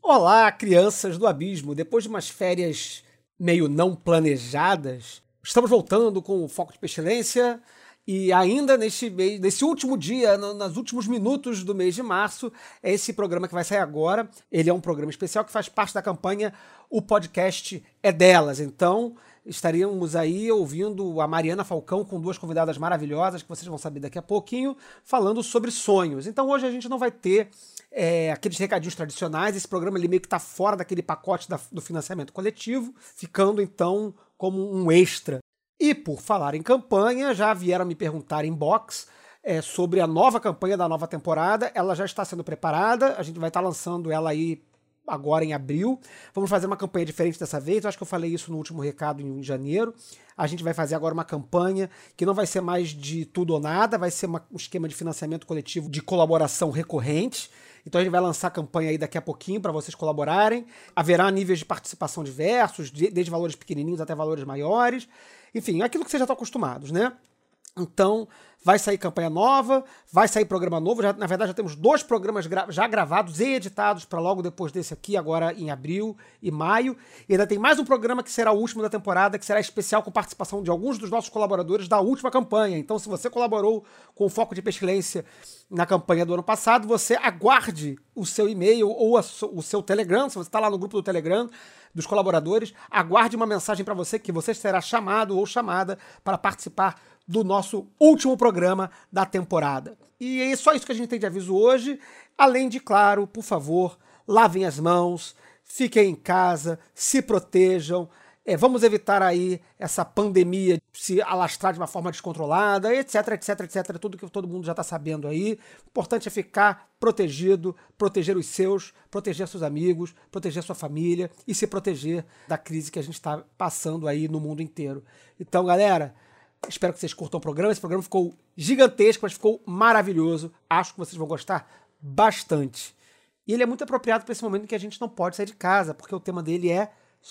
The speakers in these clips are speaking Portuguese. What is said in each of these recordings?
Olá, crianças do abismo! Depois de umas férias meio não planejadas, estamos voltando com o Foco de Pestilência e ainda nesse último dia, nos últimos minutos do mês de março, é esse programa que vai sair agora. Ele é um programa especial que faz parte da campanha O Podcast é Delas. Então, estaríamos aí ouvindo a Mariana Falcão com duas convidadas maravilhosas, que vocês vão saber daqui a pouquinho, falando sobre sonhos. Então hoje a gente não vai ter aqueles recadinhos tradicionais. Esse programa ele meio que está fora daquele pacote do financiamento coletivo, ficando então como um extra. E por falar em campanha, já vieram me perguntar em box sobre a nova campanha da nova temporada. Ela já está sendo preparada, a gente vai estar lançando ela aí agora em abril. Vamos fazer uma campanha diferente dessa vez. Eu acho que eu falei isso no último recado em janeiro. A gente vai fazer agora uma campanha que não vai ser mais de tudo ou nada, vai ser um esquema de financiamento coletivo de colaboração recorrente. Então a gente vai lançar a campanha aí daqui a pouquinho para vocês colaborarem. Haverá níveis de participação diversos, desde valores pequenininhos até valores maiores. Enfim, aquilo que vocês já estão acostumados, né? Então, vai sair campanha nova, vai sair programa novo. Na verdade, já temos 2 programas já gravados e editados para logo depois desse aqui, agora em abril e maio. E ainda tem mais um programa que será o último da temporada, que será especial com participação de alguns dos nossos colaboradores da última campanha. Então, se você colaborou com o Foco de Pestilência na campanha do ano passado, você aguarde o seu e-mail ou o seu Telegram, se você está lá no grupo do Telegram dos colaboradores, aguarde uma mensagem para você que você será chamado ou chamada para participar do nosso último programa da temporada. E é só isso que a gente tem de aviso hoje, além de, claro, por favor, lavem as mãos, fiquem em casa, se protejam, vamos evitar aí essa pandemia se alastrar de uma forma descontrolada, etc, etc, etc, tudo que todo mundo já está sabendo aí. O importante é ficar protegido, proteger os seus, proteger seus amigos, proteger sua família e se proteger da crise que a gente está passando aí no mundo inteiro. Então, galera, espero que vocês curtam o programa. Esse programa ficou gigantesco, mas ficou maravilhoso. Acho que vocês vão gostar bastante. E ele é muito apropriado para esse momento em que a gente não pode sair de casa, porque o tema dele é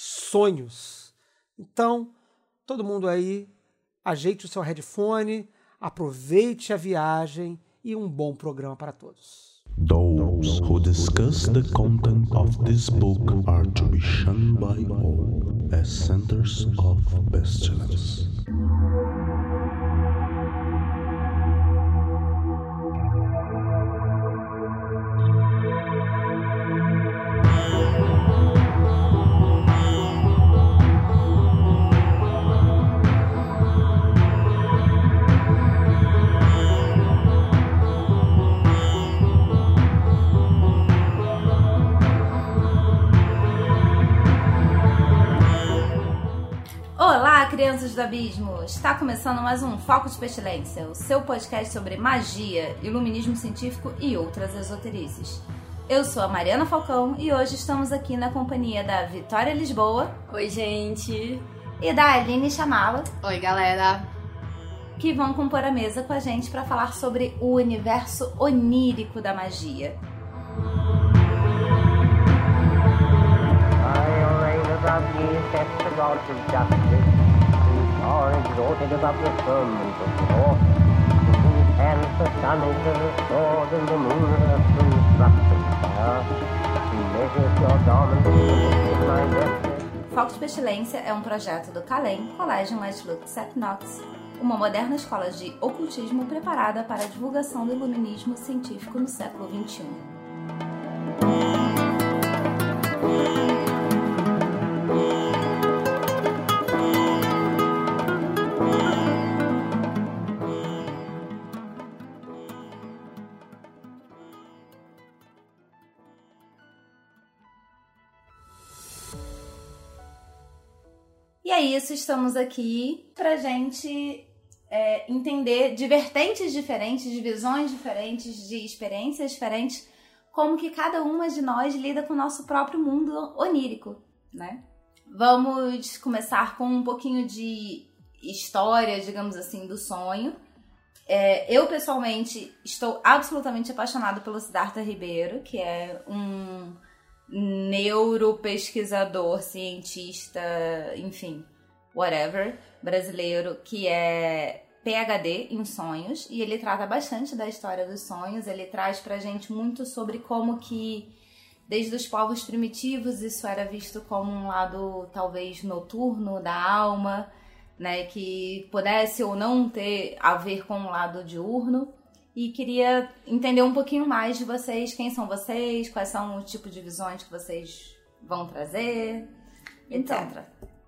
sonhos. Então, todo mundo aí, ajeite o seu headphone, aproveite a viagem e um bom programa para todos. Those who discuss the content of this book are to be shunned by all as centers of pestilence. Olá, crianças do abismo! Está começando mais um Foco de Pestilência, o seu podcast sobre magia, iluminismo científico e outras esoterices. Eu sou a Mariana Falcão e hoje estamos aqui na companhia da Vitória Lisboa. Oi, gente! E da Aline Chamala. Oi, galera! Que vão compor a mesa com a gente para falar sobre o universo onírico da magia. Foco de Pestilência é um projeto do CALEM, Collegium West Lux et Nox, uma moderna escola de ocultismo preparada para a divulgação do iluminismo científico no século XXI. E é isso, estamos aqui pra gente entender de vertentes diferentes, de visões diferentes, de experiências diferentes, como que cada uma de nós lida com o nosso próprio mundo onírico, né? Vamos começar com um pouquinho de história, digamos assim, do sonho. Eu, pessoalmente, estou absolutamente apaixonada pelo Siddhartha Ribeiro, que é um neuropesquisador, cientista, enfim, whatever, brasileiro, que é PhD em sonhos, e ele trata bastante da história dos sonhos. Ele traz pra gente muito sobre como que desde os povos primitivos isso era visto como um lado talvez noturno da alma, né, que pudesse ou não ter a ver com o lado diurno. E queria entender um pouquinho mais de vocês, quem são vocês, quais são os tipos de visões que vocês vão trazer, etc.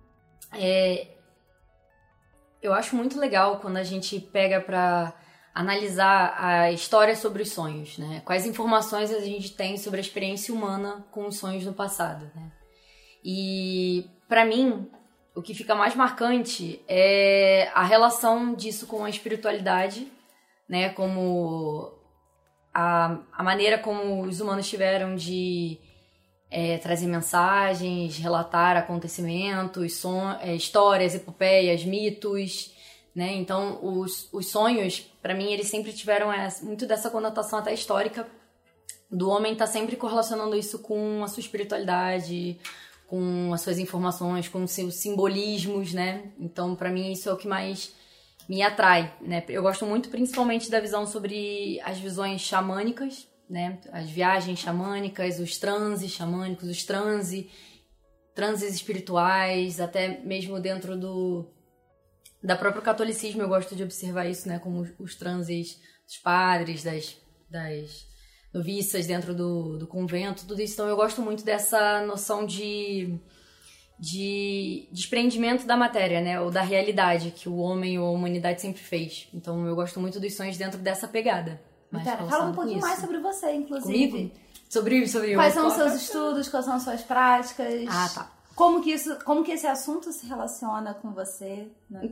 Eu acho muito legal quando a gente pega pra analisar a história sobre os sonhos, né? Quais informações a gente tem sobre a experiência humana com os sonhos no passado, né? E, pra mim, o que fica mais marcante é a relação disso com a espiritualidade, né? Como a maneira como os humanos tiveram de trazer mensagens, relatar acontecimentos, histórias, epopeias, mitos, né? Então, os sonhos, para mim, eles sempre tiveram muito dessa conotação até histórica do homem estar sempre correlacionando isso com a sua espiritualidade, com as suas informações, com os seus simbolismos, né? Então, para mim, isso é o que mais me atrai, né? Eu gosto muito, principalmente, da visão sobre as visões xamânicas, né? As viagens xamânicas, os transes xamânicos, os transes espirituais, até mesmo dentro da próprio catolicismo eu gosto de observar isso, né? Como os transes dos padres, das noviças dentro do convento, tudo isso. Então eu gosto muito dessa noção de desprendimento da matéria, né? Ou da realidade que o homem ou a humanidade sempre fez. Então eu gosto muito dos sonhos dentro dessa pegada. Fala um pouquinho mais sobre você, inclusive. Comigo? Sobre quais são os seus estudos, quais são as suas práticas. Ah, tá. Como que esse assunto se relaciona com você, né?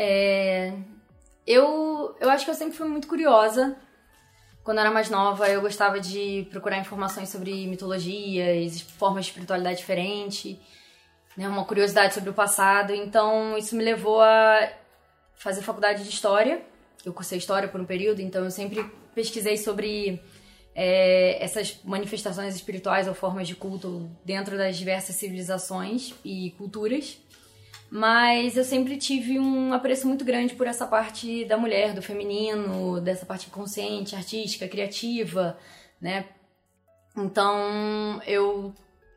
Eu acho que eu sempre fui muito curiosa. Quando eu era mais nova, eu gostava de procurar informações sobre mitologias, formas de espiritualidade diferente, né? Uma curiosidade sobre o passado. Então, isso me levou a fazer faculdade de História. Eu cursei História por um período, então eu sempre pesquisei sobre essas manifestações espirituais ou formas de culto dentro das diversas civilizações e culturas. Mas eu sempre tive um apreço muito grande por essa parte da mulher, do feminino, dessa parte consciente, artística, criativa, né? Então, eu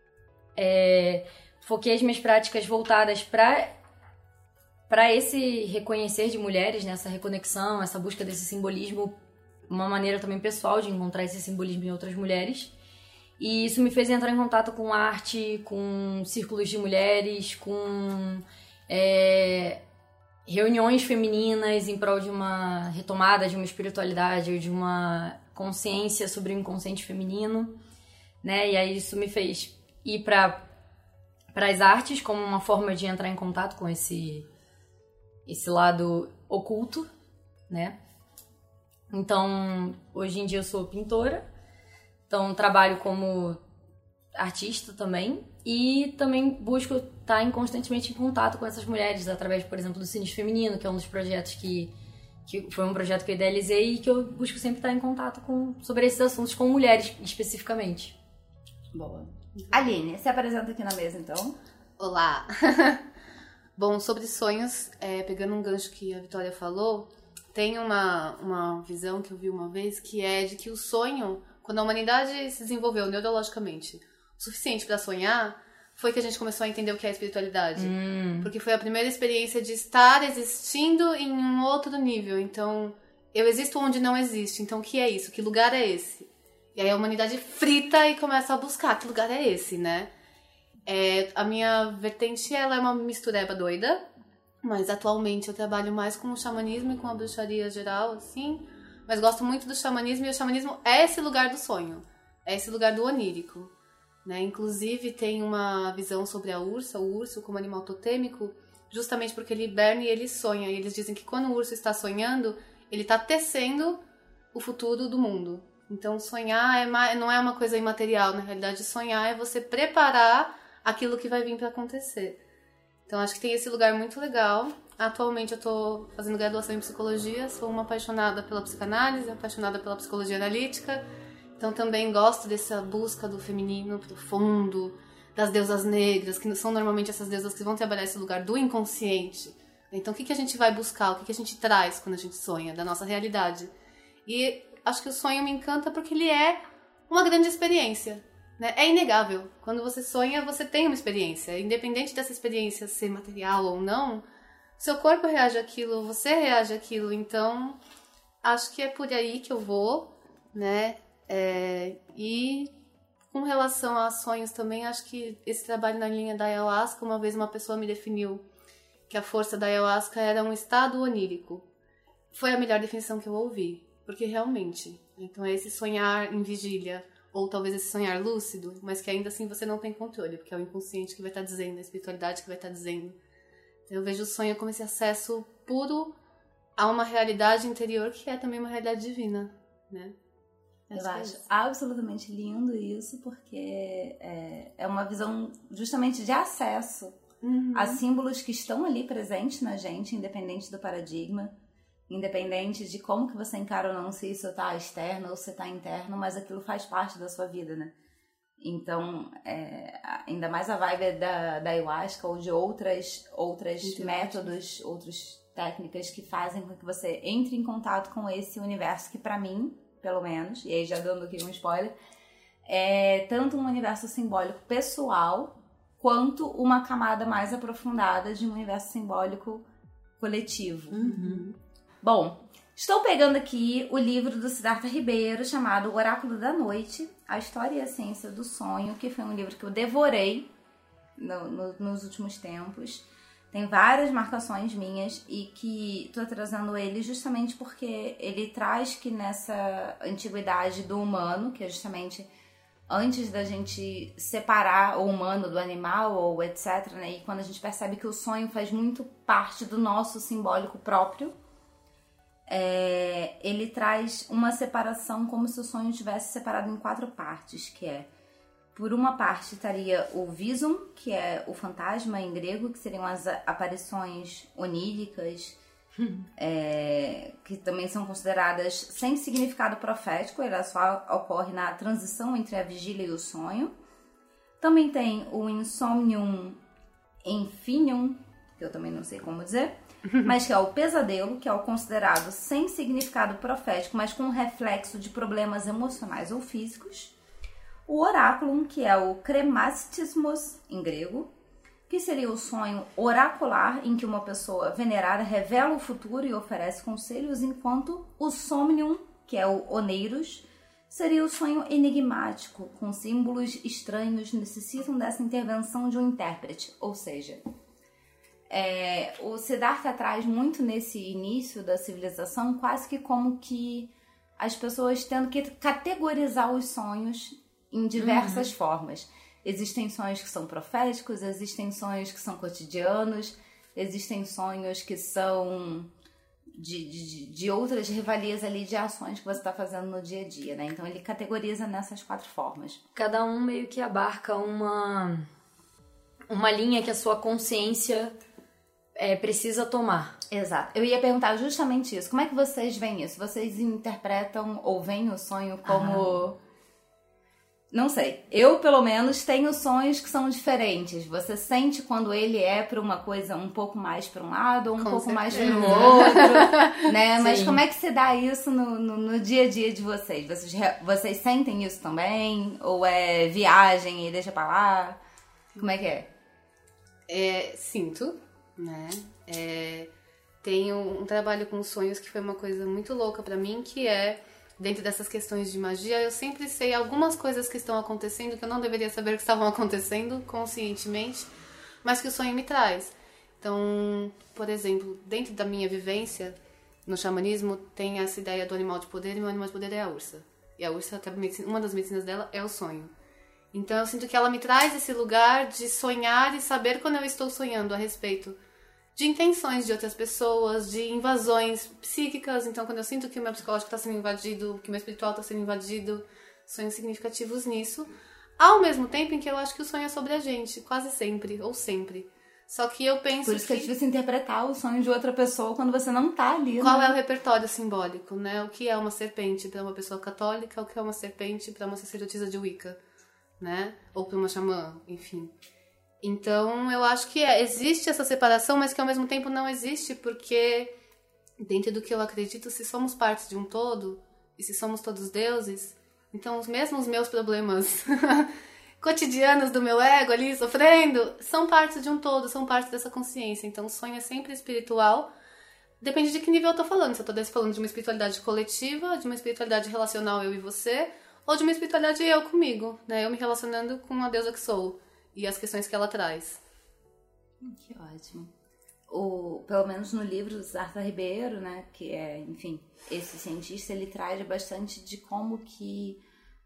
foquei as minhas práticas voltadas para esse reconhecer de mulheres, né? Essa reconexão, essa busca desse simbolismo, uma maneira também pessoal de encontrar esse simbolismo em outras mulheres. E isso me fez entrar em contato com arte, com círculos de mulheres, com reuniões femininas em prol de uma retomada de uma espiritualidade ou de uma consciência sobre o inconsciente feminino, né? E aí isso me fez ir para as artes como uma forma de entrar em contato com esse lado oculto, né? Então, hoje em dia eu sou pintora, então trabalho como artista também e também busco estar constantemente em contato com essas mulheres através, por exemplo, do Sinistro Feminino, que é um dos projetos que foi um projeto que eu idealizei e que eu busco sempre estar em contato sobre esses assuntos com mulheres especificamente. Boa. Aline, se apresenta aqui na mesa então. Olá! Bom, sobre sonhos, pegando um gancho que a Vitória falou, tem uma visão que eu vi uma vez que é de que o sonho, quando a humanidade se desenvolveu neurologicamente o suficiente para sonhar, foi que a gente começou a entender o que é espiritualidade. Porque foi a primeira experiência de estar existindo em um outro nível. Então, eu existo onde não existe. Então, o que é isso? Que lugar é esse? E aí a humanidade frita e começa a buscar que lugar é esse, né? A minha vertente, ela é uma mistureba doida, mas atualmente eu trabalho mais com o xamanismo e com a bruxaria geral, assim, mas gosto muito do xamanismo, e o xamanismo é esse lugar do sonho, é esse lugar do onírico, né? Inclusive tem uma visão sobre a ursa, o urso como animal totêmico, justamente porque ele hiberna e ele sonha, e eles dizem que quando o urso está sonhando, ele está tecendo o futuro do mundo. Então sonhar não é uma coisa imaterial, na realidade sonhar é você preparar aquilo que vai vir para acontecer. Então acho que tem esse lugar muito legal. Atualmente eu tô fazendo graduação em psicologia, sou uma apaixonada pela psicanálise, apaixonada pela psicologia analítica. Então também gosto dessa busca do feminino profundo, das deusas negras, que são normalmente essas deusas que vão trabalhar esse lugar do inconsciente. Então o que a gente vai buscar, o que a gente traz quando a gente sonha, da nossa realidade. E acho que o sonho me encanta porque ele é uma grande experiência. né? É inegável. Quando você sonha, você tem uma experiência. Independente dessa experiência ser material ou não, seu corpo reage àquilo, você reage àquilo. Então, acho que é por aí que eu vou, né? E com relação a sonhos também, acho que esse trabalho na linha da Ayahuasca, uma vez uma pessoa me definiu que a força da Ayahuasca era um estado onírico. Foi a melhor definição que eu ouvi, porque realmente, então é esse sonhar em vigília, ou talvez esse sonhar lúcido, mas que ainda assim você não tem controle, porque é o inconsciente que vai estar dizendo, a espiritualidade que vai estar dizendo. Então eu vejo o sonho como esse acesso puro a uma realidade interior que é também uma realidade divina, né? Eu acho absolutamente lindo isso, porque é uma visão justamente de acesso a símbolos que estão ali presentes na gente, independente do paradigma, independente de como que você encara ou não, se isso tá externo ou se tá interno, mas aquilo faz parte da sua vida, né? Então, ainda mais a vibe da Ayahuasca ou de outras métodos, outras técnicas que fazem com que você entre em contato com esse universo que pra mim, pelo menos, e aí já dando aqui um spoiler, é tanto um universo simbólico pessoal quanto uma camada mais aprofundada de um universo simbólico coletivo. Bom, estou pegando aqui o livro do Siddhartha Ribeiro chamado O Oráculo da Noite, A História e a Ciência do Sonho, que foi um livro que eu devorei nos últimos tempos. Tem várias marcações minhas e que estou trazendo ele justamente porque ele traz que nessa antiguidade do humano, que é justamente antes da gente separar o humano do animal ou etc, né? E quando a gente percebe que o sonho faz muito parte do nosso simbólico próprio, ele traz uma separação como se o sonho tivesse separado em 4 partes, que é, por uma parte estaria o visum, que é o fantasma em grego, que seriam as aparições oníricas, que também são consideradas sem significado profético, ela só ocorre na transição entre a vigília e o sonho. Também tem o insomnium infinium, que eu também não sei como dizer, mas que é o pesadelo, que é o considerado sem significado profético, mas com reflexo de problemas emocionais ou físicos. O oráculum, que é o kremastismos em grego, que seria o sonho oracular, em que uma pessoa venerada revela o futuro e oferece conselhos, enquanto o somnium, que é o oneiros, seria o sonho enigmático, com símbolos estranhos, necessitam dessa intervenção de um intérprete, ou seja, o Siddhartha traz muito nesse início da civilização quase que como que as pessoas tendo que categorizar os sonhos em diversas formas. Existem sonhos que são proféticos, existem sonhos que são cotidianos, existem sonhos que são de outras rivalias ali de ações que você está fazendo no dia a dia, né? Então ele categoriza nessas 4 formas. Cada um meio que abarca uma linha que a sua consciência precisa tomar. Exato. Eu ia perguntar justamente isso. Como é que vocês veem isso? Vocês interpretam ou veem o sonho como... Não sei. Eu, pelo menos, tenho sonhos que são diferentes. Você sente quando ele é para uma coisa um pouco mais para um lado ou um pouco mais para o outro, né? Mas como é que se dá isso no dia a dia de vocês? Vocês sentem isso também? Ou é viagem e deixa para lá? Como é que é? Sinto, né? Tenho um trabalho com sonhos que foi uma coisa muito louca para mim, que é... Dentro dessas questões de magia, eu sempre sei algumas coisas que estão acontecendo que eu não deveria saber que estavam acontecendo conscientemente, mas que o sonho me traz. Então, por exemplo, dentro da minha vivência no xamanismo, tem essa ideia do animal de poder, e meu animal de poder é a ursa. E a ursa, uma das medicinas dela é o sonho. Então, eu sinto que ela me traz esse lugar de sonhar e saber quando eu estou sonhando a respeito de intenções de outras pessoas, de invasões psíquicas. Então, quando eu sinto que o meu psicológico está sendo invadido, que o meu espiritual está sendo invadido, sonhos significativos nisso. Ao mesmo tempo em que eu acho que o sonho é sobre a gente, quase sempre, ou sempre. Só que eu penso Por isso que é difícil interpretar o sonho de outra pessoa quando você não tá ali, Qual é o repertório simbólico, né? O que é uma serpente para uma pessoa católica, o que é uma serpente para uma sacerdotisa de Wicca, né? Ou para uma xamã, enfim. Então, eu acho que existe essa separação, mas que ao mesmo tempo não existe, porque dentro do que eu acredito, se somos parte de um todo, e se somos todos deuses, Então, mesmo os meus problemas cotidianos do meu ego ali, sofrendo, são parte de um todo, são parte dessa consciência. Então, o sonho é sempre espiritual. Depende de que nível eu tô falando. Se eu tô falando de uma espiritualidade coletiva, de uma espiritualidade relacional eu e você, ou de uma espiritualidade eu comigo, né? Eu me relacionando com a deusa que sou e as questões que ela traz. Que ótimo. Pelo menos no livro do Siddhartha Ribeiro, né, que é, enfim, esse cientista, ele traz bastante de como que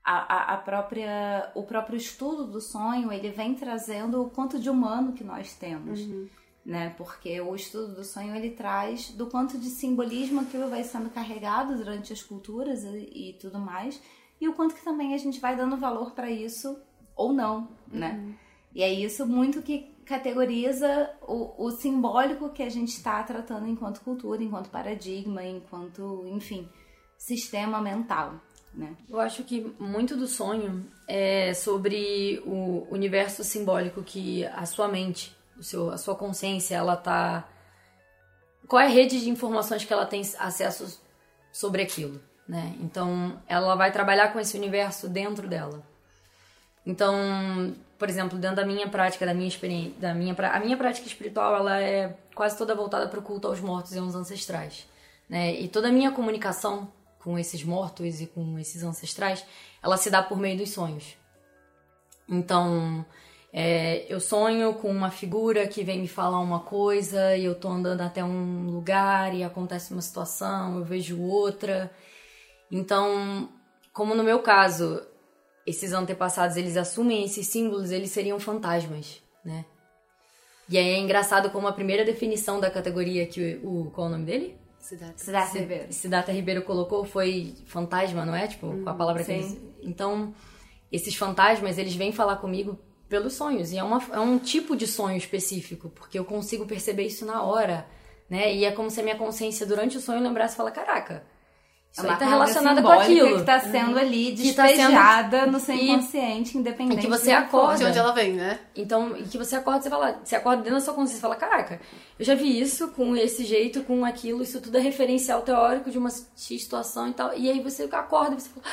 o próprio estudo do sonho, ele vem trazendo o quanto de humano que nós temos, né, porque o estudo do sonho, ele traz do quanto de simbolismo aquilo vai sendo carregado durante as culturas e tudo mais, e o quanto que também a gente vai dando valor para isso ou não, né? E é isso muito que categoriza o simbólico que a gente está tratando enquanto cultura, enquanto paradigma, enquanto, enfim, sistema mental, né? Eu acho que muito do sonho é sobre o universo simbólico que a sua mente, a sua consciência, ela tá... Qual é a rede de informações que ela tem acesso sobre aquilo, né? Então, ela vai trabalhar com esse universo dentro dela. Então, por exemplo, dentro da minha prática, da minha experiência, a minha prática espiritual, ela é quase toda voltada para o culto aos mortos e aos ancestrais, né? E toda a minha comunicação com esses mortos e com esses ancestrais, ela se dá por meio dos sonhos. Então, eu sonho com uma figura que vem me falar uma coisa e eu tô andando até um lugar e acontece uma situação, eu vejo outra. Então, como no meu caso, esses antepassados, eles assumem esses símbolos, eles seriam fantasmas, né? E aí é engraçado como a primeira definição da categoria que qual é o nome dele? Siddhartha Ribeiro colocou foi fantasma, não é? Tipo, com a palavra que eles... Então, esses fantasmas, eles vêm falar comigo pelos sonhos. E é um tipo de sonho específico, porque eu consigo perceber isso na hora, né? E é como se a minha consciência, durante o sonho, lembrasse e falasse, caraca, isso aí tá relacionado com aquilo. Que tá sendo ali despejada no seu inconsciente, independente. E que você acorda. De onde ela vem, né? Então, e que você acorda, você acorda dentro da sua consciência e fala, caraca, eu já vi isso com esse jeito, com aquilo, isso tudo é referencial teórico de uma situação e tal. E aí você acorda e você fala,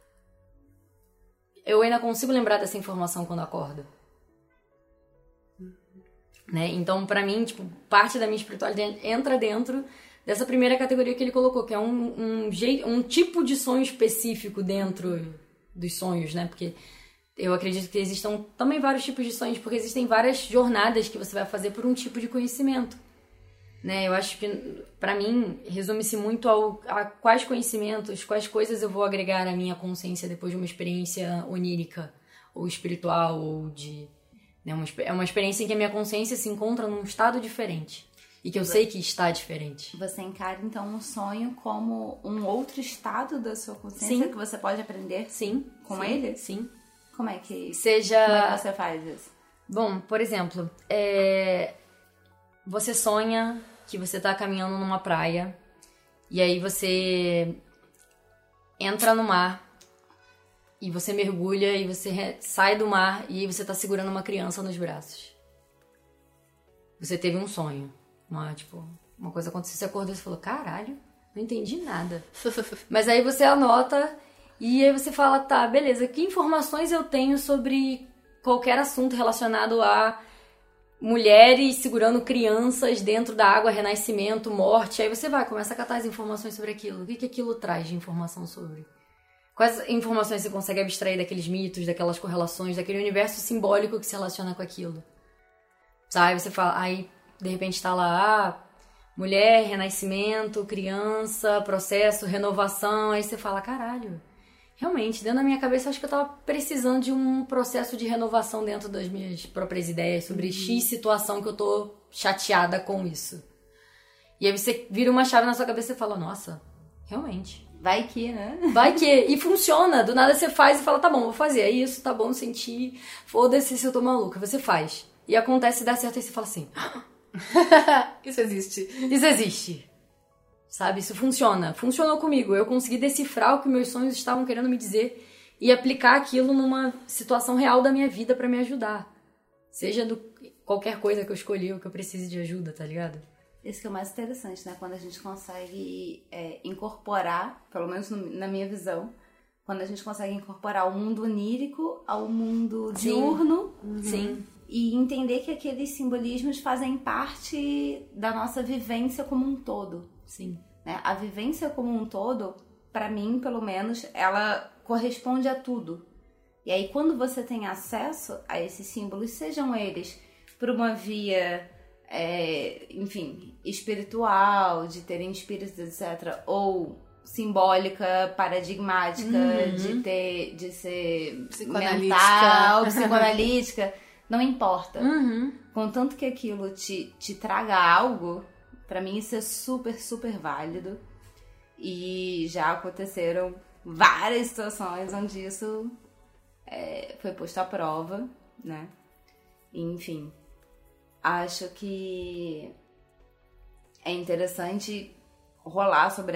eu ainda consigo lembrar dessa informação quando acordo. Né? Então, pra mim, tipo, parte da minha espiritualidade entra dentro dessa primeira categoria que ele colocou, que é um tipo de sonho específico dentro dos sonhos, né? Porque eu acredito que existam também vários tipos de sonhos, porque existem várias jornadas que você vai fazer por um tipo de conhecimento, né? Eu acho que, pra mim, resume-se muito a quais conhecimentos, quais coisas eu vou agregar à minha consciência depois de uma experiência onírica, ou espiritual, ou de... Né? É uma experiência em que a minha consciência se encontra num estado diferente. E que eu sei que está diferente. Você encara, então, um sonho como um outro estado da sua consciência que você pode aprender com ele? Sim. Como é que você faz isso? Bom, por exemplo, você sonha que você está caminhando numa praia e aí você entra no mar e você mergulha e você sai do mar e você está segurando uma criança nos braços. Você teve um sonho. Uma coisa aconteceu, você acordou e falou, caralho, não entendi nada. Mas aí você anota e aí você fala, tá, beleza, que informações eu tenho sobre qualquer assunto relacionado a mulheres segurando crianças dentro da água, renascimento, morte. Aí você começa a catar as informações sobre aquilo. O que aquilo traz de informação sobre? Quais informações você consegue abstrair daqueles mitos, daquelas correlações, daquele universo simbólico que se relaciona com aquilo? Sabe, você fala, aí... De repente tá lá, mulher, renascimento, criança, processo, renovação. Aí você fala, caralho, realmente, dentro da minha cabeça, eu acho que eu tava precisando de um processo de renovação dentro das minhas próprias ideias sobre X situação que eu tô chateada com isso. E aí você vira uma chave na sua cabeça e fala, nossa, realmente. Vai que, né? Vai que. E funciona. Do nada você faz e fala, tá bom, vou fazer. É isso, tá bom, senti. Foda-se se eu tô maluca. Você faz. E acontece, dá certo, e você fala assim... Isso existe. Isso existe. Sabe? Isso funciona. Funcionou comigo. Eu consegui decifrar o que meus sonhos estavam querendo me dizer e aplicar aquilo numa situação real da minha vida pra me ajudar. Seja qualquer coisa que eu escolhi ou que eu precise de ajuda, tá ligado? Isso que é o mais interessante, né? Quando a gente consegue incorporar, pelo menos na minha visão, Quando a gente consegue incorporar o mundo onírico ao mundo diurno. Sim. E entender que aqueles simbolismos fazem parte da nossa vivência como um todo. Sim. Né? A vivência como um todo, para mim, pelo menos, ela corresponde a tudo. E aí, quando você tem acesso a esses símbolos, sejam eles por uma via, enfim, espiritual, de terem espíritos, etc., ou simbólica, paradigmática, de ser mental, psicoanalítica, não importa. Contanto que aquilo te traga algo, pra mim isso é super, super válido. E já aconteceram várias situações onde isso foi posto à prova, né? Enfim, acho que é interessante rolar sobre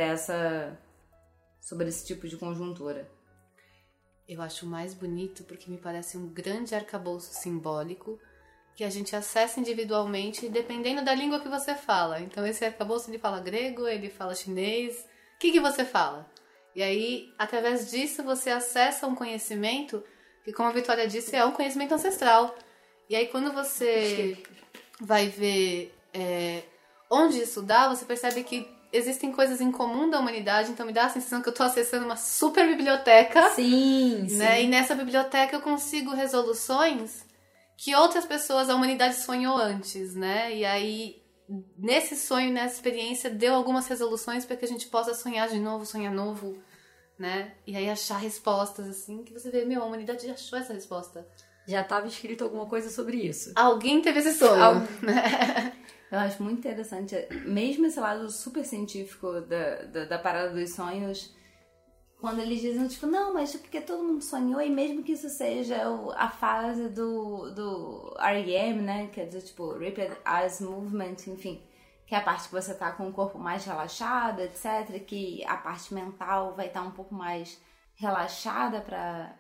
esse tipo de conjuntura. Eu acho mais bonito porque me parece um grande arcabouço simbólico que a gente acessa individualmente dependendo da língua que você fala. Então esse arcabouço ele fala grego, ele fala chinês. O que você fala? E aí, através disso, você acessa um conhecimento que, como a Vitória disse, é um conhecimento ancestral. E aí, quando você vai ver onde isso dá, você percebe que existem coisas em comum da humanidade. Então, me dá a sensação que eu estou acessando uma super biblioteca. Sim, né? sim. E nessa biblioteca eu consigo resoluções que outras pessoas, a humanidade sonhou antes, né? E aí, nesse sonho, nessa experiência, deu algumas resoluções para que a gente possa sonhar de novo, sonhar novo, né? E aí achar respostas, assim, que você vê, a humanidade já achou essa resposta. Já estava escrito alguma coisa sobre isso. Alguém teve esse sonho. Eu acho muito interessante, mesmo esse lado super científico da parada dos sonhos, quando eles dizem, tipo, não, mas é porque todo mundo sonhou, e mesmo que isso seja a fase do REM, né, quer dizer, tipo, Rapid Eye Movement, enfim, que é a parte que você tá com o corpo mais relaxado, etc., que a parte mental vai estar um pouco mais relaxada para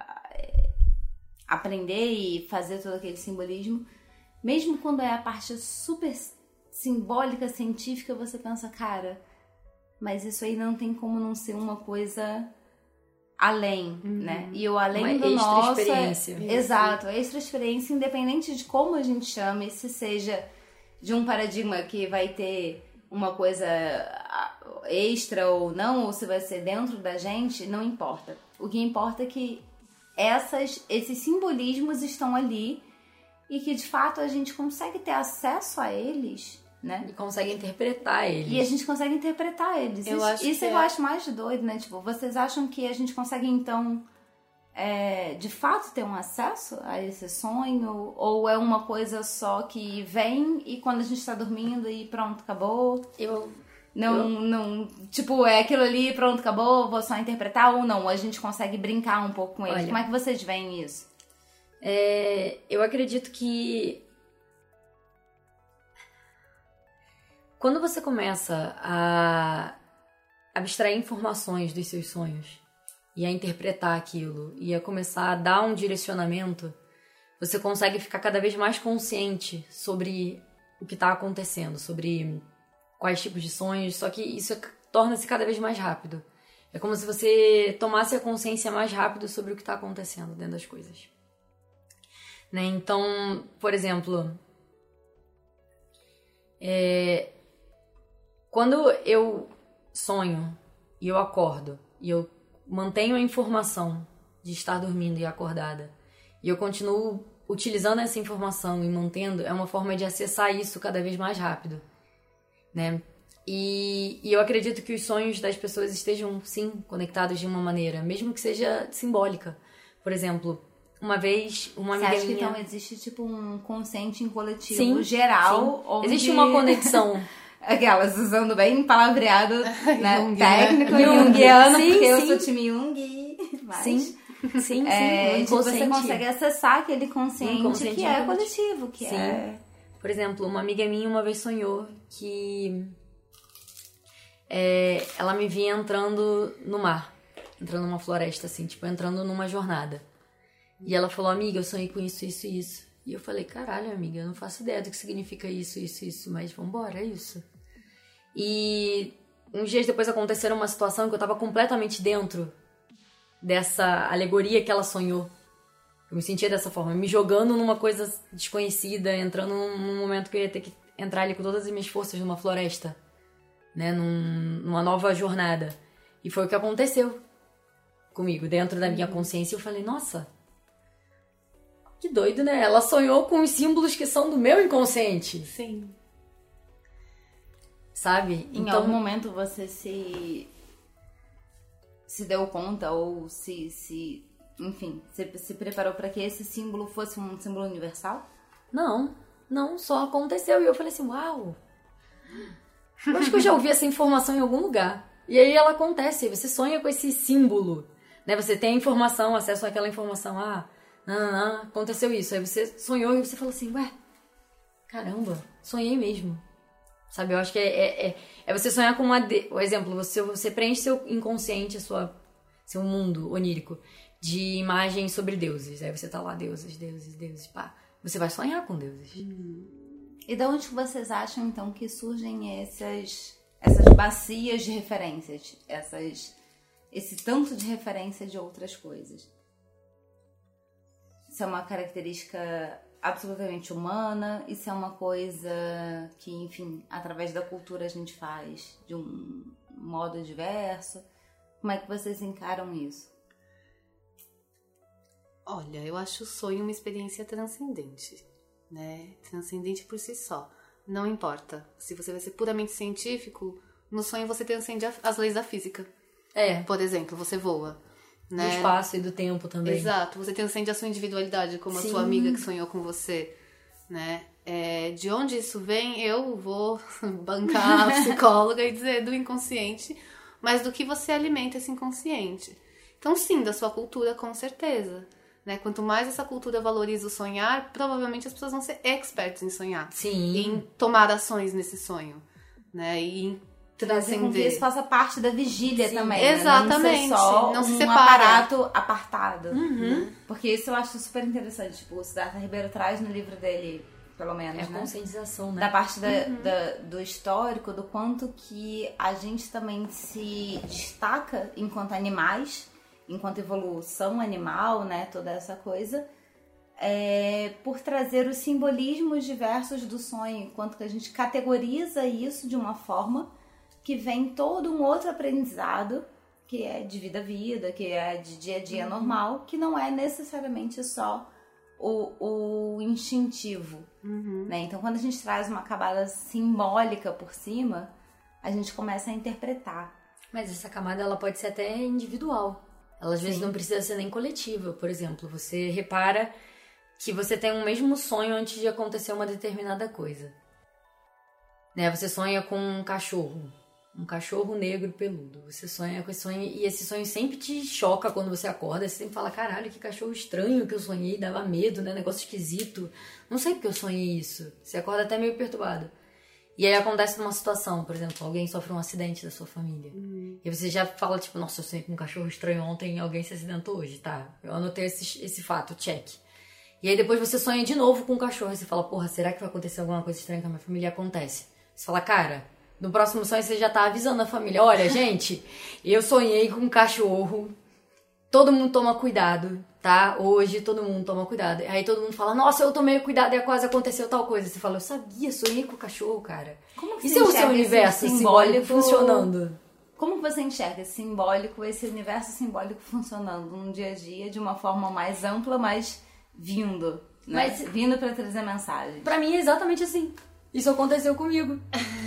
aprender e fazer todo aquele simbolismo. Mesmo quando é a parte super simbólica, científica, você pensa, cara, mas isso aí não tem como não ser uma coisa além, né? E o além uma do nosso... extra-experiência. Exato, extra-experiência, independente de como a gente chame, se seja de um paradigma que vai ter uma coisa extra ou não, ou se vai ser dentro da gente, não importa. O que importa é que esses simbolismos estão ali e que, de fato, a gente consegue ter acesso a eles, né? E consegue interpretar eles. E a gente consegue interpretar eles. Eu acho isso que eu acho mais doido, né? Tipo, vocês acham que a gente consegue, então, de fato ter um acesso a esse sonho? Ou é uma coisa só que vem e quando a gente tá dormindo e pronto, acabou? Não, tipo, é aquilo ali, pronto, acabou, vou só interpretar, ou não? A gente consegue brincar um pouco com eles? Olha, como é que vocês veem isso? Eu acredito que quando você começa a abstrair informações dos seus sonhos e a interpretar aquilo e a começar a dar um direcionamento, você consegue ficar cada vez mais consciente sobre o que está acontecendo, sobre quais tipos de sonhos, só que isso torna-se cada vez mais rápido. É como se você tomasse a consciência mais rápido sobre o que está acontecendo dentro das coisas. Né? Então, por exemplo, quando eu sonho e eu acordo e eu mantenho a informação de estar dormindo e acordada e eu continuo utilizando essa informação e mantendo, é uma forma de acessar isso cada vez mais rápido, né? E eu acredito que os sonhos das pessoas estejam, sim, conectados de uma maneira, mesmo que seja simbólica. Por exemplo, uma vez, uma amiga minha... Você acha que então existe tipo um consciente em coletivo sim, geral? Sim. Onde... Existe uma conexão. Aquelas usando bem palavreado, né? Jung, técnico, né? junguiano, Sim, porque eu sim. sou time Jung. Mas... Sim. Sim, tipo, você consegue acessar aquele consciente que é coletivo, que sim. é... Por exemplo, uma amiga minha uma vez sonhou que ela me via entrando no mar, entrando numa floresta, assim, tipo, entrando numa jornada. E ela falou, amiga, eu sonhei com isso, isso e isso. E eu falei, caralho, amiga, eu não faço ideia do que significa isso, isso, isso, mas vambora, é isso. E uns dias depois aconteceram uma situação que eu tava completamente dentro dessa alegoria que ela sonhou. Eu me sentia dessa forma, me jogando numa coisa desconhecida, entrando num momento que eu ia ter que entrar ali com todas as minhas forças numa floresta, né, numa nova jornada. E foi o que aconteceu comigo, dentro da minha consciência. Eu falei, nossa, que doido, né? Ela sonhou com os símbolos que são do meu inconsciente. Sim. Sabe? Em algum momento você se deu conta ou enfim, você se preparou para que esse símbolo fosse um símbolo universal? Não, só aconteceu. E eu falei assim, uau, eu acho que eu já ouvi essa informação em algum lugar. E aí ela acontece, você sonha com esse símbolo, né? Você tem a informação, acesso àquela informação, aconteceu isso. Aí você sonhou e você falou assim, ué, caramba, sonhei mesmo. Sabe, eu acho que é você sonhar com o exemplo, você preenche seu inconsciente, seu mundo onírico de imagens sobre deuses. Aí você tá lá, deuses, pá. Você vai sonhar com deuses. E de onde vocês acham, então, que surgem essas bacias de referências? Esse tanto de referência de outras coisas? Isso é uma característica absolutamente humana? Isso é uma coisa que, enfim, através da cultura a gente faz de um modo diverso? Como é que vocês encaram isso? Olha, eu acho o sonho uma experiência transcendente, né? Transcendente por si só. Não importa. Se você vai ser puramente científico, no sonho você transcende as leis da física. Por exemplo, você voa, né? Do espaço e do tempo também. Exato. Você transcende a sua individualidade, como Sim. a sua amiga que sonhou com você, né? De onde isso vem, eu vou bancar a psicóloga e dizer do inconsciente, mas do que você alimenta esse inconsciente. Então, sim, da sua cultura, com certeza. Né? Quanto mais essa cultura valoriza o sonhar, provavelmente as pessoas vão ser experts em sonhar. Sim. Em tomar ações nesse sonho. Né? E em trazer com que isso faça parte da vigília também. Exatamente. Né? Não ser só não se um separa. aparato apartado. Né? Porque isso eu acho super interessante. Tipo, o Siddhartha Ribeiro traz no livro dele, pelo menos, É a conscientização, né? Da parte do histórico, do quanto que a gente também se destaca enquanto animais, enquanto evolução animal, né, toda essa coisa, por trazer os simbolismos diversos do sonho, enquanto que a gente categoriza isso de uma forma que vem todo um outro aprendizado, que é de vida, que é de dia a dia normal, que não é necessariamente só o instintivo. Né? Então, quando a gente traz uma camada simbólica por cima, a gente começa a interpretar. Mas essa camada ela pode ser até individual. Ela às vezes não precisa ser nem coletiva. Por exemplo, você repara que você tem um mesmo sonho antes de acontecer uma determinada coisa. Né? Você sonha com um cachorro negro peludo. Você sonha com esse sonho e esse sonho sempre te choca quando você acorda. Você sempre fala, caralho, que cachorro estranho que eu sonhei, dava medo, né? Negócio esquisito. Não sei porque eu sonhei isso. Você acorda até meio perturbado. E aí acontece numa situação, por exemplo, alguém sofre um acidente da sua família. E você já fala, tipo, nossa, eu sonhei com um cachorro estranho ontem, alguém se acidentou hoje, tá? Eu anotei esse fato, check. E aí depois você sonha de novo com um cachorro e você fala, porra, será que vai acontecer alguma coisa estranha com a minha família? E acontece. Você fala, cara, no próximo sonho você já tá avisando a família, olha, gente, eu sonhei com um cachorro, todo mundo toma cuidado, tá? Hoje todo mundo toma cuidado. Aí todo mundo fala, nossa, eu tomei cuidado e quase aconteceu tal coisa. Você fala, eu sabia, sonhei com o cachorro, cara. Como que isso é o seu universo simbólico funcionando. Como você enxerga esse universo simbólico funcionando no dia a dia de uma forma mais ampla, mas vindo, né? Vindo pra trazer mensagem? Pra mim é exatamente assim. Isso aconteceu comigo.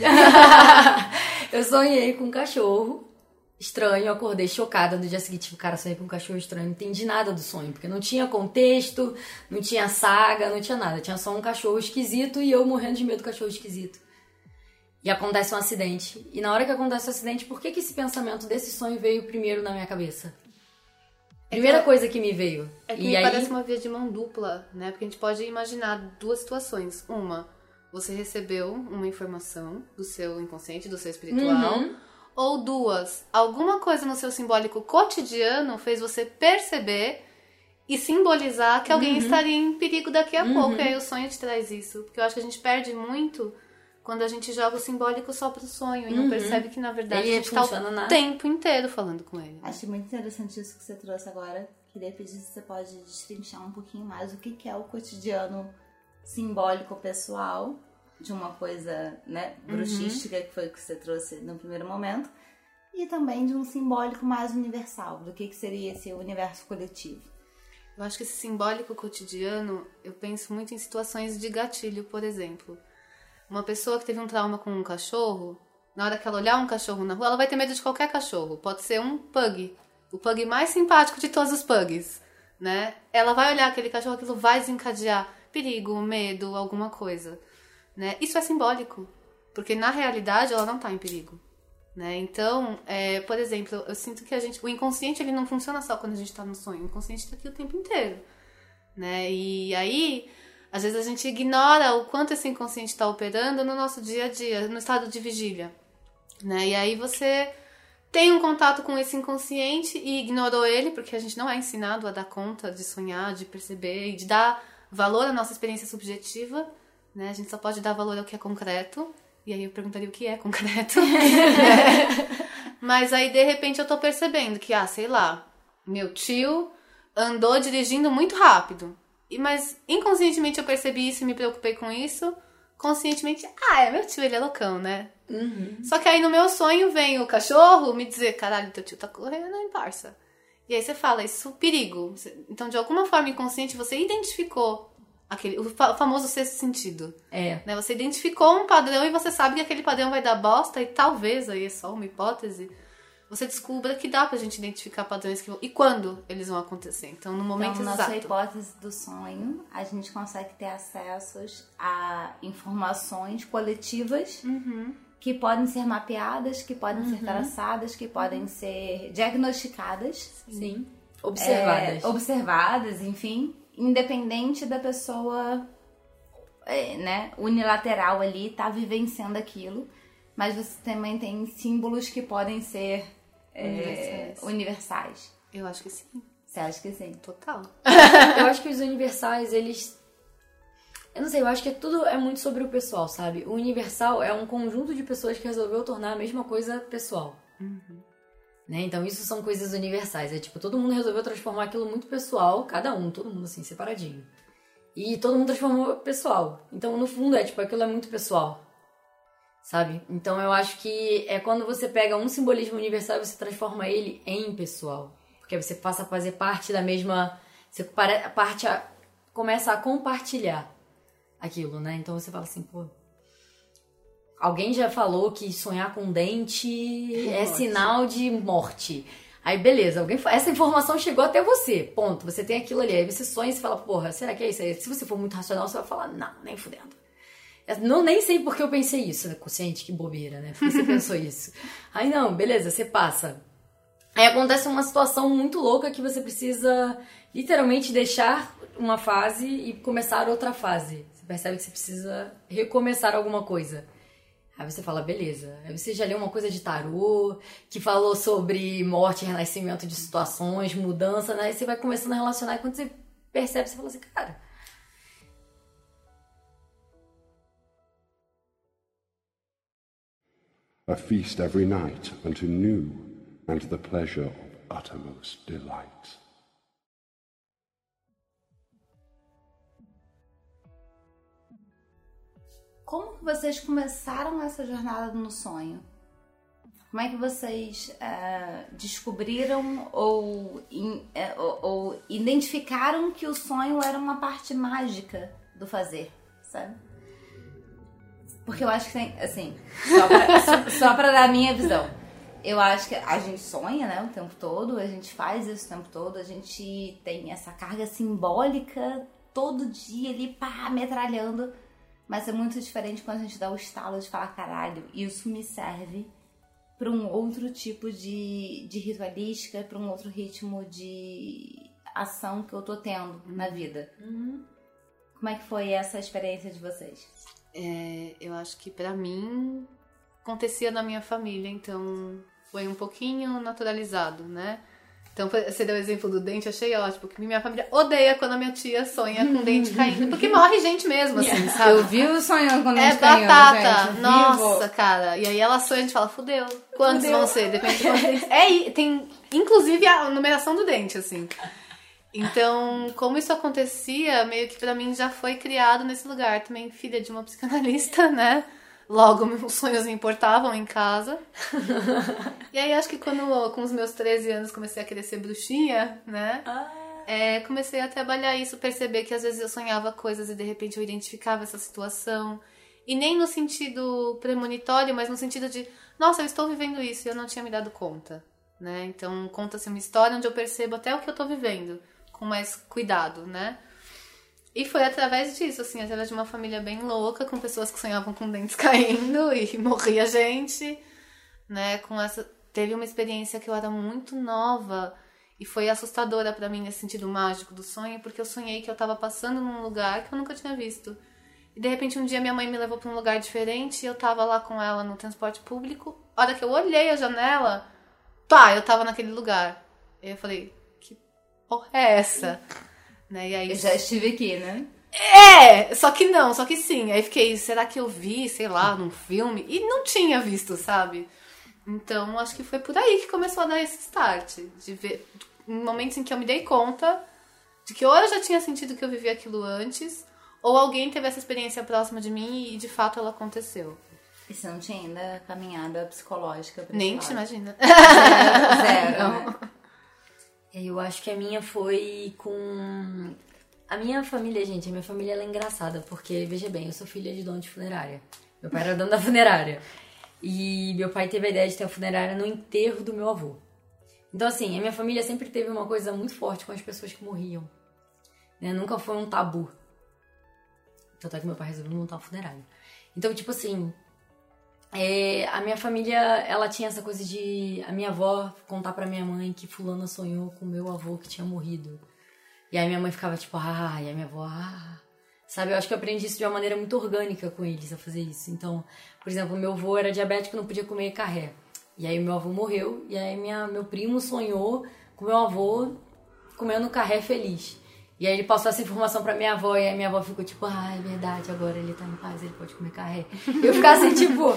Eu sonhei com um cachorro estranho, eu acordei chocada no dia seguinte, tipo, cara, sonhei com um cachorro estranho, não entendi nada do sonho, porque não tinha contexto, não tinha saga, não tinha nada, tinha só um cachorro esquisito e eu morrendo de medo do cachorro esquisito. E acontece um acidente, e na hora que acontece o acidente, por que esse pensamento desse sonho veio primeiro na minha cabeça? Primeira coisa que me veio. É que e me aí... parece uma via de mão dupla, né, porque a gente pode imaginar duas situações. Uma, você recebeu uma informação do seu inconsciente, do seu espiritual, ou duas, alguma coisa no seu simbólico cotidiano fez você perceber e simbolizar que alguém estaria em perigo daqui a pouco. E aí o sonho te traz isso. Porque eu acho que a gente perde muito quando a gente joga o simbólico só pro sonho e não percebe que, na verdade, Ele a gente tá o tempo inteiro falando com ele. Achei muito interessante isso que você trouxe agora. Queria pedir se você pode destrinchar um pouquinho mais o que é o cotidiano simbólico pessoal de uma coisa, né, bruxística, que foi o que você trouxe no primeiro momento, e também de um simbólico mais universal, do que seria esse universo coletivo. Eu acho que esse simbólico cotidiano, eu penso muito em situações de gatilho, por exemplo. Uma pessoa que teve um trauma com um cachorro, na hora que ela olhar um cachorro na rua, ela vai ter medo de qualquer cachorro. Pode ser um pug, o pug mais simpático de todos os pugs, né? Ela vai olhar aquele cachorro, aquilo vai desencadear perigo, medo, alguma coisa, né? Isso é simbólico, porque na realidade ela não tá em perigo, né? Então, por exemplo, eu sinto que o inconsciente ele não funciona só quando a gente tá no sonho, o inconsciente tá aqui o tempo inteiro, né? E aí, às vezes a gente ignora o quanto esse inconsciente está operando no nosso dia a dia, no estado de vigília, né? E aí você tem um contato com esse inconsciente e ignorou ele, porque a gente não é ensinado a dar conta de sonhar, de perceber e de dar valor à nossa experiência subjetiva, né? A gente só pode dar valor ao que é concreto. E aí eu perguntaria o que é concreto. Mas aí, de repente, eu tô percebendo que, sei lá, meu tio andou dirigindo muito rápido. Mas inconscientemente eu percebi isso e me preocupei com isso. Conscientemente, é meu tio, ele é loucão, né? Só que aí no meu sonho vem o cachorro me dizer, caralho, teu tio tá correndo, hein, parça? E aí você fala, isso é perigo. Então, de alguma forma inconsciente, você identificou o famoso sexto sentido. Né? Você identificou um padrão e você sabe que aquele padrão vai dar bosta e talvez, aí é só uma hipótese, você descubra que dá pra gente identificar padrões e quando eles vão acontecer. Então, no momento exato. exato. Na sua hipótese do sonho, a gente consegue ter acessos a informações coletivas que podem ser mapeadas, que podem ser traçadas, que podem ser diagnosticadas. Sim. Observadas. Observadas, enfim, independente da pessoa, né, unilateral ali, tá vivenciando aquilo. Mas você também tem símbolos que podem ser universais. Eu acho que sim. Você acha que sim? Total. Eu acho que os universais, eles... Eu não sei, eu acho que tudo é muito sobre o pessoal, sabe? O universal é um conjunto de pessoas que resolveu tornar a mesma coisa pessoal. Né? Então isso são coisas universais. É tipo, todo mundo resolveu transformar aquilo muito pessoal, cada um, todo mundo assim, separadinho. E todo mundo transformou pessoal. Então, no fundo, tipo, aquilo é muito pessoal. Sabe? Então eu acho que é quando você pega um simbolismo universal e você transforma ele em pessoal. Porque você passa a fazer parte da mesma... Você começa a compartilhar aquilo, né? Então você fala assim, pô... Alguém já falou que sonhar com dente é sinal de morte. Aí beleza, essa informação chegou até você, ponto. Você tem aquilo ali, aí você sonha e você fala, porra, será que é isso aí? Se você for muito racional, você vai falar, não, nem fudendo. Não, nem sei porque eu pensei isso, né? Consciente, que bobeira, né? Porque você pensou isso. Aí não, beleza, você passa. Aí acontece uma situação muito louca que você precisa literalmente deixar uma fase e começar outra fase. Você percebe que você precisa recomeçar alguma coisa. Aí você fala, beleza. Aí você já leu uma coisa de tarô, que falou sobre morte, renascimento de situações, mudança, né? Aí você vai começando a relacionar e quando você percebe, você fala assim, cara... A feast every night unto new and the pleasure of uttermost delight. Como que vocês começaram essa jornada no sonho? Como é que vocês descobriram ou identificaram que o sonho era uma parte mágica do fazer, sabe? Porque eu acho que tem, assim, só pra dar a minha visão. Eu acho que a gente sonha, né, o tempo todo, a gente faz isso o tempo todo, a gente tem essa carga simbólica todo dia ali, metralhando. Mas é muito diferente quando a gente dá o estalo de falar, caralho, isso me serve para um outro tipo de ritualística, para um outro ritmo de ação que eu tô tendo na vida. Como é que foi essa experiência de vocês? Eu acho que pra mim acontecia na minha família, então foi um pouquinho naturalizado, né? Então, você deu o exemplo do dente, achei ótimo, porque minha família odeia quando a minha tia sonha com o dente caindo, porque morre gente mesmo, assim, sabe? Eu vivo sonhando com o dente É caindo, batata, gente, nossa, vivo. cara. E aí ela sonha e a gente fala, fudeu. Quantos vão ser? Depende de quantos dentes. Tem, inclusive, a numeração do dente, assim. Então, como isso acontecia, meio que pra mim já foi criado nesse lugar. Também filha de uma psicanalista, né? Logo, meus sonhos me importavam em casa. E aí, acho que quando, com os meus 13 anos, comecei a querer ser bruxinha, né? Comecei a trabalhar isso, perceber que às vezes eu sonhava coisas e de repente eu identificava essa situação. E nem no sentido premonitório, mas no sentido de, nossa, eu estou vivendo isso e eu não tinha me dado conta, né? Então, conta-se uma história onde eu percebo até o que eu estou vivendo, com mais cuidado, né? E foi através disso, assim, através de uma família bem louca, com pessoas que sonhavam com dentes caindo e morria gente, né? Teve uma experiência que eu era muito nova e foi assustadora pra mim nesse sentido mágico do sonho, porque eu sonhei que eu tava passando num lugar que eu nunca tinha visto. E de repente um dia minha mãe me levou pra um lugar diferente e eu tava lá com ela no transporte público. A hora que eu olhei a janela, eu tava naquele lugar. E eu falei, que porra é essa? Né? E aí, Eu já estive aqui, né? Só que sim. Aí fiquei, será que eu vi, sei lá, num filme? E não tinha visto, sabe? Então, acho que foi por aí que começou a dar esse start. De ver, em momentos em que eu me dei conta de que ou eu já tinha sentido que eu vivia aquilo antes, ou alguém teve essa experiência próxima de mim e de fato ela aconteceu. E você não tinha ainda caminhada psicológica pra Nem esse te lado? imagina. Zero. Né? Eu acho que a minha foi com... A minha família, gente, a minha família ela é engraçada, porque, veja bem, eu sou filha de dono de funerária. Meu pai era dono da funerária. E meu pai teve a ideia de ter a funerária no enterro do meu avô. Então, assim, a minha família sempre teve uma coisa muito forte com as pessoas que morriam. Né? Nunca foi um tabu. Tanto é que meu pai resolveu montar uma funerária. Então, tipo assim... a minha família, ela tinha essa coisa de a minha avó contar pra minha mãe que fulana sonhou com o meu avô que tinha morrido. E aí minha mãe ficava tipo, e a minha avó, Sabe, eu acho que eu aprendi isso de uma maneira muito orgânica com eles, a fazer isso. Então, por exemplo, meu avô era diabético e não podia comer carré. E aí meu avô morreu, e aí meu primo sonhou com meu avô comendo carré feliz. E aí ele passou essa informação pra minha avó, e aí minha avó ficou tipo, é verdade, agora ele tá em paz, ele pode comer carré. Eu ficava assim, tipo,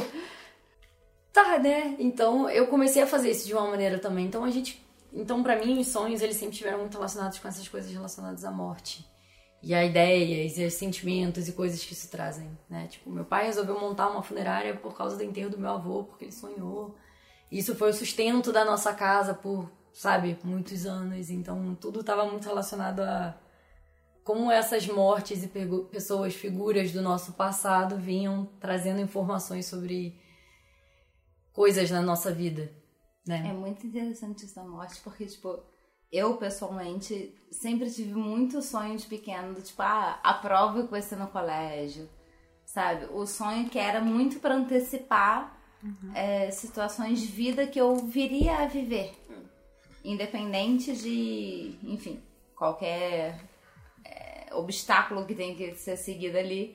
tá, né? Então eu comecei a fazer isso de uma maneira também. Então pra mim os sonhos, eles sempre estiveram muito relacionados com essas coisas relacionadas à morte. E a ideias, e os sentimentos e coisas que isso trazem, né? Tipo, meu pai resolveu montar uma funerária por causa do enterro do meu avô, porque ele sonhou. Isso foi o sustento da nossa casa por, sabe, muitos anos. Então tudo estava muito relacionado a como essas mortes e pessoas, figuras do nosso passado vinham trazendo informações sobre coisas na nossa vida, né? É muito interessante isso da morte, porque, tipo, eu, pessoalmente, sempre tive muito sonho de pequeno, do tipo, a prova que vai ser no colégio, sabe? O sonho que era muito pra antecipar situações de vida que eu viria a viver, independente de, enfim, qualquer obstáculo que tem que ser seguido ali.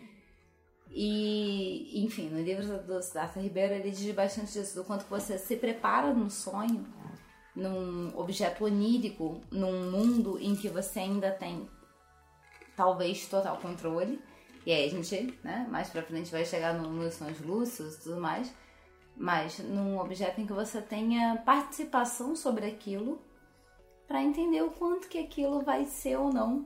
E, enfim, no livro do Siddhartha Ribeiro, ele diz bastante disso, do quanto você se prepara no sonho, num objeto onírico, num mundo em que você ainda tem, talvez, total controle. E aí a gente, né, mais pra frente vai chegar nos sonhos lúcidos e tudo mais, mas num objeto em que você tenha participação sobre aquilo pra entender o quanto que aquilo vai ser ou não,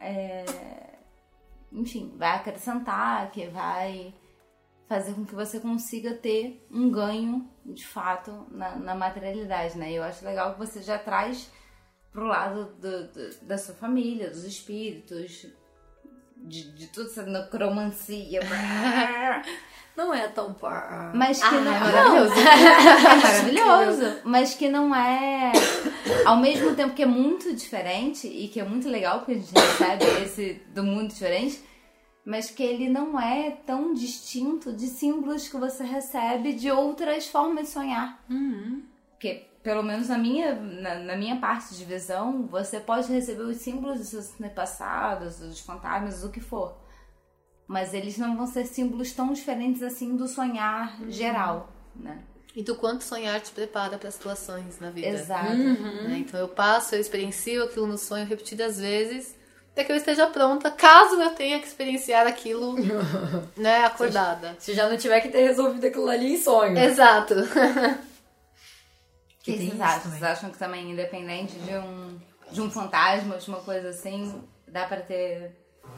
enfim, vai acrescentar, que vai fazer com que você consiga ter um ganho, de fato, na materialidade, né? E eu acho legal que você já traz pro lado da sua família, dos espíritos, de tudo essa necromancia. Não é tão... Mas que não... é maravilhoso. É maravilhoso, mas que não é... Ao mesmo tempo que é muito diferente, e que é muito legal que a gente recebe esse do mundo diferente, mas que ele não é tão distinto de símbolos que você recebe de outras formas de sonhar. Porque, pelo menos na minha parte de visão, você pode receber os símbolos dos seus antepassados, dos fantasmas, o que for. Mas eles não vão ser símbolos tão diferentes assim do sonhar geral, né? e do quanto sonhar te prepara para situações na vida. Exato. Né? Então eu experiencio aquilo no sonho repetidas vezes, até que eu esteja pronta, caso eu tenha que experienciar aquilo, né, acordada. Se já não tiver que ter resolvido aquilo ali em sonho. Exato. O que vocês acham? Vocês acham que também, independente de um fantasma, de uma coisa assim, dá pra ter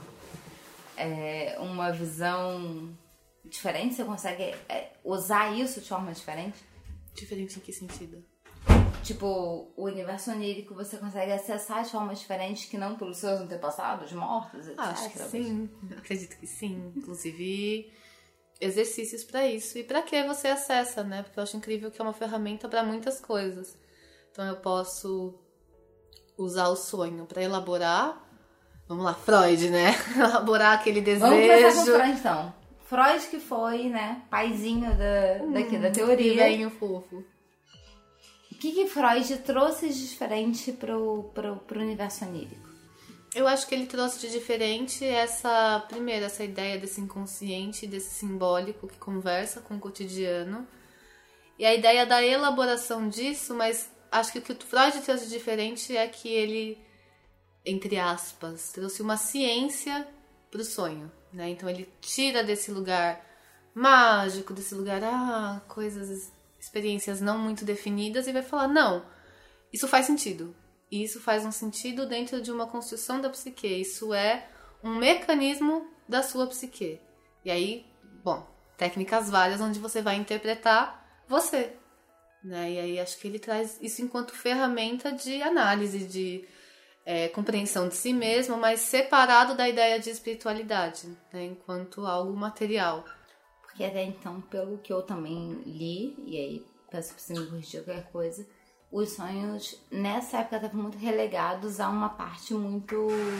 uma visão diferente? Você consegue usar isso de forma diferente? Diferente em que sentido? Tipo, o universo onírico você consegue acessar de formas diferentes que não pelos seus antepassados, mortos, etc. Acho que sim. Acredito que sim. Inclusive, exercícios pra isso. E pra que você acessa, né? Porque eu acho incrível que é uma ferramenta pra muitas coisas. Então eu posso usar o sonho pra elaborar. Vamos lá, Freud, né? Elaborar aquele desejo. Vamos começar com Freud, então. Freud que foi, né, paizinho da teoria. Velhinho fofo. O que Freud trouxe de diferente pro universo onírico? Eu acho que ele trouxe de diferente essa ideia desse inconsciente, desse simbólico que conversa com o cotidiano. E a ideia da elaboração disso, mas acho que o que o Freud trouxe de diferente é que ele, entre aspas, trouxe uma ciência pro sonho, né? Então ele tira desse lugar mágico, desse lugar, experiências não muito definidas, e vai falar, não, isso faz sentido. E isso faz um sentido dentro de uma construção da psique. Isso é um mecanismo da sua psique. E aí, bom, técnicas várias onde você vai interpretar você, né? E aí acho que ele traz isso enquanto ferramenta de análise, de compreensão de si mesmo, mas separado da ideia de espiritualidade, né? Enquanto algo material. Porque até então, pelo que eu também li, e aí peço pra você me corrigir qualquer coisa, os sonhos nessa época estavam muito relegados a uma parte muito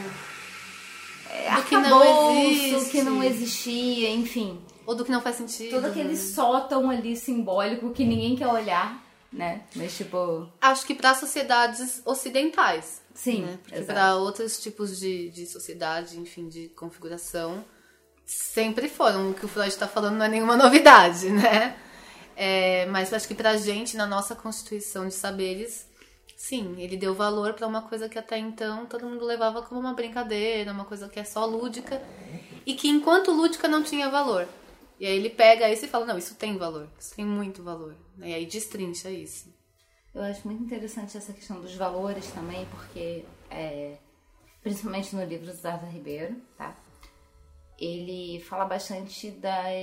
do que não existe, que não existia, enfim. Ou do que não faz sentido. Todo aquele sótão ali simbólico que ninguém quer olhar, né? Mas tipo... Acho que para sociedades ocidentais. Sim, né? Porque para outros tipos de sociedade, enfim, de configuração, sempre foram. O que o Freud está falando não é nenhuma novidade, né? Mas acho que pra gente, na nossa constituição de saberes, sim, ele deu valor pra uma coisa que até então todo mundo levava como uma brincadeira, uma coisa que é só lúdica, e que enquanto lúdica não tinha valor. E aí ele pega isso e fala, não, isso tem valor, isso tem muito valor. E aí destrincha isso. Eu acho muito interessante essa questão dos valores também, porque, principalmente no livro do Zaza Ribeiro, tá? Ele fala bastante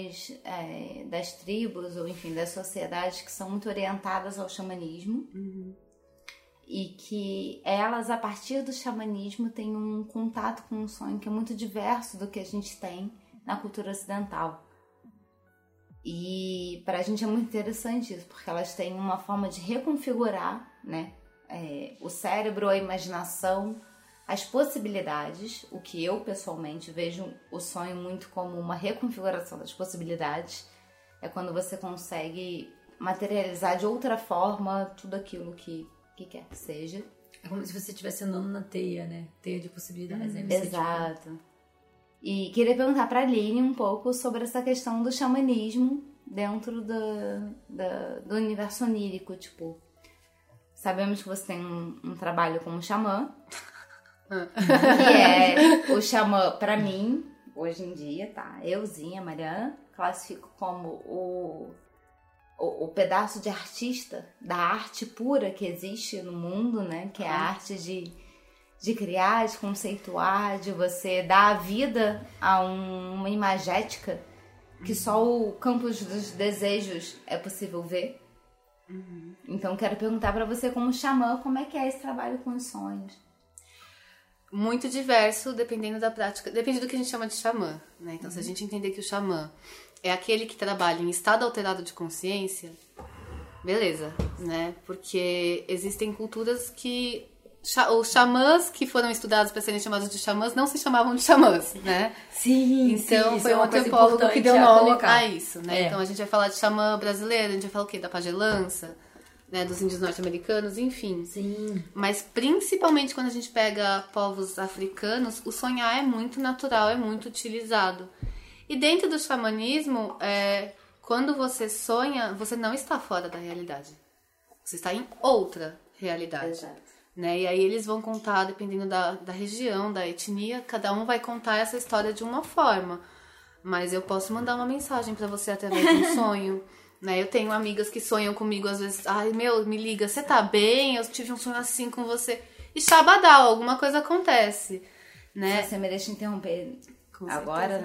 das tribos, ou enfim, das sociedades que são muito orientadas ao xamanismo. Uhum. E que elas, a partir do xamanismo, têm um contato com um sonho que é muito diverso do que a gente tem na cultura ocidental. E pra gente é muito interessante isso, porque elas têm uma forma de reconfigurar, né, o cérebro, a imaginação, as possibilidades, o que eu pessoalmente vejo o sonho muito como uma reconfiguração das possibilidades, é quando você consegue materializar de outra forma tudo aquilo que quer que seja. É como se você estivesse andando na teia, né? Teia de possibilidades. Exato. E queria perguntar pra Aline um pouco sobre essa questão do xamanismo dentro do universo onírico, tipo, sabemos que você tem um trabalho como xamã, que é o xamã, pra mim, hoje em dia, tá? Euzinha, Mariana, classifico como o pedaço de artista, da arte pura que existe no mundo, né? Que é a arte de criar, de conceituar, de você dar a vida a uma imagética que só o campo dos desejos é possível ver. Uhum. Então, quero perguntar pra você, como xamã, como é que é esse trabalho com os sonhos? Muito diverso, dependendo da prática. Depende do que a gente chama de xamã, né? Então, se a gente entender que o xamã é aquele que trabalha em estado alterado de consciência, beleza, né? Porque existem culturas que os xamãs que foram estudados para serem chamados de xamãs não se chamavam de xamãs, né? Sim, então sim, foi um antropólogo que deu nome a isso, né? Então a gente vai falar de xamã brasileiro, a gente vai falar o quê? Da pagelança, né? Dos índios norte-americanos, enfim. Sim. Mas principalmente quando a gente pega povos africanos, o sonhar é muito natural, é muito utilizado. E dentro do xamanismo, quando você sonha, você não está fora da realidade. Você está em outra realidade. Exato. Né? E aí eles vão contar, dependendo da região, da etnia, cada um vai contar essa história de uma forma. Mas eu posso mandar uma mensagem pra você através de um sonho. Né? Eu tenho amigas que sonham comigo às vezes. Ai, me liga, você tá bem? Eu tive um sonho assim com você. E xabadal, alguma coisa acontece. Né? Você me deixa interromper agora,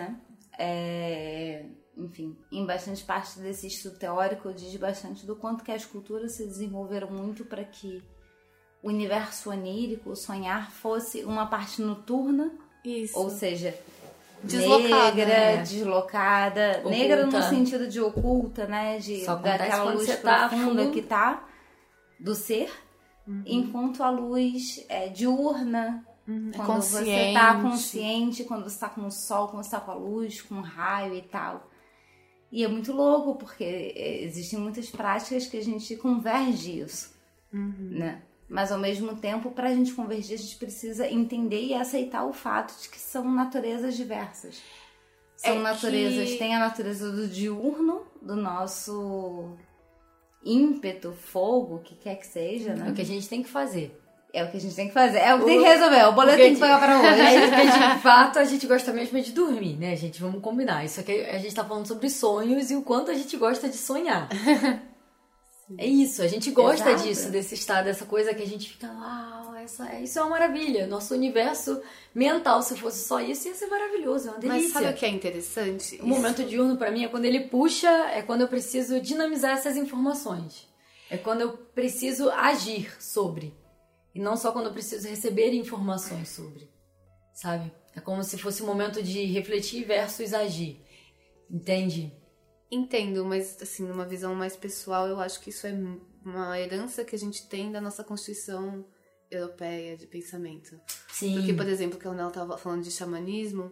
né? Enfim, em bastante parte desse estudo teórico diz bastante do quanto que as culturas se desenvolveram muito para que o universo onírico, o sonhar, fosse uma parte noturna. Isso. Ou seja, Deslocada, negra, né? deslocada, Oculta. negra no sentido de oculta, né? Só acontece daquela quando luz você tá profunda full. que tá do ser, enquanto a luz é diurna, quando você tá consciente, quando você tá com o sol, quando você tá com a luz, com o raio e tal. E é muito louco, porque existem muitas práticas que a gente converge isso, né? Mas ao mesmo tempo, pra gente convergir, a gente precisa entender e aceitar o fato de que são naturezas diversas. São naturezas, tem a natureza do diurno, do nosso ímpeto, fogo, o que quer que seja, né? É o que a gente tem que fazer. É o que a gente tem que fazer, é o que tem que resolver, o boleto tem que pagar pra hoje. É isso que de fato a gente gosta mesmo de dormir, né, gente? Vamos combinar. Isso aqui a gente tá falando sobre sonhos e o quanto a gente gosta de sonhar. É isso, a gente gosta Exato. disso, desse estado, dessa coisa que a gente fica, uau, isso é uma maravilha. Nosso universo mental, se fosse só isso, ia ser maravilhoso, é uma delícia. Mas sabe o que é interessante? O momento diurno pra mim é quando ele puxa, é quando eu preciso dinamizar essas informações. É quando eu preciso agir sobre. E não só quando eu preciso receber informações sobre. Sabe? É como se fosse um momento de refletir versus agir. Entende? Entendo, mas assim, numa visão mais pessoal, eu acho que isso é uma herança que a gente tem da nossa Constituição Europeia de pensamento. Sim. Porque, por exemplo, quando ela estava falando de xamanismo,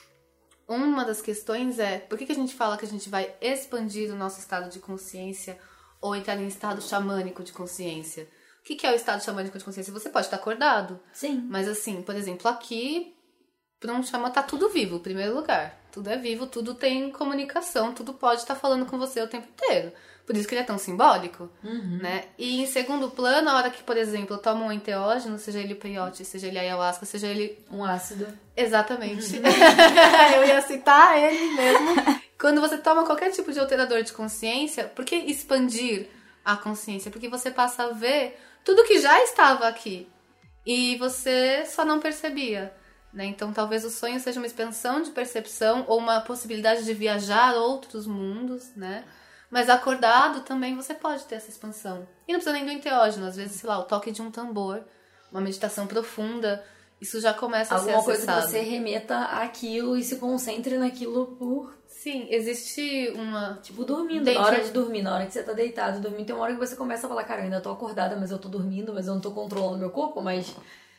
uma das questões é por que a gente fala que a gente vai expandir o nosso estado de consciência ou entrar em estado xamânico de consciência? O que é o estado xamânico de consciência? Você pode estar acordado. Sim. Mas assim, por exemplo, aqui, para um xamã tá tudo vivo, em primeiro lugar. Tudo é vivo, tudo tem comunicação, tudo pode estar falando com você o tempo inteiro. Por isso que ele é tão simbólico, né? E em segundo plano, a hora que, por exemplo, eu tomo um enteógeno, seja ele o peyote, seja ele a ayahuasca, seja ele... Um ácido. Exatamente. Eu ia citar ele mesmo. Quando você toma qualquer tipo de alterador de consciência, por que expandir a consciência? Porque você passa a ver tudo que já estava aqui e você só não percebia, né? Então talvez o sonho seja uma expansão de percepção ou uma possibilidade de viajar outros mundos, né? Mas acordado também você pode ter essa expansão. E não precisa nem do enteógeno, às vezes, sei lá, o toque de um tambor, uma meditação profunda, isso já começa a ser Alguma acessado. coisa que você remeta àquilo e se concentre naquilo por... Sim, existe uma... Tipo, dormindo. Dentro- Na hora de dormir, na hora que você tá deitado, dormindo, tem uma hora que você começa a falar, cara, eu ainda tô acordada, mas eu tô dormindo, mas eu não tô controlando meu corpo, mas...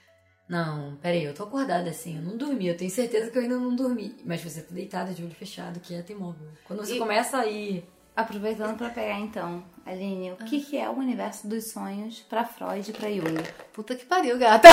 Não, peraí, eu tô acordada assim, eu não dormi, eu tenho certeza que eu ainda não dormi. Mas você tá deitada de olho fechado, quieta e imóvel. Quando você começa a ir... Aproveitando pra pegar então, Aline, o que é o universo dos sonhos pra Freud e pra Jung? Puta que pariu, gata.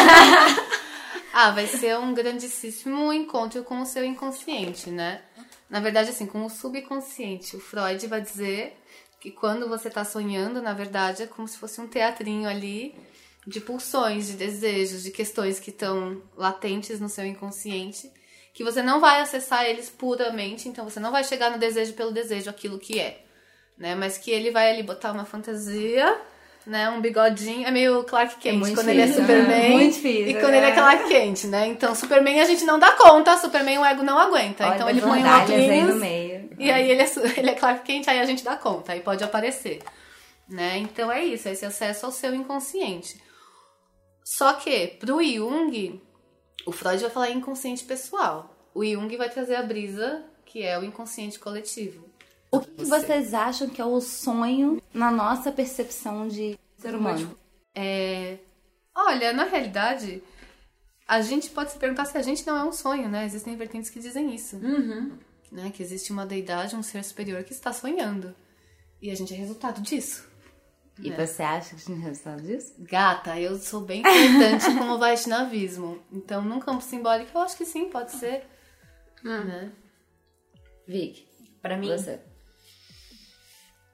Vai ser um grandíssimo encontro com o seu inconsciente, né? Na verdade, assim, com o subconsciente. O Freud vai dizer que quando você tá sonhando, na verdade, é como se fosse um teatrinho ali de pulsões, de desejos, de questões que estão latentes no seu inconsciente, que você não vai acessar eles puramente, então você não vai chegar no desejo pelo desejo, aquilo que é, né? Mas que ele vai ali botar uma fantasia, né? Um bigodinho, é meio Clark Kent muito quando ele é difícil, Superman muito difícil, e quando ele é Clark Kent, né? Então Superman a gente não dá conta, Superman o ego não aguenta, Olha, então ele põe um bandalhas aí óculos no meio. e aí ele é Clark Kent, aí a gente dá conta, aí pode aparecer, né? Então é isso, esse acesso ao seu inconsciente. Só que, pro Jung, o Freud vai falar em inconsciente pessoal. O Jung vai trazer a brisa, que é o inconsciente coletivo. O que vocês acham que é o sonho na nossa percepção de ser humano? Olha, na realidade, a gente pode se perguntar se a gente não é um sonho, né? Existem vertentes que dizem isso. Né? Que existe uma deidade, um ser superior que está sonhando. E a gente é resultado disso. E você acha que a gente é resultado disso? Gata, eu sou bem importante como o Vaishnavismo. Então, num campo simbólico, eu acho que sim, pode ser. Né? Vic, Pra mim, você.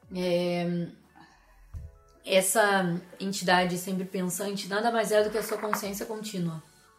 Essa entidade sempre pensante nada mais é do que a sua consciência contínua.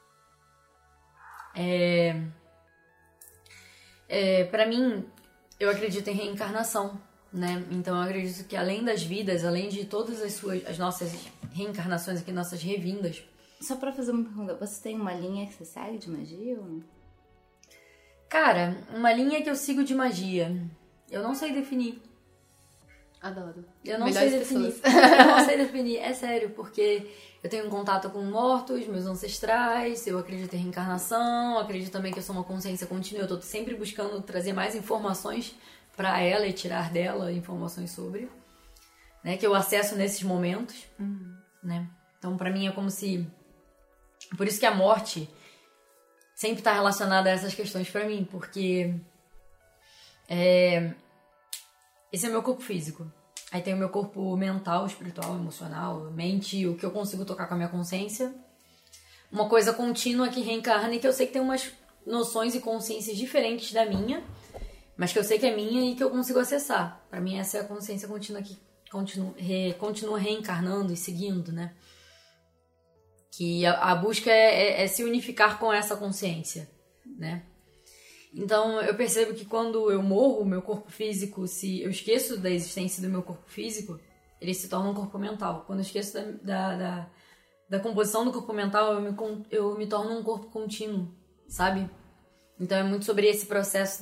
Pra mim, eu acredito em reencarnação, né? Então eu acredito que além das vidas, além de todas as nossas reencarnações aqui, nossas revindas... Só pra fazer uma pergunta, você tem uma linha que você segue de magia ou não? Cara, uma linha que eu sigo de magia, eu não sei definir. Adoro. Eu não Melhores sei definir. pessoas. Eu não sei definir, é sério, porque eu tenho um contato com mortos, meus ancestrais, eu acredito em reencarnação, acredito também que eu sou uma consciência contínua, eu tô sempre buscando trazer mais informações pra ela e tirar dela informações sobre, né, que eu acesso nesses momentos, né? Então pra mim é como se... Por isso que a morte sempre tá relacionada a essas questões pra mim, porque esse é o meu corpo físico. Aí tem o meu corpo mental, espiritual, emocional, mente, o que eu consigo tocar com a minha consciência. Uma coisa contínua que reencarna e que eu sei que tem umas noções e consciências diferentes da minha, mas que eu sei que é minha e que eu consigo acessar. Pra mim essa é a consciência contínua que continua reencarnando e seguindo, né? Que a busca é se unificar com essa consciência, né? Então, eu percebo que quando eu morro, o meu corpo físico, se eu esqueço da existência do meu corpo físico, ele se torna um corpo mental. Quando eu esqueço da composição do corpo mental, eu me torno um corpo contínuo, sabe? Então, é muito sobre esse processo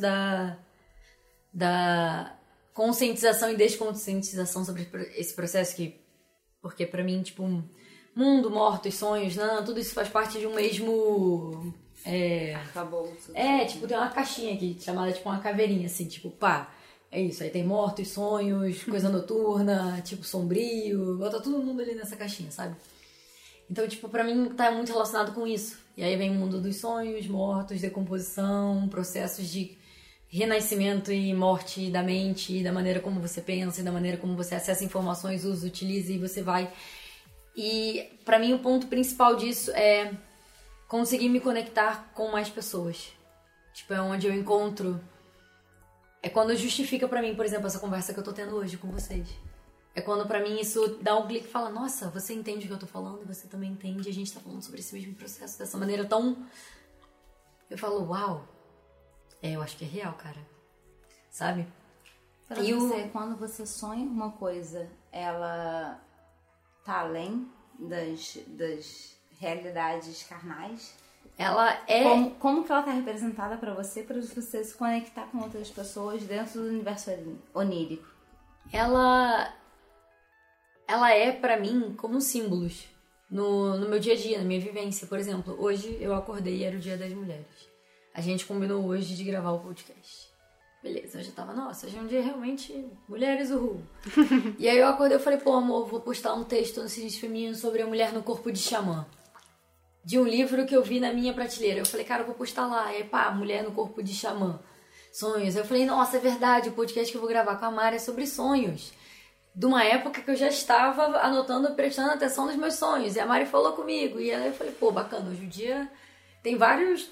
da conscientização e desconscientização sobre esse processo porque pra mim, tipo, mundo, mortos, sonhos, tudo isso faz parte de um mesmo... Arcabouço. Tipo, tem uma caixinha aqui, chamada tipo uma caveirinha, assim, tipo, pá, é isso. Aí tem mortos, sonhos, coisa noturna, tipo, sombrio, bota todo mundo ali nessa caixinha, sabe? Então, tipo, pra mim tá muito relacionado com isso. E aí vem o mundo dos sonhos, mortos, decomposição, processos de renascimento e morte da mente, da maneira como você pensa, e da maneira como você acessa informações, usa, utiliza e você vai... E pra mim o ponto principal disso é conseguir me conectar com mais pessoas. Tipo, é onde eu encontro... É quando justifica pra mim, por exemplo, essa conversa que eu tô tendo hoje com vocês. É quando pra mim isso dá um clique e fala, nossa, você entende o que eu tô falando e você também entende, a gente tá falando sobre esse mesmo processo dessa maneira tão... Eu falo, uau, eu acho que é real, cara. Sabe? Pra você, quando você sonha uma coisa, ela tá além das realidades carnais? Ela é... Como que ela tá representada pra você se conectar com outras pessoas dentro do universo onírico? Ela é pra mim como símbolos no meu dia a dia, na minha vivência. Por exemplo, hoje eu acordei e era o Dia das Mulheres. A gente combinou hoje de gravar o podcast. Beleza, eu já tava, nossa, hoje é um dia realmente mulheres, uhul. E aí eu acordei e falei, pô, amor, vou postar um texto no Ciência Feminino sobre a mulher no corpo de xamã. De um livro que eu vi na minha prateleira. Eu falei, cara, eu vou postar lá. E aí, pá, mulher no corpo de xamã. Sonhos. Eu falei, nossa, é verdade, o podcast que eu vou gravar com a Mari é sobre sonhos. De uma época que eu já estava anotando, prestando atenção nos meus sonhos. E a Mari falou comigo. E aí eu falei, pô, bacana, hoje em dia tem várias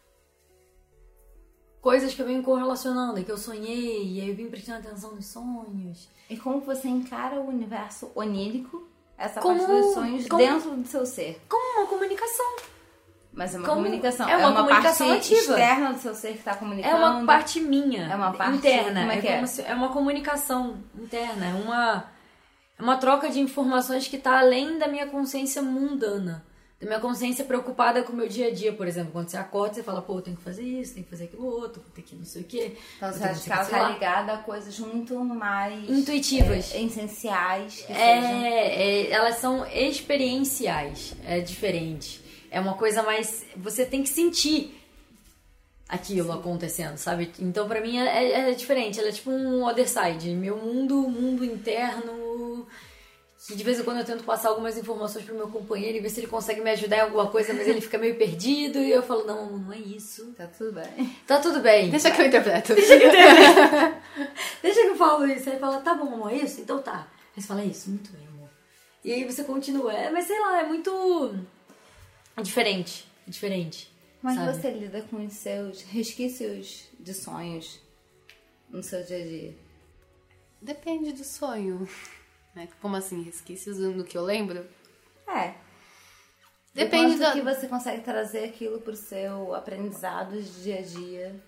coisas que eu venho correlacionando, e que eu sonhei, e aí eu vim prestando atenção nos sonhos. E como você encara o universo onírico, essa parte dos sonhos, dentro do seu ser? Como uma comunicação. Mas é uma comunicação. É uma comunicação parte ativa. externa do seu ser que está comunicando. É uma parte minha. É uma parte interna. Como é que é? É uma comunicação interna. É uma troca de informações que está além da minha consciência mundana. Da minha consciência preocupada com o meu dia a dia, por exemplo. Quando você acorda, você fala, pô, eu tenho que fazer isso, tenho que fazer aquilo outro, vou ter que não sei o quê. Então você acha que ela está ligada a coisas muito mais... intuitivas. Essenciais. Elas são experienciais. É diferente. É uma coisa mais... Você tem que sentir aquilo acontecendo, sabe? Então, pra mim, é diferente. Ela é tipo um other side. Meu mundo interno... Que de vez em quando eu tento passar algumas informações pro meu companheiro e ver se ele consegue me ajudar em alguma coisa, mas ele fica meio perdido. E eu falo, não é isso. Tá tudo bem. Tá tudo bem. Deixa que eu interpreto. Deixa que eu falo isso. Aí ele fala, tá bom, amor, é isso? Então tá. Aí você fala, é isso, muito bem, amor. E aí você continua. Mas sei lá, é muito... diferente. Mas sabe? você lida com os seus resquícios de sonhos no seu dia a dia? Depende do sonho. Como assim, resquícios do que eu lembro? Depende do que você consegue trazer aquilo pro seu aprendizado de dia a dia.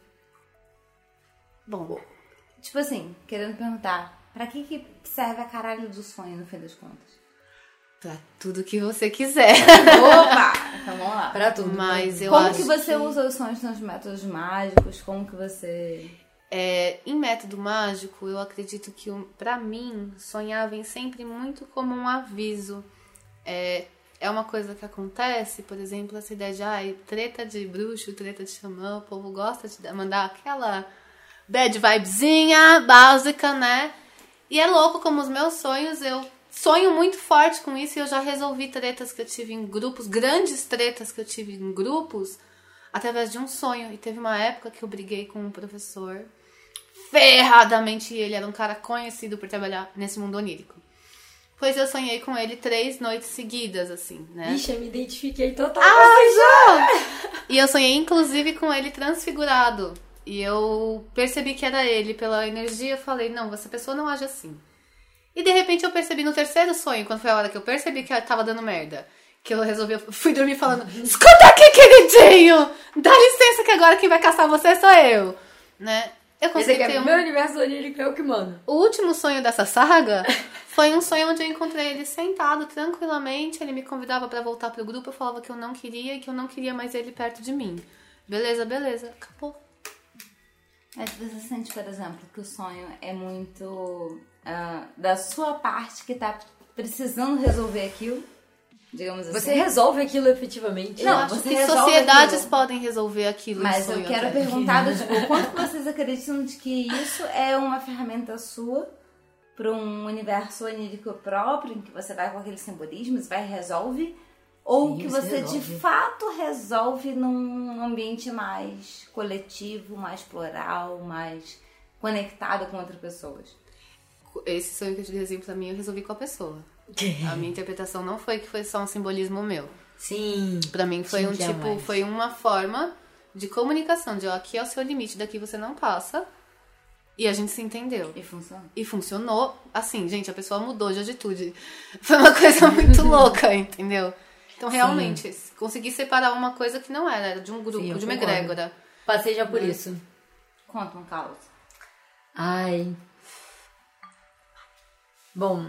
Bom, Tipo assim, querendo perguntar, pra que serve a caralho do sonho, no fim das contas? pra tudo que você quiser. Opa! Então vamos lá. Pra tudo. Mas eu Como acho que você usa os sonhos nos métodos mágicos? Como que você... Em método mágico, eu acredito que, pra mim, sonhar vem sempre muito como um aviso. É uma coisa que acontece, por exemplo, essa ideia de treta de bruxo, treta de xamã, o povo gosta de mandar aquela bad vibezinha básica, né? E é louco como os meus sonhos, eu sonho muito forte com isso e eu já resolvi tretas que eu tive em grupos, grandes tretas que eu tive em grupos, através de um sonho. E teve uma época que eu briguei com um professor ferradamente, e ele era um cara conhecido por trabalhar nesse mundo onírico. Pois eu sonhei com ele 3 noites seguidas, assim, né? Ixi, eu me identifiquei total. E eu sonhei, inclusive, com ele transfigurado. E eu percebi que era ele. Pela energia, eu falei, não, essa pessoa não age assim. E, de repente, eu percebi no 3º sonho, quando foi a hora que eu percebi que tava dando merda, que eu fui dormir falando, escuta aqui, queridinho! Dá licença que agora quem vai caçar você sou eu. Né? Eu consegui ter meu universo onírico é o que manda. O último sonho dessa saga foi um sonho onde eu encontrei ele sentado tranquilamente. Ele me convidava pra voltar pro grupo. Eu falava que eu não queria e que eu não queria mais ele perto de mim. Beleza. Acabou. Mas você sente, por exemplo, que o sonho é muito da sua parte que tá precisando resolver aquilo? Digamos assim. Você resolve aquilo efetivamente. Não, Eu acho você que resolve sociedades aquilo. podem resolver aquilo. Mas em sonho eu quero até. perguntar, tipo, o quanto vocês acreditam de que isso é uma ferramenta sua para um universo onírico próprio, em que você vai com aqueles simbolismos, vai e resolve, ou Sim, que você você de resolve. fato resolve num ambiente mais coletivo, mais plural, mais conectado com outras pessoas. Esse sonho que eu te dei exemplo pra mim, eu resolvi com a pessoa. A minha interpretação não foi que foi só um simbolismo meu. Sim. Pra mim foi foi uma forma de comunicação, de aqui é o seu limite, daqui você não passa. E a gente se entendeu. E funciona. E funcionou. Assim, gente, a pessoa mudou de atitude. Foi uma coisa muito louca, entendeu? Então, realmente, consegui separar uma coisa que não era de um grupo, Sim, eu de uma concordo. egrégora. Passei já por isso. Conta um caos. Ai. Bom,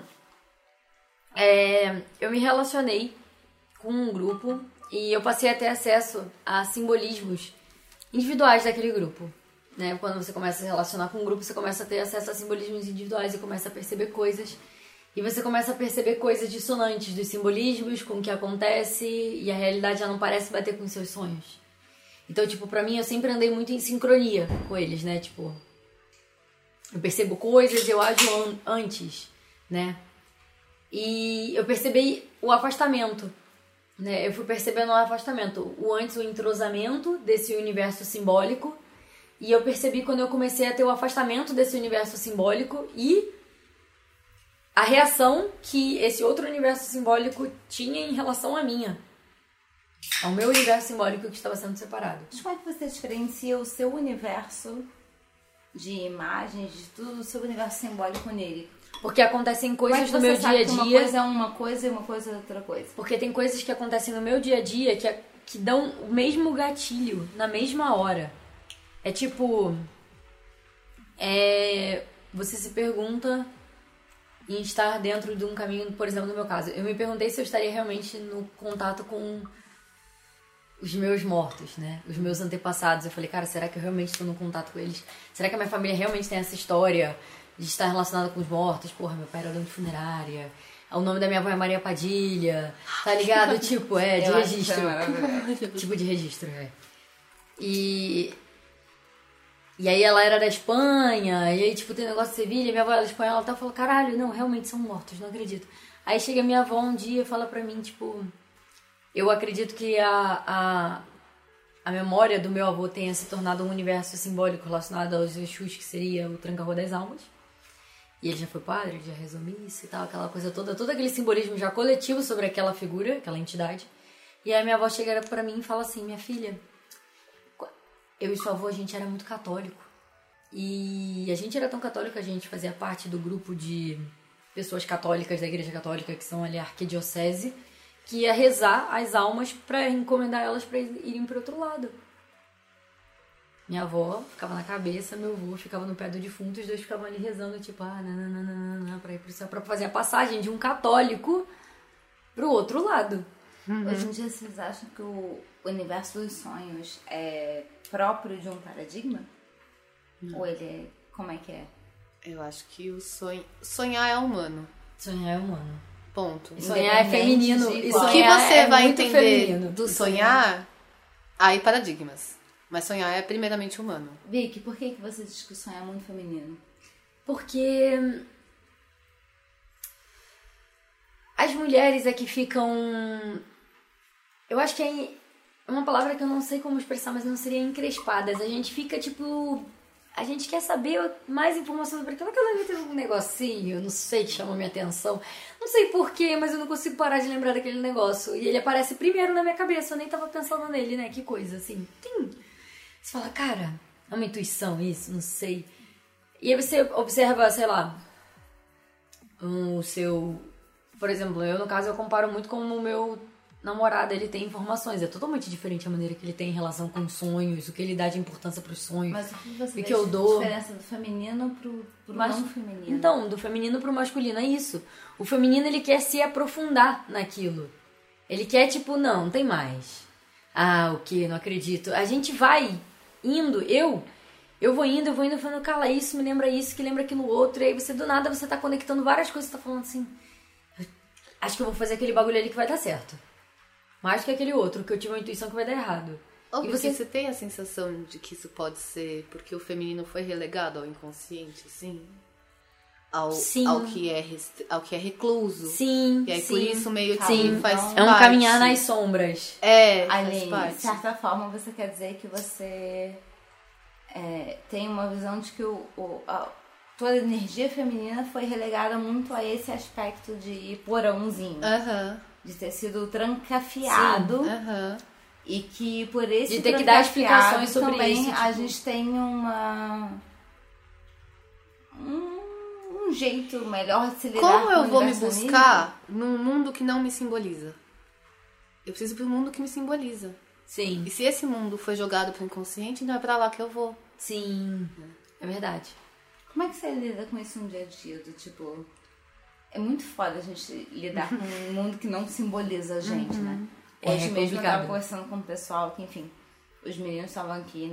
eu me relacionei com um grupo e eu passei a ter acesso a simbolismos individuais daquele grupo. Né? Quando você começa a se relacionar com um grupo, você começa a ter acesso a simbolismos individuais e começa a perceber coisas. E você começa a perceber coisas dissonantes dos simbolismos com o que acontece e a realidade já não parece bater com os seus sonhos. Então, tipo, pra mim, eu sempre andei muito em sincronia com eles, né? Tipo, eu percebo coisas, eu ajo antes, né? E eu percebi o afastamento, né? Eu fui percebendo o afastamento, o antes, o entrosamento desse universo simbólico. E eu percebi quando eu comecei a ter o afastamento desse universo simbólico e a reação que esse outro universo simbólico tinha em relação à minha. Ao meu universo simbólico que estava sendo separado. Mas como é que você diferencia o seu universo de imagens, de tudo, o seu universo simbólico nele? Porque acontecem Como é coisas que no você meu sabe dia que a uma dia. coisa é uma coisa e uma coisa é outra coisa? Porque tem coisas que acontecem no meu dia a dia que dão o mesmo gatilho na mesma hora. É tipo... Você se pergunta em estar dentro de um caminho, por exemplo, no meu caso. Eu me perguntei se eu estaria realmente no contato com os meus mortos, né? Os meus antepassados. Eu falei, cara, será que eu realmente estou no contato com eles? Será que a minha família realmente tem essa história de estar relacionada com os mortos? Porra, meu pai era dono de funerária. O nome da minha avó é Maria Padilha. Tá ligado? Tipo, de Eu acho registro. isso Tipo de registro, E aí ela era da Espanha, e aí tipo tem negócio de Sevilha, minha avó era espanhola, ela falou, caralho, não, realmente são mortos, não acredito. Aí chega minha avó um dia e fala pra mim, tipo, eu acredito que a memória do meu avô tenha se tornado um universo simbólico relacionado aos Exus, que seria o Tranca-Rua das Almas. E ele já foi padre, já rezou missa e tal, aquela coisa toda, todo aquele simbolismo já coletivo sobre aquela figura, aquela entidade. E aí minha avó chega pra mim e fala assim, minha filha, eu e sua avó, a gente era muito católico. E a gente era tão católico, a gente fazia parte do grupo de pessoas católicas da Igreja Católica, que são ali a arquidiocese, que ia rezar as almas para encomendar elas para irem para outro lado. Minha avó ficava na cabeça, meu avô ficava no pé do defunto, os dois ficavam ali rezando, tipo, pra ir pro céu, pra fazer a passagem de um católico pro outro lado. Hoje em dia, vocês acham que o universo dos sonhos é próprio de um paradigma? Ou ele é... Como é que é? Eu acho que sonhar é humano. Sonhar é humano. Ponto. E sonhar é feminino. de E qual- O que sonhar você é vai muito entender feminino. do sonhar, aí paradigmas. Mas sonhar é primeiramente humano. Vicky, por que você diz que o sonho é muito feminino? Porque as mulheres é que ficam... Eu acho que é uma palavra que eu não sei como expressar, mas não seria encrespadas. A gente fica, tipo... A gente quer saber mais informações sobre aquilo. Aquela vez teve um negocinho, não sei, que chamou minha atenção. Não sei porquê, mas eu não consigo parar de lembrar daquele negócio. E ele aparece primeiro na minha cabeça, eu nem tava pensando nele, né? Que coisa, assim. Tim. Você fala, cara, é uma intuição isso? Não sei. E aí você observa, sei lá, o seu... Por exemplo, eu, no caso, eu comparo muito com o meu namorado. Ele tem informações. É totalmente diferente a maneira que ele tem em relação com sonhos, o que ele dá de importância pros sonhos. Mas o que você O que eu dou... diferença do feminino pro não feminino? Então, do feminino pro masculino, é isso. O feminino, ele quer se aprofundar naquilo. Ele quer, tipo, não tem mais. Ah, o que? Não acredito. A gente vai indo, eu vou indo, falando, cala, isso me lembra isso, que lembra aquilo outro. E aí você, do nada, você tá conectando várias coisas, você tá falando assim, acho que eu vou fazer aquele bagulho ali que vai dar certo. Mais que aquele outro, que eu tive uma intuição que vai dar errado. Ou E você tem a sensação de que isso pode ser porque o feminino foi relegado ao inconsciente, assim? Sim. Ao que é recluso. Sim, E aí sim. por isso meio que Sim. faz Então, É um parte. caminhar nas sombras. É, faz Aline, de parte. certa forma, você quer dizer que você tem uma visão de que toda a energia feminina foi relegada muito a esse aspecto de porãozinho. Aham. De ter sido trancafiado. Aham. E que por esse De ter que dar trancafiado explicações sobre também isso, a tipo- gente tem um jeito melhor de se lidar Como com eu o vou me universo buscar num mundo que não me simboliza? Eu preciso para um mundo que me simboliza. Sim, E se esse mundo foi jogado pro inconsciente, então é pra lá que eu vou. sim. É verdade. Como é que você lida com isso no dia a dia? Do tipo, é muito foda a gente lidar com um mundo que não simboliza a gente, né? Hoje mesmo eu complicado. tava conversando com o pessoal que, enfim, os meninos estavam aqui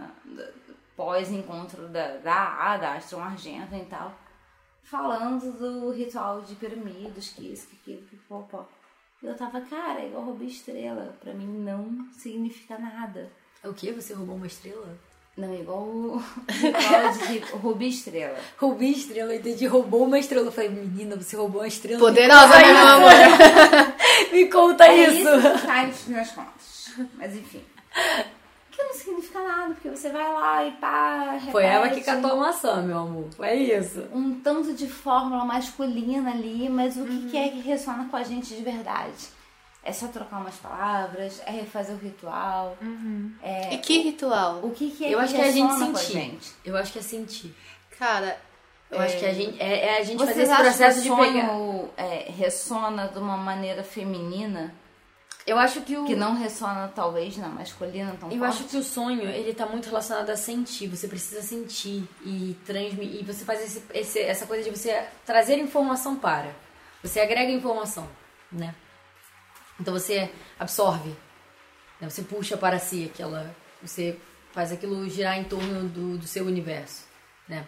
pós-encontro da Astron Argento e tal, falando do ritual de pirâmides, que isso, que aquilo, que pô. E eu tava, cara, é igual roubar estrela. Pra mim não significa nada. É o quê? Você roubou uma estrela? Não, é igual o ritual de roubar estrela. Roubei estrela, eu entendi. Roubou uma estrela. Eu falei, menina, você roubou uma estrela. Poderosa, meu amor! Me conta É isso. isso que cai nas minhas contas. Mas enfim. Que não significa nada, porque você vai lá e pá, repete. Foi ela que catou a maçã, meu amor. Foi isso. Um tanto de fórmula masculina ali, mas o que é que ressona com a gente de verdade? É só trocar umas palavras, é refazer o ritual. E que ritual? O que é Eu que acho que é a gente ressona com a sentir. gente? Eu acho que é sentir. Cara, Eu acho que a gente é a gente fazer Vocês esse acham processo que de o pegar. sonho ressona de uma maneira feminina, Eu acho que que não ressona talvez na masculina tão Eu forte? acho que o sonho, ele tá muito relacionado a sentir. Você precisa sentir e transmitir. E você faz essa coisa de você trazer informação para. Você agrega informação, né? Então você absorve, né? Você puxa para si aquela... Você faz aquilo girar em torno do seu universo, né?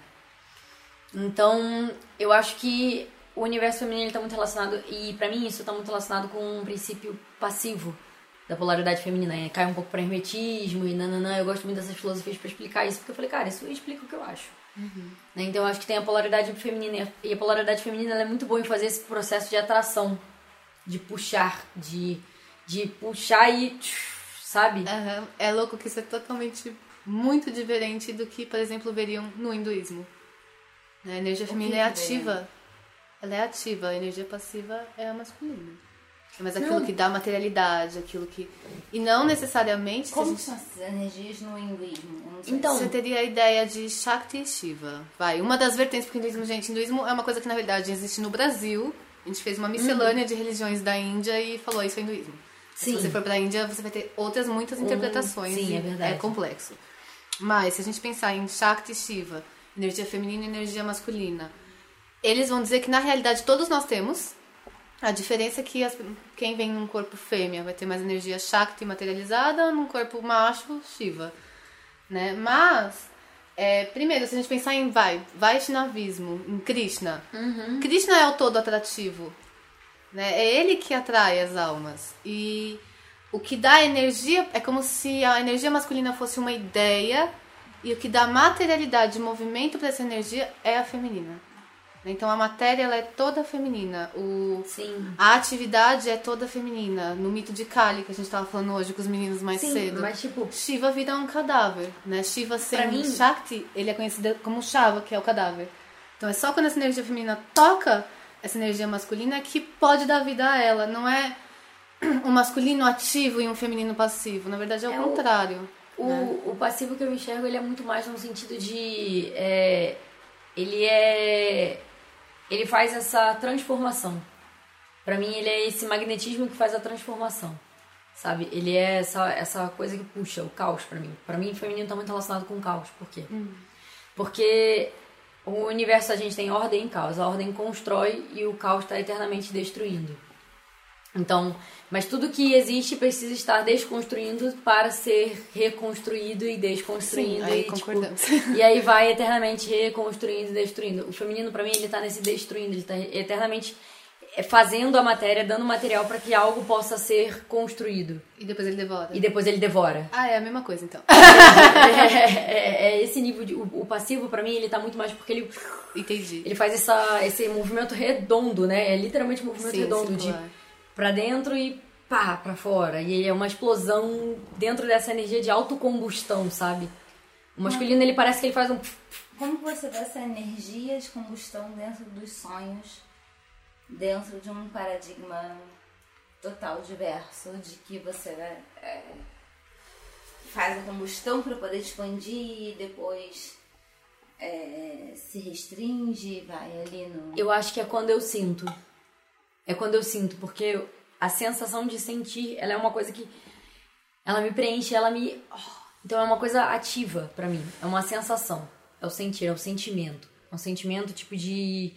Então, eu acho que o universo feminino ele tá muito relacionado... E pra mim isso tá muito relacionado com um princípio passivo da polaridade feminina, né? Cai um pouco para hermetismo e nananã. Eu gosto muito dessas filosofias para explicar isso, porque eu falei, cara, isso explica o que eu acho. Né? Então eu acho que tem a polaridade feminina, e a polaridade feminina ela é muito boa em fazer esse processo de atração, de puxar, de puxar e sabe? aham, é louco que isso é totalmente muito diferente do que, por exemplo, veriam no hinduísmo. A energia feminina é que ativa. Ela é ativa, a energia passiva é a masculina. Mas aquilo que dá materialidade, aquilo que... E não necessariamente... Como são essas energias no hinduísmo? Eu não sei. Então, você teria a ideia de Shakti e Shiva. Uma das vertentes, porque hinduísmo é uma coisa que na verdade existe no Brasil. A gente fez uma miscelânea de religiões da Índia e falou isso é hinduísmo. Sim. Se você for pra Índia, você vai ter muitas interpretações. Sim, é verdade. É complexo. Mas se a gente pensar em Shakti e Shiva, energia feminina e energia masculina, eles vão dizer que na realidade todos nós temos. A diferença é que quem vem num corpo fêmea vai ter mais energia Shakti materializada, num corpo macho, Shiva. Né? Mas, primeiro, se a gente pensar em Vaishnavismo, em Krishna, Krishna é o todo atrativo. Né? É ele que atrai as almas. E o que dá energia é como se a energia masculina fosse uma ideia e o que dá materialidade e movimento para essa energia é a feminina. Então a matéria ela é toda feminina, a atividade é toda feminina. No mito de Kali, que a gente estava falando hoje com os meninos mais cedo, mas, tipo, Shiva vira um cadáver, né? Shiva sem Shakti, ele é conhecido como Shava, que é o cadáver. Então é só quando essa energia feminina toca essa energia masculina que pode dar vida a ela. Não é um masculino ativo e um feminino passivo, na verdade é o contrário. O passivo que eu enxergo, ele é muito mais no sentido de... Ele faz essa transformação. Pra mim, ele é esse magnetismo que faz a transformação, sabe? Ele é essa coisa que puxa o caos pra mim. Pra mim, o feminino tá muito relacionado com o caos. Por quê? Porque o universo, a gente tem ordem e caos. A ordem constrói e o caos tá eternamente destruindo. Então, mas tudo que existe precisa estar desconstruindo para ser reconstruído e desconstruindo. Sim, aí concordamos. E aí vai eternamente reconstruindo e destruindo. O feminino, pra mim, ele tá nesse destruindo, ele tá eternamente fazendo a matéria, dando material para que algo possa ser construído. E depois ele devora. É a mesma coisa, então. É esse nível de... O passivo, pra mim, ele tá muito mais porque ele... Entendi. Ele faz esse movimento redondo, né? É literalmente um movimento redondo circular. de pra dentro e pá, pra fora. E é uma explosão dentro dessa energia de autocombustão, sabe? O masculino, ele parece que ele faz um... Como você vê essa energia de combustão dentro dos sonhos, dentro de um paradigma total diverso, de que você faz a combustão para poder expandir e depois se restringe, vai ali no... Eu acho que é quando eu sinto. É quando eu sinto, porque a sensação de sentir, ela é uma coisa que... Ela me preenche, ela me... Então é uma coisa ativa pra mim. É uma sensação. É o sentir, é o sentimento. É um sentimento tipo de...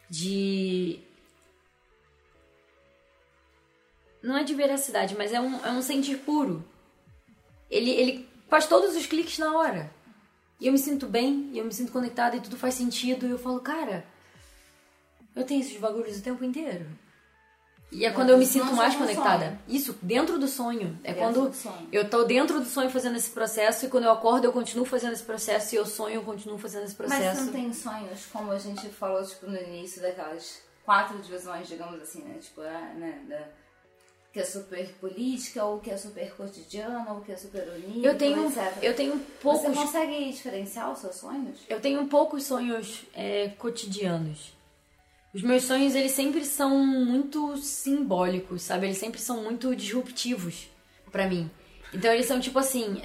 Não é de veracidade, mas é um sentir puro. Ele faz todos os cliques na hora. E eu me sinto bem, e eu me sinto conectada, e tudo faz sentido. E eu falo, cara, eu tenho esses bagulhos o tempo inteiro. E é quando eu me sinto mais conectada. Sonho. Isso, dentro do sonho. É dentro quando do sonho. eu tô dentro do sonho fazendo esse processo, e quando eu acordo eu continuo fazendo esse processo, e eu sonho eu continuo fazendo esse processo. Mas você não tem sonhos, como a gente falou tipo, no início daquelas 4 divisões, digamos assim, né? Tipo, que é super política, ou que é super cotidiana, ou que é super onírico, etc. Eu tenho poucos... Você consegue diferenciar os seus sonhos? Eu tenho poucos sonhos cotidianos. Os meus sonhos, eles sempre são muito simbólicos, sabe? Eles sempre são muito disruptivos pra mim. Então eles são tipo assim,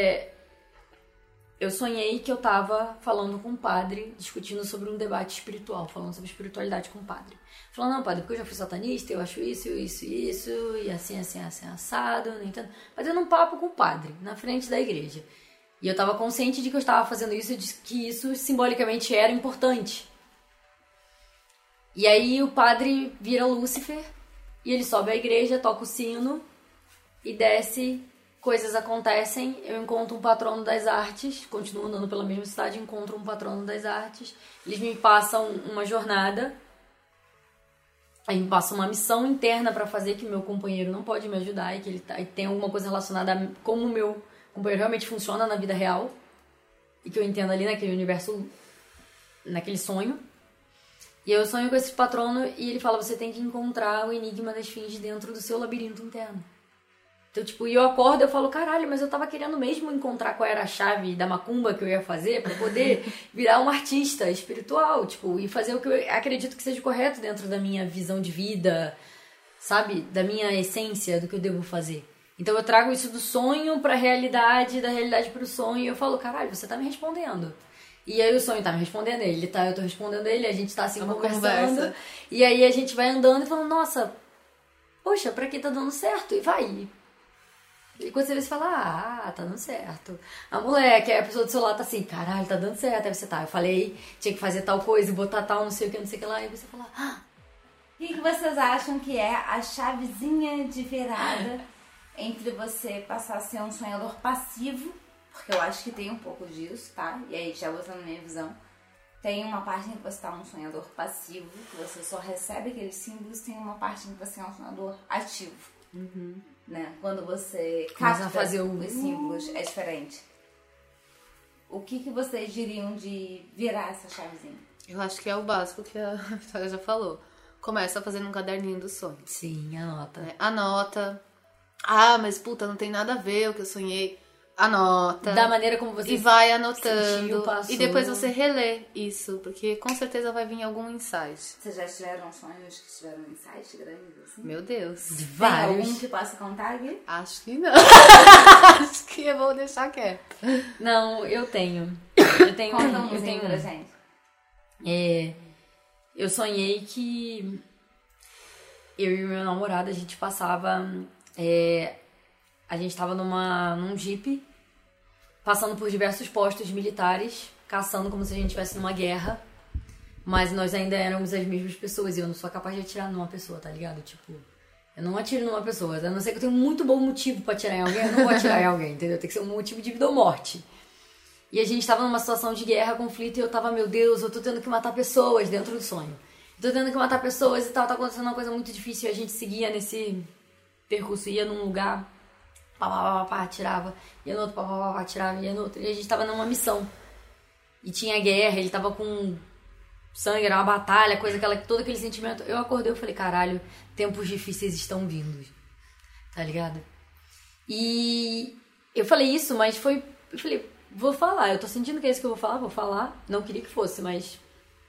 eu sonhei que eu tava falando com um padre, discutindo sobre um debate espiritual, falando sobre espiritualidade com o padre. Falando, não, padre, porque eu já fui satanista, eu acho isso, e assim, assado, não entendo. Fazendo um papo com o padre, na frente da igreja. E eu tava consciente de que eu estava fazendo isso e de que isso simbolicamente era importante. E aí o padre vira Lúcifer, e ele sobe à igreja, toca o sino, e desce, coisas acontecem, eu encontro um patrono das artes, continuo andando pela mesma cidade, encontro um patrono das artes, eles me passam uma jornada, aí me passam uma missão interna pra fazer, que meu companheiro não pode me ajudar, e que ele tem alguma coisa relacionada a como o meu companheiro realmente funciona na vida real, e que eu entendo ali naquele universo, naquele sonho. E eu sonho com esse patrono e ele fala, você tem que encontrar o enigma da esfinge dentro do seu labirinto interno. Então, tipo, eu acordo e eu falo, caralho, mas eu tava querendo mesmo encontrar qual era a chave da macumba que eu ia fazer pra poder virar um artista espiritual, tipo, e fazer o que eu acredito que seja correto dentro da minha visão de vida, sabe? Da minha essência, do que eu devo fazer. Então eu trago isso do sonho pra realidade, da realidade pro sonho, e eu falo, caralho, você tá me respondendo. E aí o sonho tá me respondendo, eu tô respondendo ele, a gente tá assim conversando. Conversa. E aí a gente vai andando e falando, nossa, poxa, pra que tá dando certo? E vai. E quando você fala, tá dando certo. A moleque, aí a pessoa do seu lado tá assim, caralho, tá dando certo. Aí você tá, eu falei, tinha que fazer tal coisa, botar tal, não sei o que lá. E você fala, O que vocês acham que é a chavezinha de virada entre você passar a ser um sonhador passivo, porque eu acho que tem um pouco disso, tá? E aí, já usando minha visão, tem uma parte em que você tá um sonhador passivo, que você só recebe aqueles símbolos, tem uma parte em que você é um sonhador ativo. Né? Quando você capta fazer os símbolos, é diferente. O que vocês diriam de virar essa chavezinha? Eu acho que é o básico que a Vitória já falou. Começa fazendo um caderninho dos sonhos. Sim, anota. Anota. Ah, mas puta, não tem nada a ver o que eu sonhei. Anota. Da maneira como você e vai anotando. sentiu, passou. E depois você relê isso, porque com certeza vai vir algum insight. Vocês já tiveram sonhos que tiveram insight grandes assim? Meu Deus. Vários. Tem algum que possa contar aqui? Acho que não. Acho que eu vou deixar quieto. Não, eu tenho. Conta um pra gente. Eu sonhei que eu e meu namorado, a gente passava... a gente tava num jeep, passando por diversos postos militares, caçando como se a gente estivesse numa guerra, mas nós ainda éramos as mesmas pessoas e eu não sou capaz de atirar numa pessoa, tá ligado? Tipo, eu não atiro numa pessoa, a não ser que eu tenha um muito bom motivo pra atirar em alguém, eu não vou atirar em alguém, entendeu? Tem que ser um motivo de vida ou morte. E a gente tava numa situação de guerra, conflito, e eu tava, meu Deus, eu tô tendo que matar pessoas dentro do sonho. Tô tendo que matar pessoas e tal, tá acontecendo uma coisa muito difícil, e a gente seguia nesse percurso, ia num lugar... atirava, ia no outro, atirava, ia no outro. E a gente tava numa missão. E tinha guerra, ele tava com sangue, era uma batalha, todo aquele sentimento. Eu acordei e falei, caralho, tempos difíceis estão vindo. Tá ligado? E eu falei isso, mas eu falei, vou falar, eu tô sentindo que é isso que eu vou falar. Não queria que fosse, mas...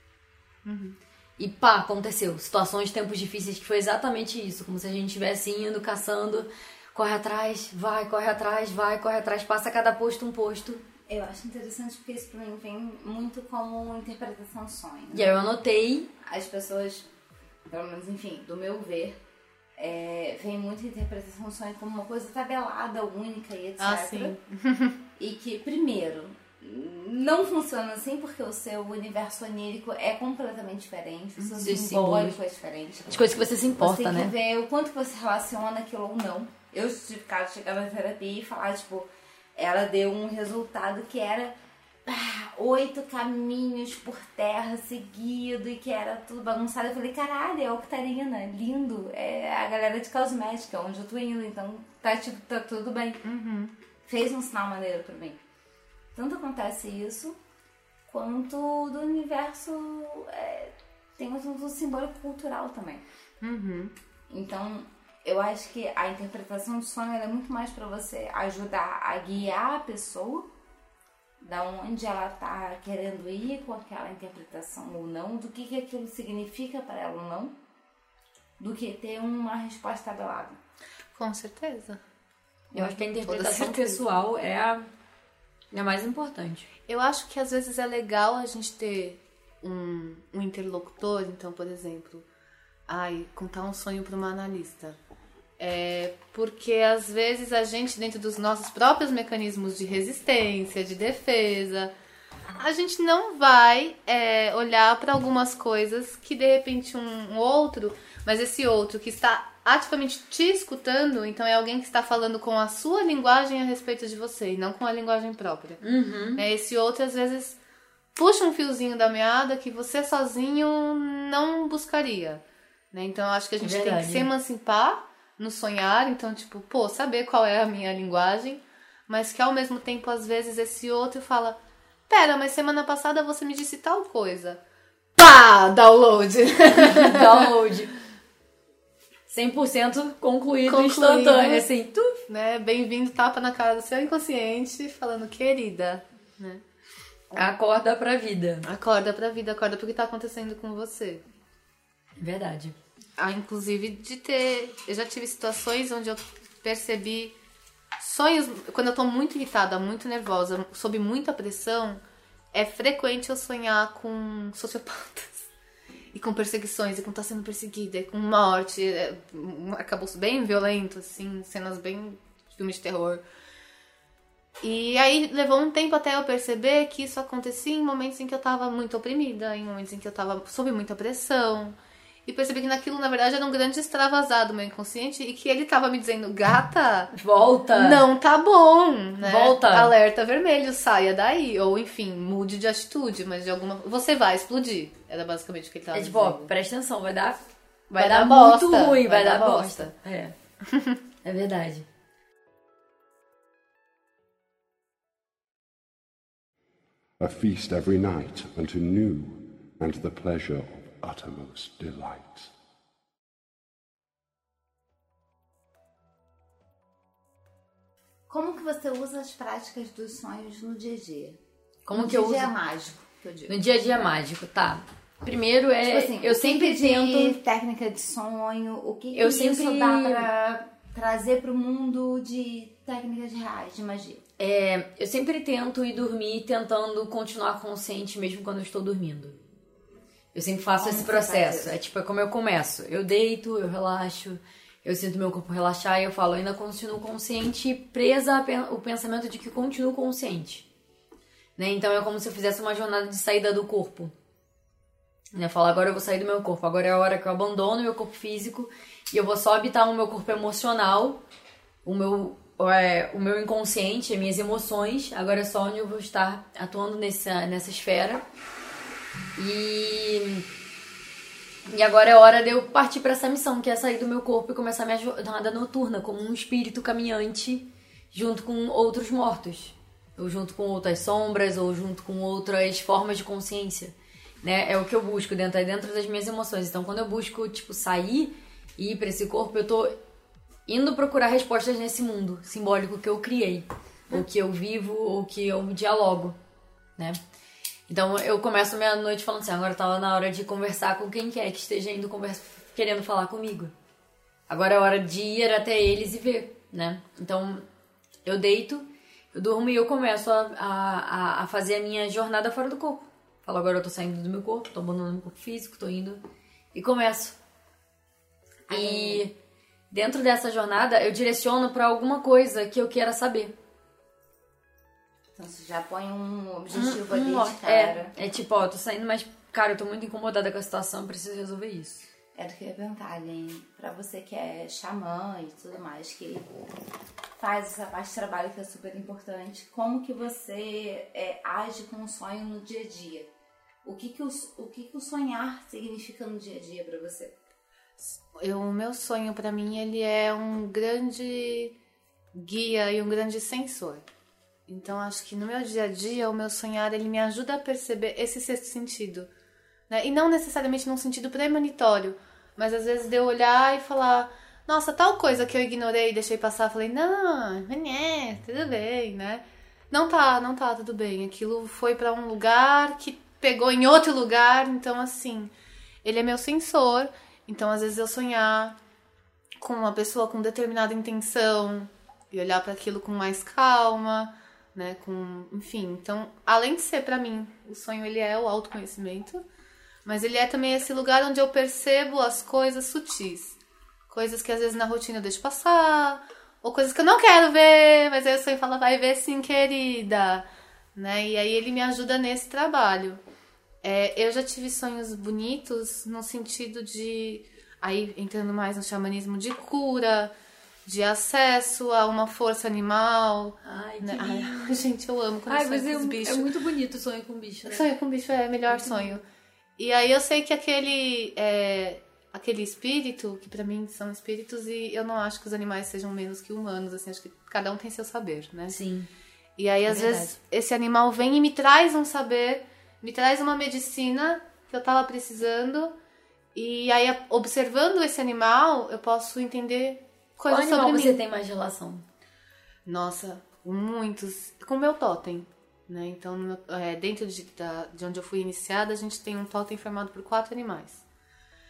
E pá, aconteceu. Situações, tempos difíceis, que foi exatamente isso. Como se a gente estivesse indo, caçando... Corre atrás, vai, corre atrás, passa cada posto um posto. Eu acho interessante porque isso pra mim vem muito como interpretação de sonho. E aí eu anotei. As pessoas, pelo menos, enfim, do meu ver, vem muito interpretação de sonho como uma coisa tabelada, única e etc. Ah, sim. E que, primeiro, não funciona assim porque o seu universo onírico é completamente diferente, o seu simbólico é diferente. As coisas que você se importa, né? Você tem né? que ver o quanto você relaciona aquilo ou não. Eu chegar na terapia e falar, tipo, ela deu um resultado que era 8 caminhos por terra seguido e que era tudo bagunçado. Eu falei, caralho, é Octarina, lindo. É a galera de cosmética, onde eu tô indo, então tá tudo bem. Fez um sinal maneiro pra mim. Tanto acontece isso, quanto do universo tem um simbólico cultural também. Então... eu acho que a interpretação do sonho é muito mais para você ajudar a guiar a pessoa da onde ela tá querendo ir com aquela interpretação ou não, do que aquilo significa para ela ou não, do que ter uma resposta tabelada. Com certeza. Eu acho que a interpretação pessoal é a mais importante. Eu acho que às vezes é legal a gente ter um interlocutor, então, por exemplo... contar um sonho para uma analista. Porque às vezes a gente, dentro dos nossos próprios mecanismos de resistência, de defesa, a gente não vai olhar para algumas coisas que de repente um outro, mas esse outro que está ativamente te escutando, então é alguém que está falando com a sua linguagem a respeito de você e não com a linguagem própria. Esse outro às vezes puxa um fiozinho da meada que você sozinho não buscaria. Então eu acho que a gente tem que se emancipar no sonhar, então tipo, saber qual é a minha linguagem, mas que ao mesmo tempo às vezes esse outro fala, pera, mas semana passada você me disse tal coisa. Pá! Download! Download. 100% concluído, instantâneo, assim. Bem-vindo, tapa na cara do seu inconsciente, falando, querida, né? Acorda pra vida. Acorda pra vida, acorda pro que tá acontecendo com você. Verdade. inclusive eu já tive situações onde eu percebi sonhos, quando eu tô muito irritada, muito nervosa, sob muita pressão, é frequente eu sonhar com sociopatas e com perseguições, e com estar sendo perseguida, e com morte, um arcabouço bem violento, assim, cenas bem de filme de terror. E aí levou um tempo até eu perceber que isso acontecia em momentos em que eu tava muito oprimida, em momentos em que eu tava sob muita pressão. E percebi que naquilo, na verdade, era um grande extravasado meu inconsciente e que ele tava me dizendo, gata, volta, não tá bom, né? Volta. Alerta vermelho, saia daí. Ou, enfim, mude de atitude, mas de alguma... Você vai explodir. Era basicamente o que ele tava dizendo. Ó, presta atenção, vai dar bosta. muito ruim, vai dar bosta. É. É verdade. A feast every night unto new and the pleasure of uttermost delight. Como que você usa as práticas dos sonhos no dia a dia? Como no que eu uso? dia a dia mágico, que eu digo. No dia a dia mágico, tá. Primeiro Tipo assim, eu sempre tento... técnica de sonho, o que Eu isso sempre- dá pra trazer pro mundo de técnicas reais, de magia? Eu sempre tento ir dormir tentando continuar consciente mesmo quando eu estou dormindo. Eu sempre faço Como esse você faz processo. isso? É tipo, é como eu começo. Eu deito, eu relaxo, eu sinto meu corpo relaxar e eu falo, ainda continuo consciente, presa ao pensamento de que continuo consciente. Né? Então é como se eu fizesse uma jornada de saída do corpo. Né? Eu falo, agora eu vou sair do meu corpo, agora é a hora que eu abandono o meu corpo físico e eu vou só habitar o meu corpo emocional, o meu inconsciente, as minhas emoções. Agora é só onde eu vou estar atuando nessa esfera. E agora é hora de eu partir para essa missão, que é sair do meu corpo e começar minha jornada noturna, como um espírito caminhante junto com outros mortos, ou junto com outras sombras, ou junto com outras formas de consciência, né? É o que eu busco dentro das minhas emoções. Então, quando eu busco, tipo, sair e ir para esse corpo, eu tô indo procurar respostas nesse mundo simbólico que eu criei, ou que eu vivo, ou que eu dialogo, né? Então eu começo a minha noite falando assim, agora tá na hora de conversar com quem quer que esteja indo querendo falar comigo. Agora é hora de ir até eles e ver, né? Então eu deito, eu durmo e eu começo a fazer a minha jornada fora do corpo. Falo, agora eu tô saindo do meu corpo, tô abandonando o corpo físico, tô indo e começo. E dentro dessa jornada eu direciono pra alguma coisa que eu queira saber. Então você já põe um objetivo ali de cara. É tipo, ó, eu tô saindo, mas, cara, eu tô muito incomodada com a situação, preciso resolver isso. É do que eu ia perguntar, Aline, pra você que é xamã e tudo mais, que faz essa parte de trabalho que é super importante, como que você age com o sonho no dia a dia? O que o sonhar significa no dia a dia pra você? O meu sonho, pra mim, ele é um grande guia e um grande sensor. Então, acho que no meu dia a dia, o meu sonhar, ele me ajuda a perceber esse sexto sentido, né? E não necessariamente num sentido premonitório, mas às vezes de eu olhar e falar, nossa, tal coisa que eu ignorei e deixei passar, falei, não, tudo bem, né? Não tá tudo bem. Aquilo foi pra um lugar que pegou em outro lugar, então assim, ele é meu sensor. Então, às vezes eu sonhar com uma pessoa com determinada intenção e olhar para aquilo com mais calma, né, enfim. Então, além de ser pra mim, o sonho ele é o autoconhecimento, mas ele é também esse lugar onde eu percebo as coisas sutis, coisas que às vezes na rotina eu deixo passar, ou coisas que eu não quero ver, mas aí o sonho fala, vai ver sim, querida, né? E aí ele me ajuda nesse trabalho. Eu já tive sonhos bonitos no sentido de, aí entrando mais no xamanismo, de cura, de acesso a uma força animal. Ai, né? que lindo. Ai, gente, eu amo quando eu sonho com os bichos. É muito bonito o sonho com bicho, né? Sonho com bicho é o melhor sonho. E aí eu sei que aquele espírito, que pra mim são espíritos, e eu não acho que os animais sejam menos que humanos, assim, acho que cada um tem seu saber, né? Sim. E aí, às vezes, esse animal vem e me traz um saber, me traz uma medicina que eu tava precisando, e aí, observando esse animal, eu posso entender coisas sobre mim. Qual animal você tem mais relação? Nossa, muitos. Com o meu totem, né? Então, dentro de onde eu fui iniciada, a gente tem um totem formado por 4 animais.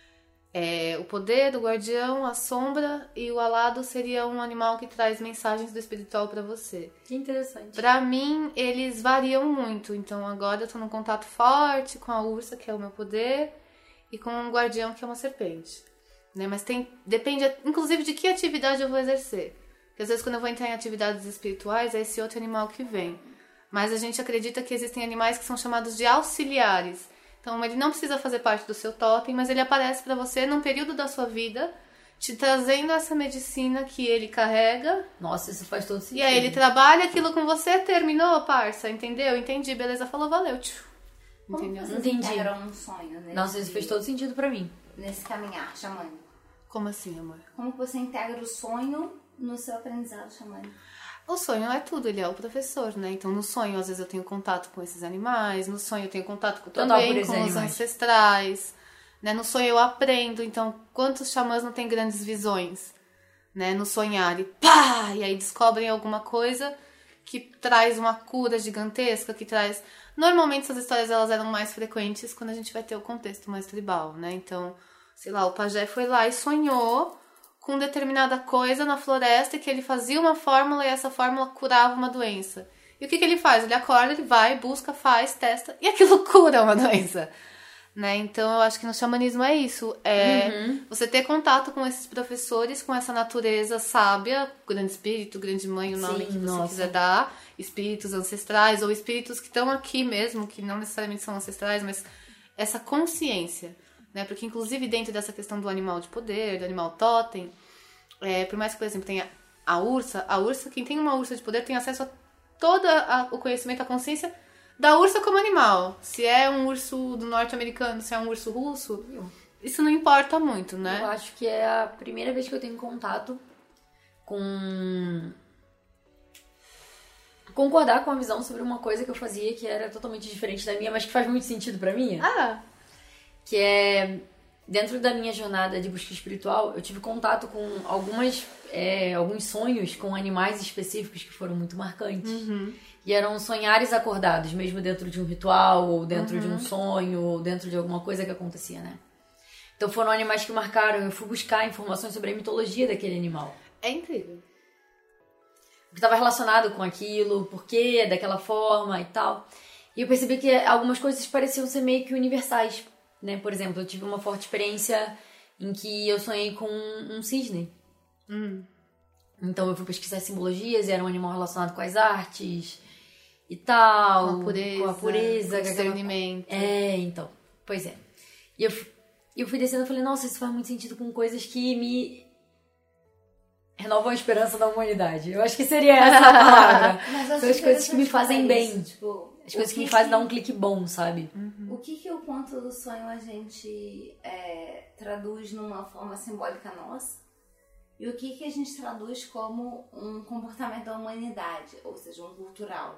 O poder do guardião, a sombra, e o alado seria um animal que traz mensagens do espiritual pra você. Que interessante. Pra mim, eles variam muito. Então, agora eu tô num contato forte com a ursa, que é o meu poder, e com um guardião, que é uma serpente. Né? Mas depende, inclusive, de que atividade eu vou exercer. Porque, às vezes, quando eu vou entrar em atividades espirituais, é esse outro animal que vem. Mas a gente acredita que existem animais que são chamados de auxiliares. Então, ele não precisa fazer parte do seu totem, mas ele aparece pra você num período da sua vida, te trazendo essa medicina que ele carrega. Nossa, isso faz todo sentido. E aí ele trabalha aquilo com você, terminou, parça, entendeu? Entendi, beleza, falou, valeu. Tchau. Entendeu? Como vocês Entendi. integram um sonho nesse, Nossa, isso fez todo sentido pra mim. nesse caminhar xamânico? Como assim, amor? Como que você integra o sonho no seu aprendizado xamânico? O sonho é tudo, ele é o professor, né? Então, no sonho, às vezes eu tenho contato com esses animais, no sonho eu tenho contato também com os ancestrais, né? No sonho eu aprendo, então, quantos xamãs não têm grandes visões, né? No sonhar, e pá! E aí descobrem alguma coisa que traz uma cura gigantesca, que traz... Normalmente, essas histórias, elas eram mais frequentes quando a gente vai ter o contexto mais tribal, né? Então, sei lá, o pajé foi lá e sonhou com determinada coisa na floresta, que ele fazia uma fórmula e essa fórmula curava uma doença. E o que ele faz? Ele acorda, ele vai, busca, faz, testa, e aquilo cura uma doença. Né? Então, eu acho que no xamanismo é isso. Você ter contato com esses professores, com essa natureza sábia, grande espírito, grande mãe, o nome que você quiser dar, espíritos ancestrais, ou espíritos que estão aqui mesmo, que não necessariamente são ancestrais, mas essa consciência. Né? Porque, inclusive, dentro dessa questão do animal de poder, do animal totem, por mais que, por exemplo, tenha a ursa, quem tem uma ursa de poder tem acesso a todo o conhecimento, a consciência da ursa como animal. Se é um urso do norte-americano, se é um urso russo, isso não importa muito, né? Eu acho que é a primeira vez que eu tenho contato com... concordar com a visão sobre uma coisa que eu fazia que era totalmente diferente da minha, mas que faz muito sentido pra mim. Que é, dentro da minha jornada de busca espiritual, eu tive contato com alguns sonhos com animais específicos que foram muito marcantes. E eram sonhares acordados, mesmo dentro de um ritual, ou dentro de um sonho, ou dentro de alguma coisa que acontecia, né? Então foram animais que marcaram, eu fui buscar informações sobre a mitologia daquele animal. É incrível. O que estava relacionado com aquilo, por quê, daquela forma e tal. E eu percebi que algumas coisas pareciam ser meio que universais. Né? Por exemplo, eu tive uma forte experiência em que eu sonhei com um cisne. Então eu fui pesquisar simbologias e era um animal relacionado com as artes e tal. Com a pureza. Com o discernimento. Então. Pois é. E eu fui descendo e falei, nossa, isso faz muito sentido com coisas que me renovam a esperança da humanidade. Eu acho que seria essa a palavra. São as coisas que me fazem bem. Tipo, as coisas que me fazem dar um clique bom, sabe? O que o ponto do sonho a gente traduz numa forma simbólica nossa? E o que a gente traduz como um comportamento da humanidade, ou seja, um cultural?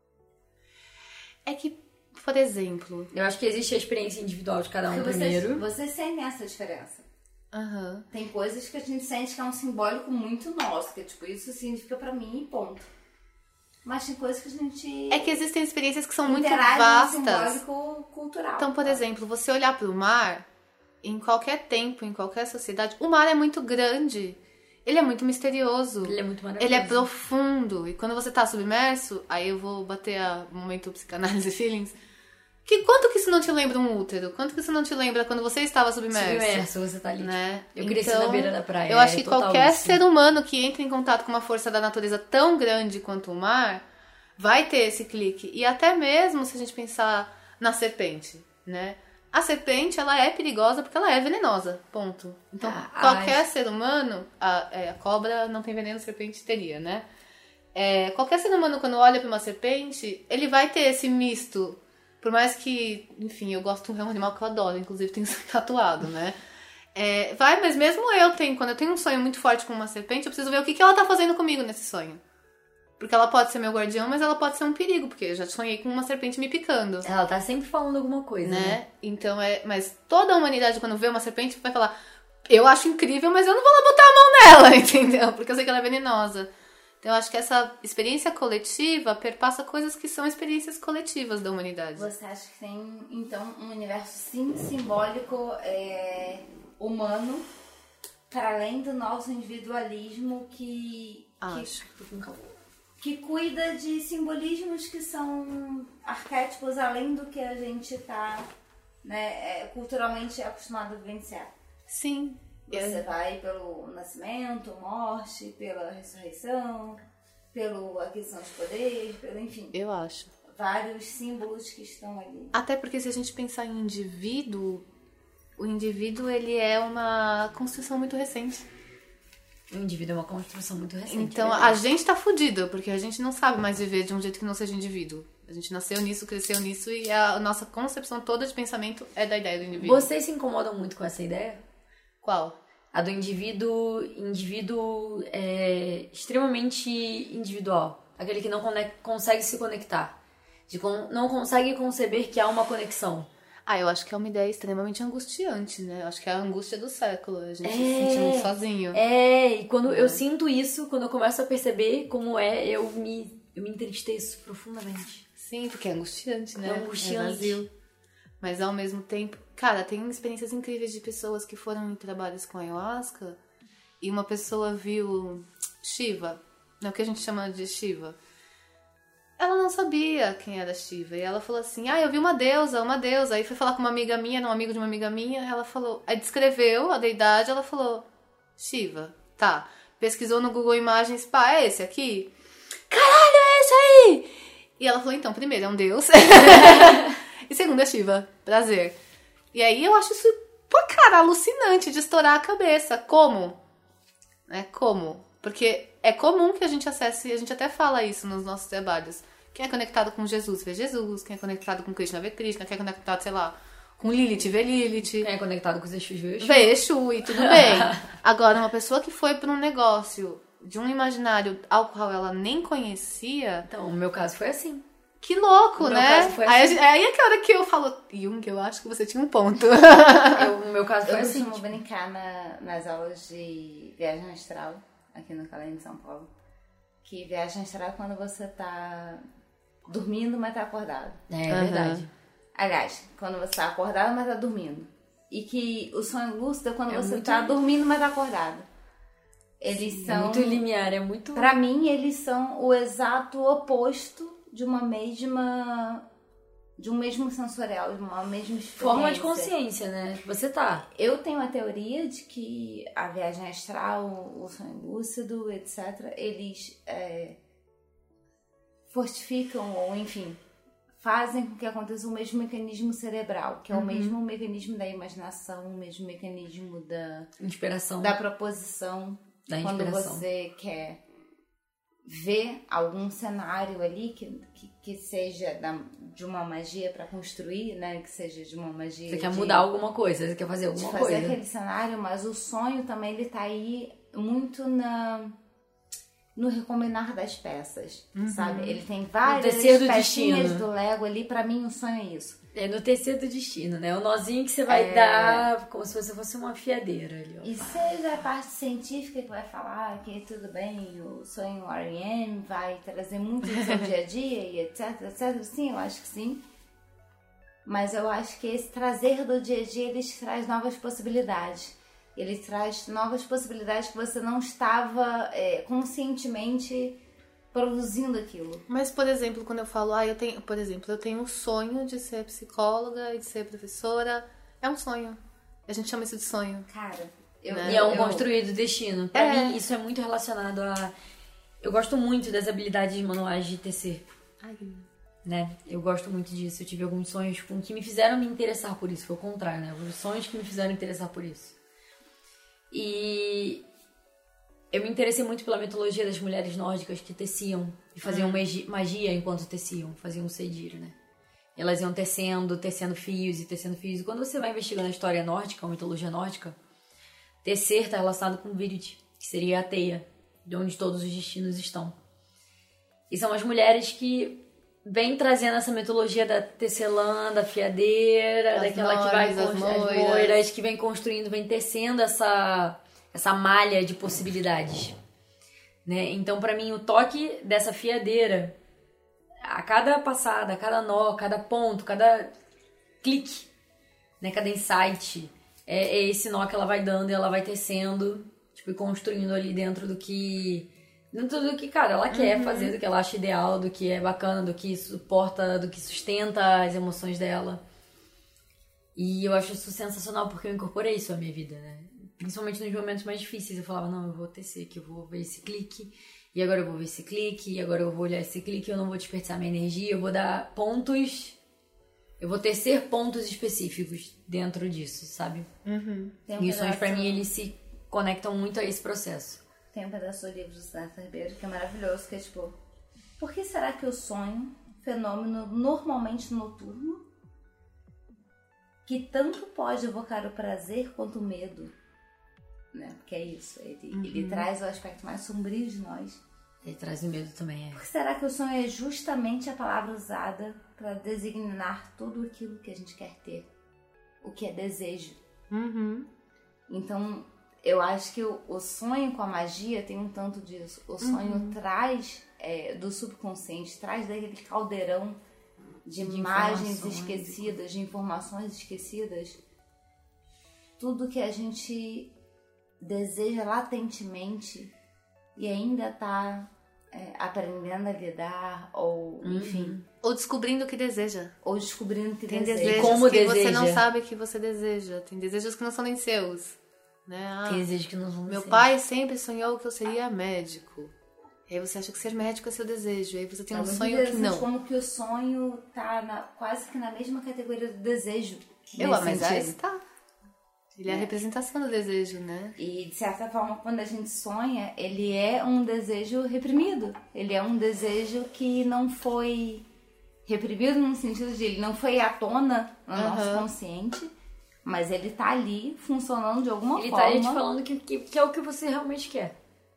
É que, por exemplo... Eu acho que existe a experiência individual de cada um primeiro. Você sente essa diferença. Tem coisas que a gente sente que é um simbólico muito nosso, que tipo, isso significa pra mim e ponto. Mas tem coisas que a gente... É que existem experiências que são muito vastas. Simbólico cultural. Então, por exemplo, você olhar pro mar, em qualquer tempo, em qualquer sociedade, o mar é muito grande. Ele é muito misterioso. Ele é muito maravilhoso. Ele é profundo. E quando você tá submerso, aí eu vou bater a momento psicanálise feelings, quanto que isso não te lembra um útero? Quanto que isso não te lembra quando você estava submerso? Você tá ali. Né? Eu cresci na beira da praia. Eu acho que qualquer ser humano que entre em contato com uma força da natureza tão grande quanto o mar, vai ter esse clique. E até mesmo se a gente pensar na serpente, né? A serpente, ela é perigosa porque ela é venenosa, ponto. Então, qualquer ser humano... A cobra não tem veneno, a serpente teria, né? Qualquer ser humano, quando olha para uma serpente, ele vai ter esse misto. Por mais que, enfim, eu gosto de um animal que eu adoro, inclusive tem tatuado, né? Mas mesmo quando eu tenho um sonho muito forte com uma serpente, eu preciso ver o que ela tá fazendo comigo nesse sonho. Porque ela pode ser meu guardião, mas ela pode ser um perigo, porque eu já sonhei com uma serpente me picando. Ela tá sempre falando alguma coisa, né? Então, mas toda a humanidade, quando vê uma serpente, vai falar, eu acho incrível, mas eu não vou lá botar a mão nela, entendeu? Porque eu sei que ela é venenosa. Então, eu acho que essa experiência coletiva perpassa coisas que são experiências coletivas da humanidade. Você acha que tem, então, um universo sim simbólico humano para além do nosso individualismo que cuida de simbolismos que são arquétipos além do que a gente está, né, culturalmente acostumado a vivenciar. Sim. Você vai pelo nascimento, morte, pela ressurreição, pela aquisição de poder, enfim. Eu acho. Vários símbolos que estão ali. Até porque se a gente pensar em indivíduo, o indivíduo ele é uma construção muito recente. O indivíduo é uma construção muito recente. Então a gente tá fudido, porque a gente não sabe mais viver de um jeito que não seja indivíduo. A gente nasceu nisso, cresceu nisso e a nossa concepção toda de pensamento é da ideia do indivíduo. Vocês se incomodam muito com essa ideia? Qual? A do indivíduo extremamente individual. Aquele que não consegue se conectar. Não consegue conceber que há uma conexão. Eu acho que é uma ideia extremamente angustiante, né? Eu acho que é a angústia do século. A gente se sente muito sozinho. E quando eu sinto isso, quando eu começo a perceber como eu me entristeço profundamente. Sim, porque é angustiante, né? É angustiante. É vazio. Mas ao mesmo tempo... Cara, tem experiências incríveis de pessoas que foram em trabalhos com ayahuasca e uma pessoa viu Shiva, o que a gente chama de Shiva. Ela não sabia quem era Shiva e ela falou assim, eu vi uma deusa. Aí foi falar com uma amiga minha, um amigo de uma amiga minha, ela falou... Aí descreveu a deidade, ela falou, Shiva, tá. Pesquisou no Google Imagens, é esse aqui? Caralho, é esse aí! E ela falou, então, primeiro, é um deus... E segundo é Shiva, prazer. E aí eu acho isso, alucinante de estourar a cabeça. Como? Como? Porque é comum que a gente acesse, e a gente até fala isso nos nossos trabalhos. Quem é conectado com Jesus, vê Jesus. Quem é conectado com Krishna, vê Krishna. Quem é conectado, sei lá, com Lilith, vê Lilith. Quem é conectado com os Exus, vê Exu. Vê Exu e tudo bem. Agora, uma pessoa que foi para um negócio de um imaginário ao qual ela nem conhecia... Então, o meu caso foi assim. Que louco, né? Caso foi assim. Aí é que hora que eu falo, Jung, eu acho que você tinha um ponto. No meu caso foi assim. Eu costumo brincar nas aulas de viagem astral, aqui no Calém de São Paulo, que viagem astral é quando você tá dormindo, mas tá acordado. É verdade. Aliás, quando você tá acordado, mas tá dormindo. E que o sonho lúcido é quando você muito tá dormindo, mas tá acordado. Eles são... muito linear, é muito... Pra mim, eles são o exato oposto de um mesmo sensorial, de uma mesma experiência. Forma de consciência, né? Você tá. Eu tenho a teoria de que a viagem astral, o sonho lúcido, etc., eles fortificam ou, enfim, fazem com que aconteça o mesmo mecanismo cerebral, que é o mesmo mecanismo da imaginação, o mesmo mecanismo da inspiração, da proposição. Da quando inspiração. você quer ver algum cenário ali que seja de uma magia para construir, né? Que seja de uma magia. Você quer mudar alguma coisa, você quer fazer alguma coisa. Fazer aquele cenário, mas o sonho também ele tá aí muito no recombinar das peças, sabe? Ele tem várias pecinhas do Lego ali. Pra mim, o sonho é isso. É no tecer do destino, né? O nozinho que você vai dar como se você fosse uma fiadeira ali. Ó. E seja a parte científica que vai falar que tudo bem, o sonho REM vai trazer muito do seu dia a dia e etc, etc. Sim, eu acho que sim. Mas eu acho que esse trazer do dia a dia, ele traz novas possibilidades. Ele traz novas possibilidades que você não estava conscientemente produzindo aquilo. Mas, por exemplo, quando eu falo, eu tenho um sonho de ser psicóloga e de ser professora, é um sonho. A gente chama isso de sonho. Cara, e é um construído destino. Pra mim, isso é muito relacionado a... Eu gosto muito das habilidades manuais de tecer. Né? Eu gosto muito disso. Eu tive alguns sonhos que me fizeram me interessar por isso. Foi o contrário, né? Os sonhos que me fizeram interessar por isso. E eu me interessei muito pela mitologia das mulheres nórdicas que teciam e faziam magia enquanto teciam, faziam um sedir, né? Elas iam tecendo fios. E quando você vai investigando a história nórdica, a mitologia nórdica, tecer está relacionado com Virit, que seria a teia, de onde todos os destinos estão. E são as mulheres que vêm trazendo essa mitologia da tecelã, da fiadeira, daquela que vai as moiras, que vem construindo, vem tecendo essa malha de possibilidades, né? Então, pra mim, o toque dessa fiadeira, a cada passada, a cada nó, cada ponto, cada clique, né? Cada insight, é esse nó que ela vai dando e ela vai tecendo, tipo, e construindo ali dentro do que, cara, ela quer fazer, do que ela acha ideal, do que é bacana, do que suporta, do que sustenta as emoções dela. E eu acho isso sensacional, porque eu incorporei isso à minha vida, né? Principalmente nos momentos mais difíceis. Eu falava, não, eu vou tecer aqui, eu vou ver esse clique, e agora eu vou ver esse clique, e agora eu vou olhar esse clique, eu não vou desperdiçar minha energia, eu vou dar pontos, eu vou tecer pontos específicos dentro disso, sabe? E os sonhos, pra mim, eles se conectam muito a esse processo. Tem um pedaço do livro do César Ribeiro que é maravilhoso, que é tipo, por que será que o sonho, fenômeno normalmente noturno, que tanto pode evocar o prazer quanto o medo, né? Porque é isso, ele traz o aspecto mais sombrio de nós. Ele traz o medo também, Por que será que o sonho é justamente a palavra usada para designar tudo aquilo que a gente quer ter? O que é desejo. Então, eu acho que o sonho com a magia tem um tanto disso. O sonho traz do subconsciente, traz daquele caldeirão de imagens esquecidas, de informações esquecidas, tudo que a gente deseja latentemente e ainda tá aprendendo a lidar, ou enfim. Ou descobrindo o que deseja. Ou descobrindo o que Tem deseja. desejos Como que deseja. você não sabe que você deseja. Tem desejos que não são nem seus. Né? Tem desejos que não vão Meu ser. pai sempre sonhou que eu seria médico. E aí você acha que ser médico é seu desejo. E aí você tem um muito sonho que interessante não. como que o sonho tá quase que na mesma categoria do desejo. Mas nesse aí sentido. está. Ele é a representação do desejo, né? E, de certa forma, quando a gente sonha, ele é um desejo reprimido. Ele é um desejo que não foi reprimido no sentido de ele não foi à tona no nosso consciente, mas ele tá ali funcionando de alguma Ele forma. tá aí te falando que é o que você realmente quer.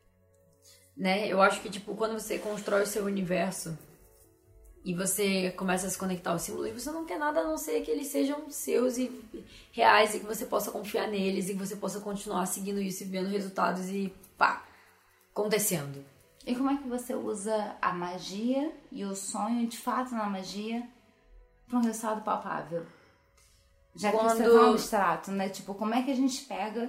Né? Eu acho que, tipo, quando você constrói o seu universo e você começa a se conectar ao símbolo, e você não quer nada a não ser que eles sejam seus e reais, e que você possa confiar neles, e que você possa continuar seguindo isso e vendo resultados e pá, acontecendo. E como é que você usa a magia e o sonho, de fato, na magia, para um resultado palpável? Já que isso é tão abstrato, né? Tipo, como é que a gente pega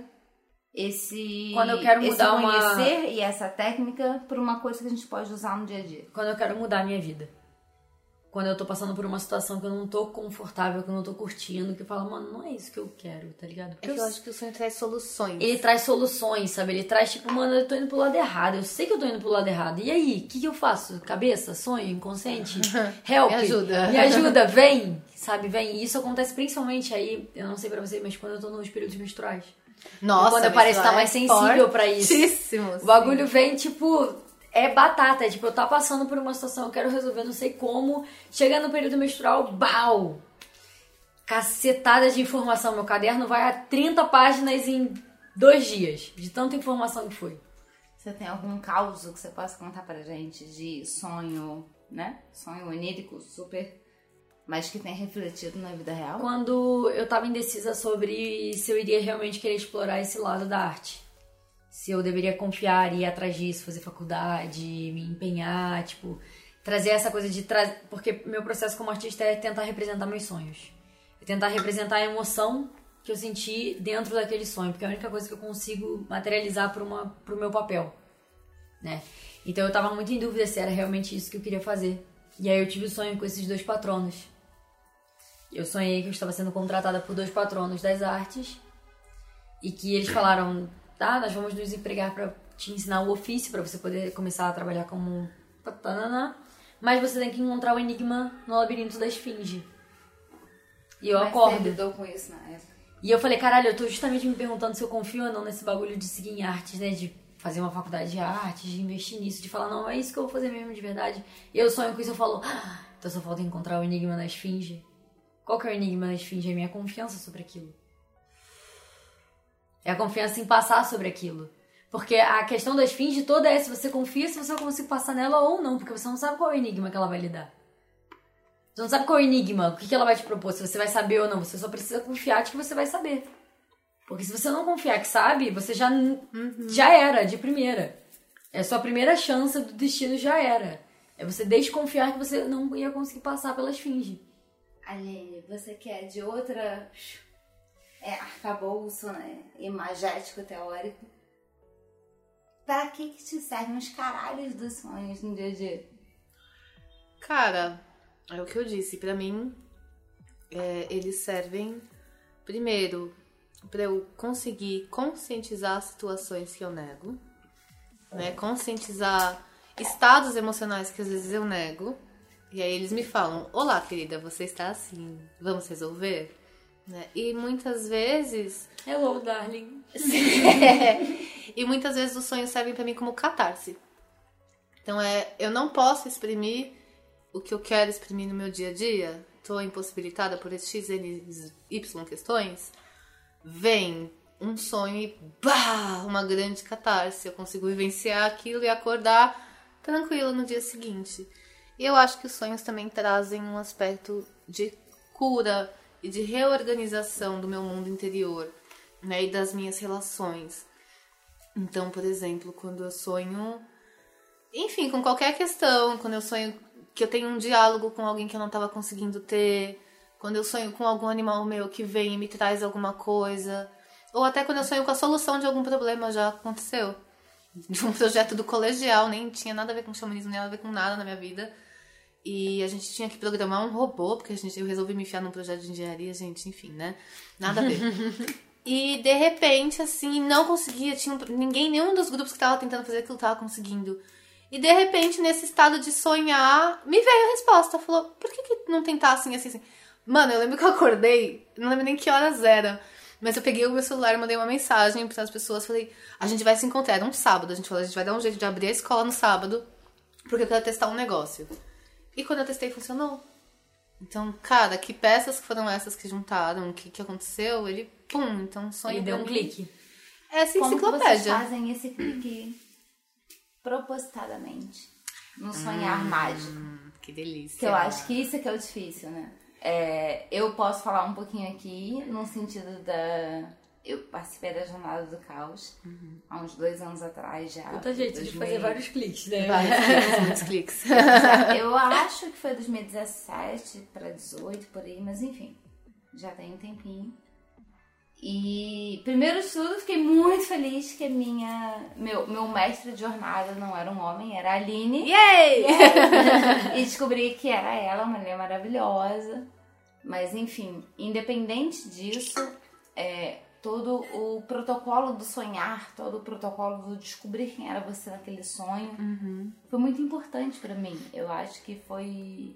Quando eu quero mudar conhecer e essa técnica para uma coisa que a gente pode usar no dia a dia? Quando eu quero mudar a minha vida. Quando eu tô passando por uma situação que eu não tô confortável, que eu não tô curtindo, que eu falo, mano, não é isso que eu quero, tá ligado? Porque É que eu acho que o sonho traz soluções. Ele traz soluções, sabe? Ele traz, tipo, mano, eu tô indo pro lado errado. Eu sei que eu tô indo pro lado errado. E aí? O que eu faço? Cabeça? Sonho? Inconsciente? Help? Me ajuda. Me ajuda, vem! Sabe, vem. E isso acontece principalmente aí, eu não sei pra você, mas quando eu tô nos períodos menstruais. Nossa, Quando eu pareço estar mais sensível pra isso. Fortíssimo, O bagulho vem, tipo... É batata, tipo, eu tá passando por uma situação, eu quero resolver, não sei como. Chega no período menstrual, bau! Cacetada de informação. Meu caderno vai a 30 páginas em 2 dias, de tanta informação que foi. Você tem algum caos que você possa contar pra gente de sonho, né? Sonho onírico, super... mas que tem refletido na vida real? Quando eu tava indecisa sobre se eu iria realmente querer explorar esse lado da arte. Se eu deveria confiar e ir atrás disso, fazer faculdade, me empenhar, tipo, trazer essa coisa de trazer. Porque meu processo como artista é tentar representar meus sonhos. É tentar representar a emoção que eu senti dentro daquele sonho, porque é a única coisa que eu consigo materializar pro meu papel, né? Então eu tava muito em dúvida se era realmente isso que eu queria fazer. E aí eu tive o sonho com esses 2 patronos. Eu sonhei que eu estava sendo contratada por 2 patronos das artes e que eles falaram... Tá, nós vamos nos empregar pra te ensinar o ofício, pra você poder começar a trabalhar como... Mas você tem que encontrar o enigma no labirinto da esfinge. E eu acordo. Você lidou com isso na época? E eu falei, caralho, eu tô justamente me perguntando se eu confio ou não nesse bagulho de seguir em artes, né? De fazer uma faculdade de artes, de investir nisso, de falar, não, é isso que eu vou fazer mesmo de verdade. E eu sonho com isso, eu falo, então só falta encontrar o enigma na esfinge. Qual que é o enigma da esfinge? É a minha confiança sobre aquilo. É a confiança em passar sobre aquilo. Porque a questão da esfinge toda é se você confia, se você vai conseguir passar nela ou não. Porque você não sabe qual é o enigma que ela vai lhe dar. Você não sabe qual é o enigma, o que ela vai te propor, se você vai saber ou não. Você só precisa confiar de que você vai saber. Porque se você não confiar que sabe, você já era, de primeira. É a sua primeira chance do destino, já era. É você desconfiar que você não ia conseguir passar pela esfinge. Aline, você quer de outra arcabouço, né? Imagético, teórico. Pra que te servem os caralhos dos sonhos no dia a dia? Cara, é o que eu disse. Pra mim, eles servem, primeiro, pra eu conseguir conscientizar situações que eu nego, né? Conscientizar estados emocionais que às vezes eu nego. E aí eles me falam, olá, querida, você está assim, vamos resolver? Né? E muitas vezes... Hello, darling. E muitas vezes os sonhos servem pra mim como catarse. Então eu não posso exprimir o que eu quero exprimir no meu dia a dia. Tô impossibilitada por X, N, Y questões. Vem um sonho e uma grande catarse. Eu consigo vivenciar aquilo e acordar tranquila no dia seguinte. E eu acho que os sonhos também trazem um aspecto de cura e de reorganização do meu mundo interior, né, e das minhas relações. Então, por exemplo, quando eu sonho, enfim, com qualquer questão, quando eu sonho que eu tenho um diálogo com alguém que eu não estava conseguindo ter, quando eu sonho com algum animal meu que vem e me traz alguma coisa, ou até quando eu sonho com a solução de algum problema, já aconteceu. De um projeto do colegial, nem tinha nada a ver com xamanismo, nem nada a ver com nada na minha vida. E a gente tinha que programar um robô, porque eu resolvi me enfiar num projeto de engenharia, gente, enfim, né? Nada a ver. E, de repente, assim, não conseguia, nenhum dos grupos que tava tentando fazer aquilo tava conseguindo. E, de repente, nesse estado de sonhar, me veio a resposta. Falou, por que não tentar assim? Mano, eu lembro que eu acordei, não lembro nem que horas era, mas eu peguei o meu celular e mandei uma mensagem para as pessoas, falei, a gente vai se encontrar, era um sábado, a gente vai dar um jeito de abrir a escola no sábado, porque eu quero testar um negócio. E quando eu testei, funcionou. Então, cara, que peças foram essas que juntaram? O que aconteceu? Ele, então sonho. Ele deu um clique. Essa Como enciclopédia. que vocês fazem esse clique propositadamente no sonhar mágico? Que delícia. Que eu acho que isso é que é o difícil, né? Eu posso falar um pouquinho aqui no sentido eu participei da Jornada do Caos há uns 2 anos atrás já. Puta jeito de fazer vários cliques, né? Muitos cliques. Eu acho que foi 2017 para 18, por aí, mas enfim, já tem um tempinho. E primeiro de tudo, fiquei muito feliz que meu mestre de jornada não era um homem, era a Aline. Yay! E descobri que era ela, uma mulher maravilhosa. Mas enfim, independente disso, todo o protocolo do sonhar, todo o protocolo do descobrir quem era você naquele sonho, foi muito importante pra mim. Eu acho que foi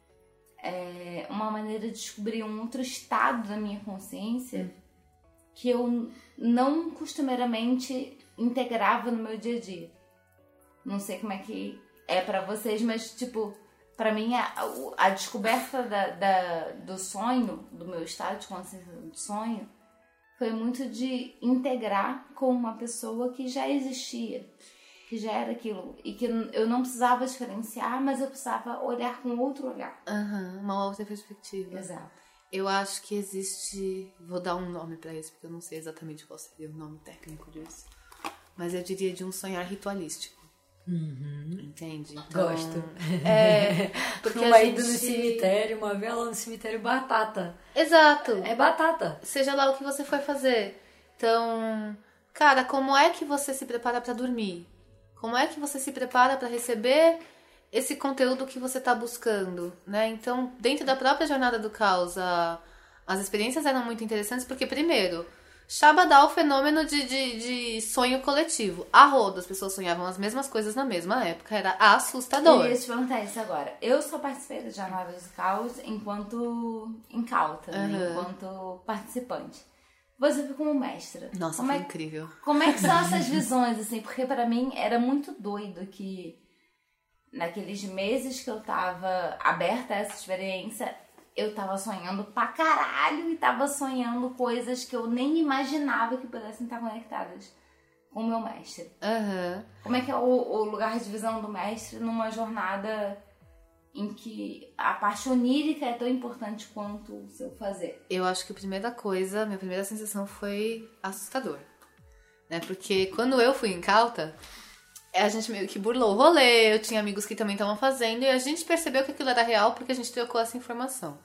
uma maneira de descobrir um outro estado da minha consciência que eu não costumeiramente integrava no meu dia a dia. Não sei como é que é pra vocês, mas tipo, pra mim a descoberta do sonho, do meu estado de consciência do sonho, foi muito de integrar com uma pessoa que já existia, que já era aquilo, e que eu não precisava diferenciar, mas eu precisava olhar com outro olhar. Uma outra perspectiva. Exato. Eu acho que existe... Vou dar um nome pra isso, porque eu não sei exatamente qual seria o nome técnico disso. Mas eu diria de um sonhar ritualístico. Entende? Então, gosto. Porque uma ida no cemitério, uma vela no cemitério, batata. Exato. É batata. Seja lá o que você for fazer. Então, cara, como é que você se prepara pra dormir? Como é que você se prepara pra receber esse conteúdo que você tá buscando, né? Então, dentro da própria Jornada do Caos, as experiências eram muito interessantes, porque, primeiro, Shaba dá o fenômeno de sonho coletivo. A roda, as pessoas sonhavam as mesmas coisas na mesma época. Era assustador. Eu ia te perguntar isso agora. Eu só participei da Jornada do Caos enquanto incauta, né? Enquanto participante. Você foi como mestra. Nossa, foi incrível. Como é que são essas visões, assim? Porque pra mim era muito doido que naqueles meses que eu tava aberta a essa experiência, eu tava sonhando pra caralho e tava sonhando coisas que eu nem imaginava que pudessem estar conectadas com o meu mestre. Como é que é o lugar de visão do mestre numa jornada em que a parte onírica é tão importante quanto o seu fazer? Eu acho que a primeira coisa, minha primeira sensação foi assustador, né? Porque quando eu fui incauta, a gente meio que burlou o rolê, eu tinha amigos que também estavam fazendo, e a gente percebeu que aquilo era real porque a gente trocou essa informação.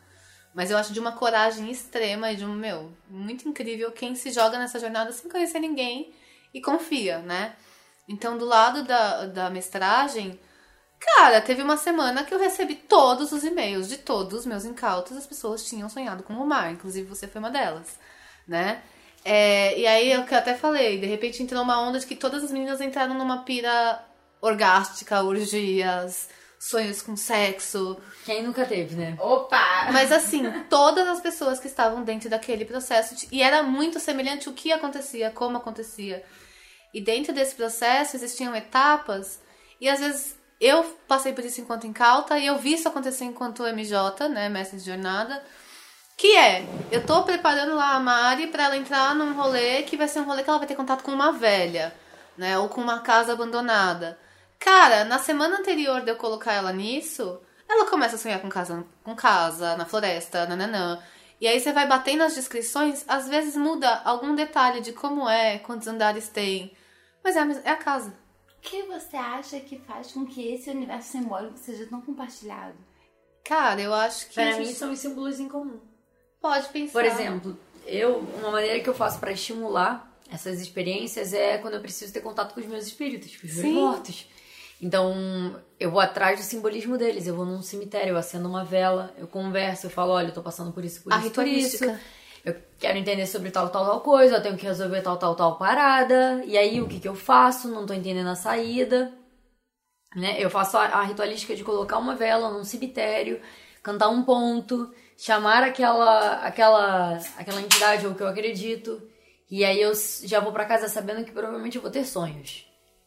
Mas eu acho de uma coragem extrema e de muito incrível quem se joga nessa jornada sem conhecer ninguém e confia, né? Então, do lado da mestragem, cara, teve uma semana que eu recebi todos os e-mails de todos os meus incautos, as pessoas tinham sonhado com o mar, inclusive você foi uma delas, né? E aí, eu até falei, de repente entrou uma onda de que todas as meninas entraram numa pira orgástica, orgias, sonhos com sexo. Quem nunca teve, né? Opa! Mas assim, todas as pessoas que estavam dentro daquele processo, e era muito semelhante o que acontecia, como acontecia. E dentro desse processo existiam etapas, e às vezes eu passei por isso enquanto incauta, e eu vi isso acontecer enquanto MJ, né, mestre de jornada, que eu tô preparando lá a Mari pra ela entrar num rolê que vai ser um rolê que ela vai ter contato com uma velha, né, ou com uma casa abandonada. Cara, na semana anterior de eu colocar ela nisso, ela começa a sonhar com casa na floresta, nananã. E aí você vai batendo nas descrições, às vezes muda algum detalhe de como quantos andares tem. Mas é a casa. O que você acha que faz com que esse universo simbólico seja tão compartilhado? Cara, eu acho que... Para mim são os símbolos em comum. Pode pensar. Por exemplo, uma maneira que eu faço para estimular essas experiências é quando eu preciso ter contato com os meus espíritos, com os meus mortos. Então, eu vou atrás do simbolismo deles. Eu vou num cemitério, eu acendo uma vela, eu converso, eu falo, olha, eu tô passando por isso, por isso. Eu quero entender sobre tal coisa, eu tenho que resolver tal parada. E aí, o que eu faço? Não tô entendendo a saída. Né? Eu faço a ritualística de colocar uma vela num cemitério, cantar um ponto, chamar aquela entidade ou que eu acredito. E aí, eu já vou pra casa sabendo que provavelmente eu vou ter sonhos.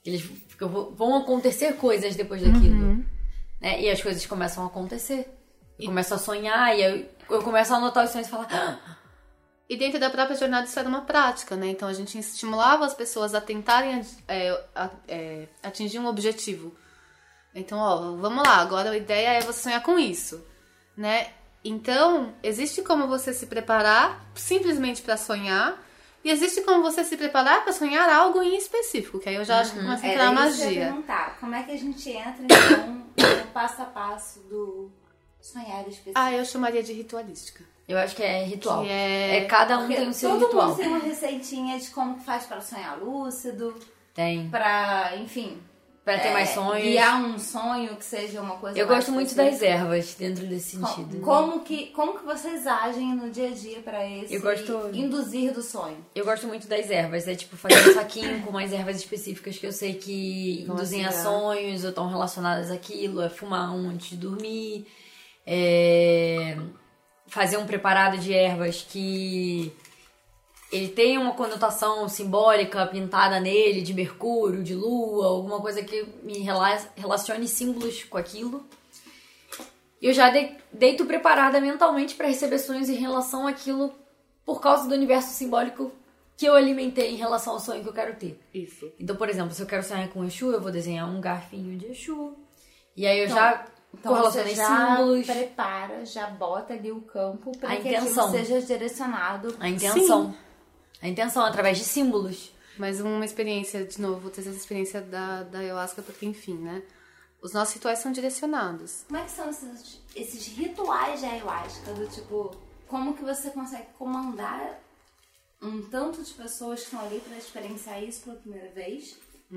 Vão acontecer coisas depois daquilo. Né? E as coisas começam a acontecer. Eu começo a sonhar e eu começo a anotar os sonhos e falar... E dentro da própria jornada isso era uma prática, né? Então a gente estimulava as pessoas a tentarem atingir um objetivo. Então, vamos lá, agora a ideia é você sonhar com isso, né? Então, existe como você se preparar simplesmente para sonhar, e existe como você se preparar para sonhar algo em específico, que aí eu já acho que começa a entrar a magia. Eu ia perguntar, como é que a gente entra, então, no passo a passo do sonhar específico? Eu chamaria de ritualística. Eu acho que é ritual. Cada um tem o seu todo ritual. Todo mundo tem uma receitinha de como que faz para sonhar lúcido. Tem. Pra, enfim... Pra ter mais sonhos. Guiar um sonho que seja uma coisa Eu mais gosto muito das ervas dentro desse sentido. Como que vocês agem no dia a dia pra induzir do sonho? Eu gosto muito das ervas. É tipo fazer um saquinho com umas ervas específicas que eu sei que induzem a sonhos ou estão relacionadas àquilo. É fumar antes de dormir. Fazer um preparado de ervas que ele tem uma conotação simbólica pintada nele, de Mercúrio, de Lua, alguma coisa que me relacione símbolos com aquilo. Eu já deito preparada mentalmente para receber sonhos em relação àquilo por causa do universo simbólico que eu alimentei em relação ao sonho que eu quero ter. Isso. Então, por exemplo, se eu quero sonhar com Exu, eu vou desenhar um garfinho de Exu. E aí eu já... Então você já símbolos. prepara, já bota ali o campo para que intenção. aquilo seja direcionado. A intenção. Sim. A intenção, através de símbolos. Mas uma experiência, de novo, vou ter essa experiência da ayahuasca, porque enfim, né? Os nossos rituais são direcionados. Como é que são esses rituais de ayahuasca? Do tipo, como que você consegue comandar um tanto de pessoas que estão ali para experienciar isso pela primeira vez?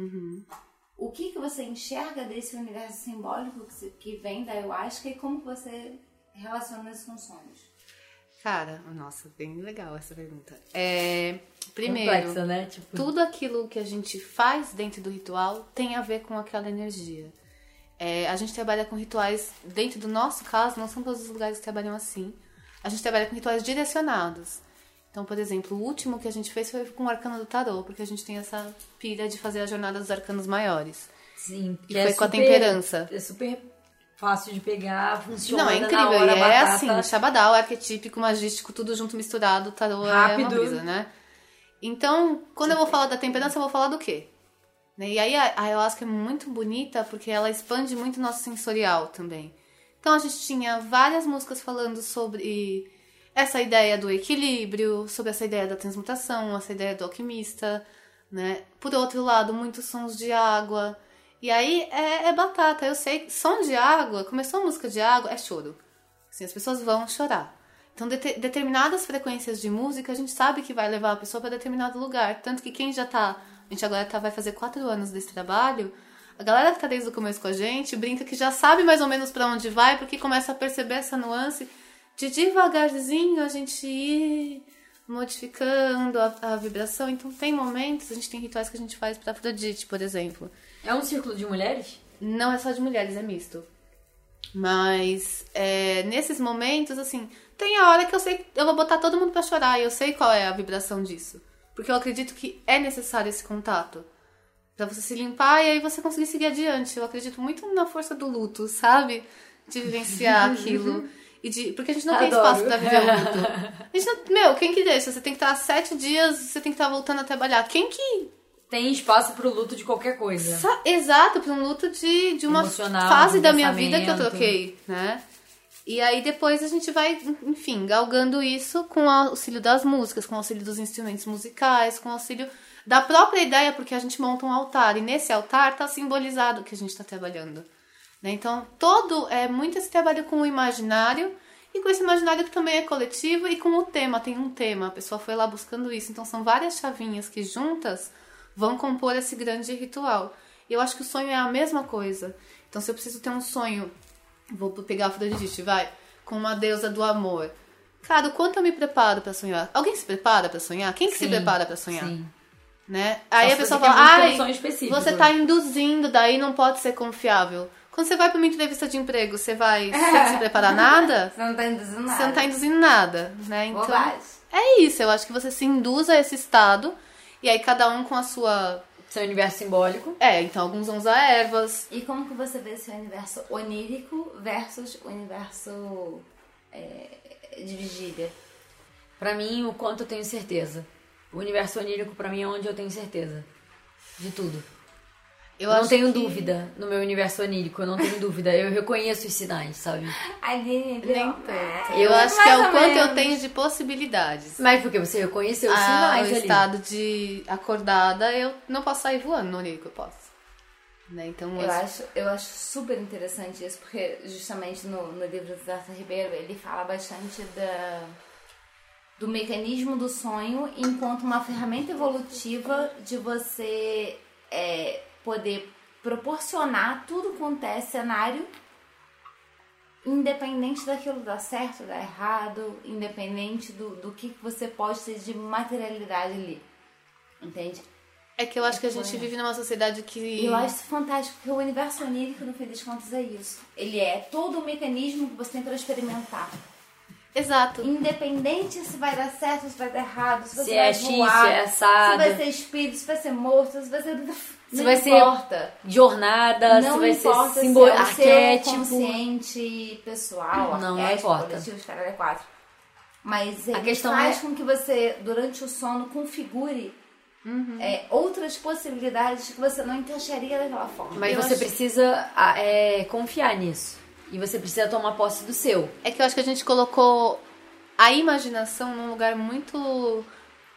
O que você enxerga desse universo simbólico que vem da ayahuasca e como que você relaciona isso com sonhos? Cara, nossa, bem legal essa pergunta. Primeiro, complexa, né? Tudo aquilo que a gente faz dentro do ritual tem a ver com aquela energia. A gente trabalha com rituais, dentro do nosso caso, não são todos os lugares que trabalham assim. A gente trabalha com rituais direcionados. Então, por exemplo, o último que a gente fez foi com o Arcano do Tarô, porque a gente tem essa pilha de fazer a jornada dos arcanos maiores. Sim. E foi com a temperança. É super fácil de pegar, funciona. Não, é incrível. Na hora, e é assim, Shabadal, arquetípico, magístico, tudo junto misturado, tarô rápido. É uma brisa, né? Então, quando eu vou falar da temperança, eu vou falar do quê? E aí a ayahuasca é muito bonita porque ela expande muito o nosso sensorial também. Então a gente tinha várias músicas falando sobre essa ideia do equilíbrio, sobre essa ideia da transmutação, essa ideia do alquimista, né? Por outro lado, muitos sons de água. E aí é batata. Eu sei que som de água, começou a música de água, é choro. Assim, as pessoas vão chorar. Então, determinadas frequências de música, a gente sabe que vai levar a pessoa para determinado lugar. Tanto que quem já tá... A gente agora vai fazer 4 anos desse trabalho. A galera que tá desde o começo com a gente brinca que já sabe mais ou menos para onde vai, porque começa a perceber essa nuance de devagarzinho a gente ir modificando a vibração. Então, tem momentos, a gente tem rituais que a gente faz pra Afrodite, por exemplo. É um círculo de mulheres? Não é só de mulheres, é misto. Mas, nesses momentos, assim, tem a hora que eu sei, eu vou botar todo mundo pra chorar, e eu sei qual é a vibração disso. Porque eu acredito que é necessário esse contato. Pra você se limpar e aí você conseguir seguir adiante. Eu acredito muito na força do luto, sabe? De vivenciar aquilo. Porque a gente não tem espaço pra viver o luto. A gente não, quem que deixa? Você tem que estar 7 dias, você tem que estar voltando a trabalhar. Quem que... Tem espaço pro luto de qualquer coisa. Exato, pra um luto de uma fase da minha vida que eu troquei, né? E aí depois a gente vai, enfim, galgando isso com o auxílio das músicas, com o auxílio dos instrumentos musicais, com o auxílio da própria ideia, porque a gente monta um altar. E nesse altar tá simbolizado o que a gente tá trabalhando. Né? Então, muito esse trabalho com o imaginário, e com esse imaginário que também é coletivo, e com o tema, tem um tema, a pessoa foi lá buscando isso. Então, são várias chavinhas que juntas vão compor esse grande ritual. E eu acho que o sonho é a mesma coisa. Então, se eu preciso ter um sonho, vou pegar a Afrodite, com uma deusa do amor. Cara, o quanto eu me preparo pra sonhar? Alguém se prepara pra sonhar? Quem que se prepara pra sonhar? Sim. Né? Aí a pessoa fala, você né? tá induzindo, daí não pode ser confiável. Quando você vai pra uma entrevista de emprego, você vai sem se preparar nada? Você não tá induzindo nada. Você não tá induzindo nada, né? Então, bobagem. É isso, eu acho que você se induz a esse estado, e aí cada um com a sua... Seu universo simbólico. Então alguns vão usar ervas. E como que você vê esse universo onírico versus o universo de vigília? Pra mim, o quanto eu tenho certeza. O universo onírico, pra mim, é onde eu tenho certeza. De tudo. Eu não tenho dúvida no meu universo onírico, eu não tenho dúvida. Eu reconheço os sinais, sabe? Nem tanto. Eu acho que é o quanto eu tenho de possibilidades. Mas porque você reconheceu os sinais o ali. estado de acordada, eu não posso sair voando no onírico, eu posso. Né? Então, eu acho super interessante isso, porque justamente no livro do Darcy Ribeiro, ele fala bastante do mecanismo do sonho enquanto uma ferramenta evolutiva de você poder proporcionar tudo quanto é cenário, independente daquilo dar certo, dar errado, independente do que você pode ter de materialidade ali. Entende? É que eu acho que a gente vive numa sociedade que... Eu acho isso fantástico, porque o universo onírico, no fim das contas, é isso. Ele é todo o mecanismo que você tem para experimentar. Exato. Independente se vai dar certo, se vai dar errado, se você se vai é voar, se é assado, se vai ser espírito, se vai ser morto, se vai ser... Se vai ser jornada, se vai ser símbolo, arquétipo. Consciente, pessoal, não arquétipo, importa. coletivo, os caras é 4. Mas a questão faz com que você, durante o sono, configure outras possibilidades que você não encaixaria daquela forma. Mas você precisa confiar nisso. E você precisa tomar posse do seu. É que eu acho que a gente colocou a imaginação num lugar muito...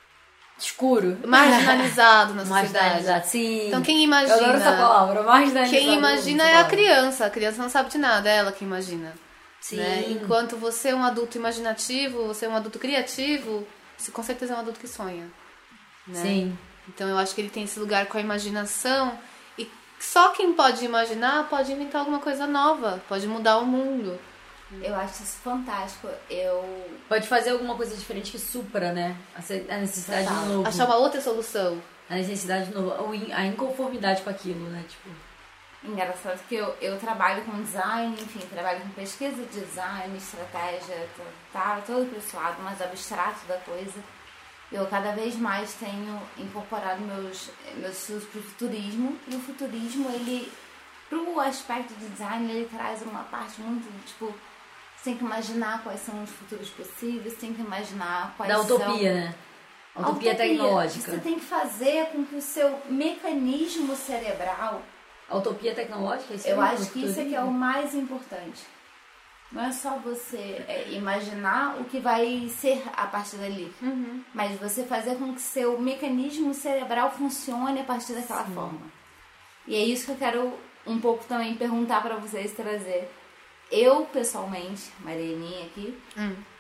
escuro. Marginalizado na sociedade. Marginalizado, sim. Então quem imagina... Eu adoro essa palavra, marginalizado. Quem imagina é a criança não sabe de nada, é ela que imagina. Sim. Né? Enquanto você é um adulto imaginativo, você é um adulto criativo, você com certeza é um adulto que sonha. Né? Sim. Então eu acho que ele tem esse lugar com a imaginação, e só quem pode imaginar pode inventar alguma coisa nova, pode mudar o mundo. Eu acho isso fantástico. Pode fazer alguma coisa diferente que supra, né? A necessidade de novo. Achar uma outra solução. A necessidade de novo. A inconformidade com aquilo, né? Tipo... Engraçado que eu trabalho com design, enfim, trabalho com pesquisa de design, estratégia, todo esse lado mais abstrato da coisa. Eu cada vez mais tenho incorporado meus estudos pro futurismo. E o futurismo, ele, pro aspecto de design, ele traz uma parte muito, tipo, você tem que imaginar quais são os futuros possíveis, você tem que imaginar quais são... Da utopia, né? Utopia tecnológica. Você tem que fazer com que o seu mecanismo cerebral... A utopia tecnológica? Eu acho que isso é que é o mais importante. Não é só você imaginar o que vai ser a partir dali, mas você fazer com que seu mecanismo cerebral funcione a partir daquela forma. E é isso que eu quero um pouco também perguntar para vocês, trazer. Eu, pessoalmente, Marianinha aqui,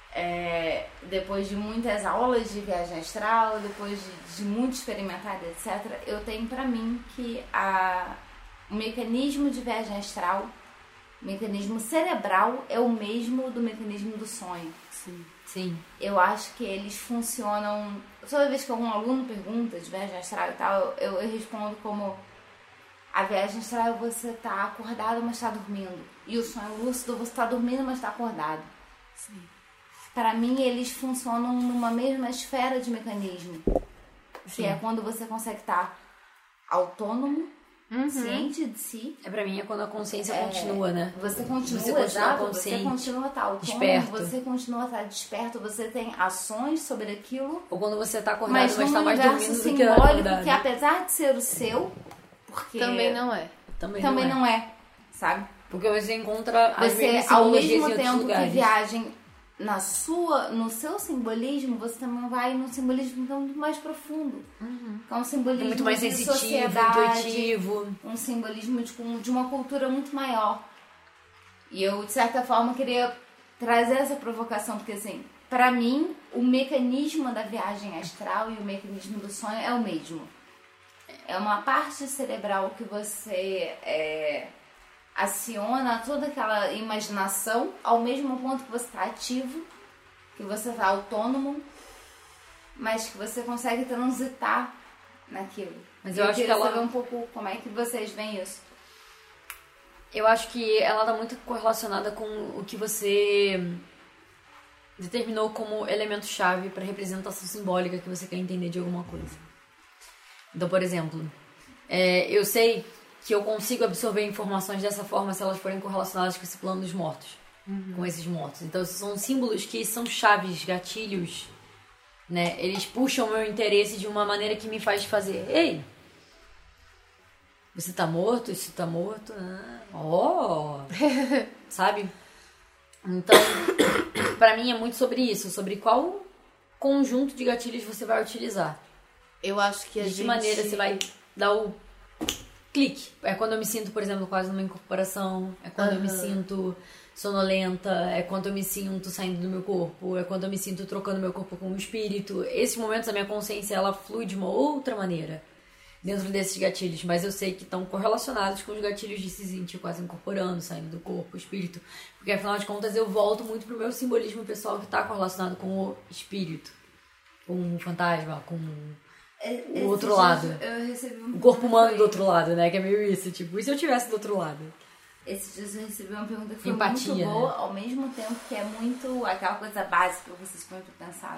depois de muitas aulas de viagem astral, depois de muito experimentar, etc., eu tenho pra mim que o mecanismo de viagem astral, o mecanismo cerebral é o mesmo do mecanismo do sonho. Sim. Eu acho que eles funcionam... Toda vez que algum aluno pergunta de viagem astral e tal, eu respondo como... A viagem astral é você tá acordado, mas tá dormindo. E o sonho lúcido, você tá dormindo, mas tá acordado. Sim. Para mim, eles funcionam numa mesma esfera de mecanismo. Que é quando você consegue estar autônomo, ciente de si. Pra mim é quando a consciência continua, né? Você continua, Você continua exato, consciente, você continua a estar autônomo, desperto. você continua a estar desperto, você tem ações sobre aquilo. Ou quando você tá acordado, Mas mas tá num mais universo dormindo do que simbólico acordado. que apesar de ser o seu, porque Também não é. Também não é, sabe? Porque você encontra as Você, mesmas ao simbologias em mesmo outros tempo que lugares. viagem no seu simbolismo, você também vai num simbolismo muito mais profundo. Que é um simbolismo Muito mais de sensitivo, sociedade, intuitivo. um simbolismo de uma cultura muito maior. E eu, de certa forma, queria trazer essa provocação, porque assim, pra mim, o mecanismo da viagem astral e o mecanismo do sonho é o mesmo. É uma parte cerebral que você aciona toda aquela imaginação ao mesmo ponto que você está ativo, que você está autônomo, mas que você consegue transitar naquilo. Mas eu acho que ela... saber um pouco como é que vocês veem isso. Eu acho que ela tá muito correlacionada com o que você determinou como elemento-chave para representação simbólica que você quer entender de alguma coisa. Então, por exemplo, eu sei que eu consigo absorver informações dessa forma se elas forem correlacionadas com esse plano dos mortos, com esses mortos. Então, são símbolos que são chaves, gatilhos, né? Eles puxam o meu interesse de uma maneira que me faz fazer: ei, você tá morto? Isso tá morto? Sabe? Então, pra mim é muito sobre isso, sobre qual conjunto de gatilhos você vai utilizar. Eu acho que de que maneira você vai dar o clique. É quando eu me sinto, por exemplo, quase numa incorporação. É quando eu me sinto sonolenta. É quando eu me sinto saindo do meu corpo. É quando eu me sinto trocando meu corpo com o espírito. Esses momentos a minha consciência, ela flui de uma outra maneira dentro desses gatilhos. Mas eu sei que estão correlacionados com os gatilhos de se sentir quase incorporando, saindo do corpo, o espírito. Porque afinal de contas eu volto muito pro meu simbolismo pessoal que está correlacionado com o espírito. Com o fantasma, com o outro lado. Eu recebi o corpo humano do outro lado, né? Que é meio isso, tipo, e se eu tivesse do outro lado? Esses dias eu recebi uma pergunta que foi Empatia, muito boa, né? Ao mesmo tempo que é muito aquela coisa básica que vocês põem pra pensar.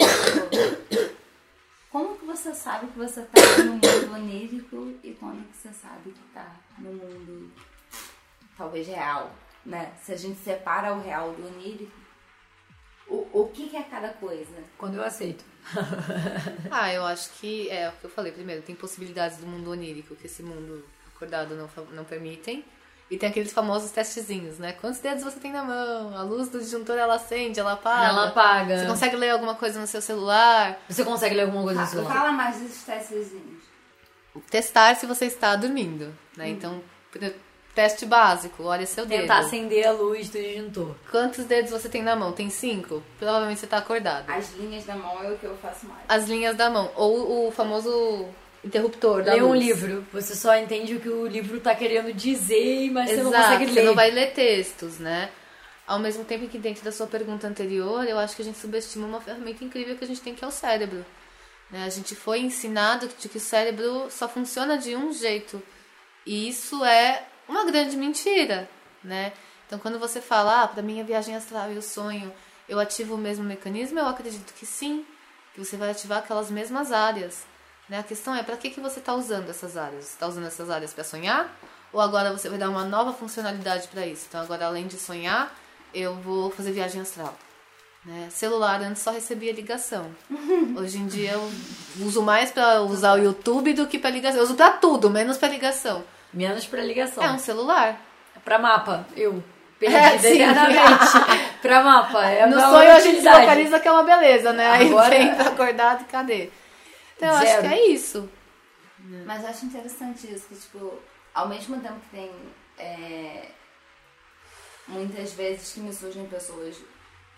Como que você sabe que você tá no mundo onírico e quando que você sabe que tá no mundo talvez real, né? Se a gente separa o real do onírico, o que é cada coisa? Quando eu aceito. Eu acho que é o que eu falei primeiro. Tem possibilidades do mundo onírico que esse mundo acordado não permitem. E tem aqueles famosos testezinhos, né? Quantos dedos você tem na mão? A luz do disjuntor, ela acende, ela apaga. Ela apaga. Você consegue ler alguma coisa no seu celular? Você consegue ler alguma coisa no celular? Fala mais desses testezinhos. Testar se você está dormindo, né? Então, teste básico, olha seu dedo. Tentar acender a luz do disjuntor. Quantos dedos você tem na mão? Tem 5? Provavelmente você está acordado. As linhas da mão é o que eu faço mais. As linhas da mão. Ou o famoso interruptor da luz. Lê um luz. livro. Você só entende o que o livro tá querendo dizer, mas Exato, você não consegue ler. Você não vai ler textos, né? Ao mesmo tempo que dentro da sua pergunta anterior, eu acho que a gente subestima uma ferramenta incrível que a gente tem, que é o cérebro. Né? A gente foi ensinado de que o cérebro só funciona de um jeito. E isso é uma grande mentira, né? Então, quando você fala, pra mim a viagem astral e o sonho, eu ativo o mesmo mecanismo, eu acredito que sim, que você vai ativar aquelas mesmas áreas. Né? A questão é, pra que você está usando essas áreas? Você está usando essas áreas para sonhar? Ou agora você vai dar uma nova funcionalidade para isso? Então, agora, além de sonhar, eu vou fazer viagem astral. Né? Celular, antes só recebia ligação. Hoje em dia, eu uso mais para usar o YouTube do que para ligação. Eu uso para tudo, menos para ligação. Menos pra ligação. É um celular. Pra mapa, eu perdida eternamente. Pra mapa, no sonho a gente localiza que é uma beleza, né? Aí agora... vem acordado, cadê? Então eu acho que é isso. Mas eu acho interessante isso, que tipo, ao mesmo tempo que tem muitas vezes que me surgem pessoas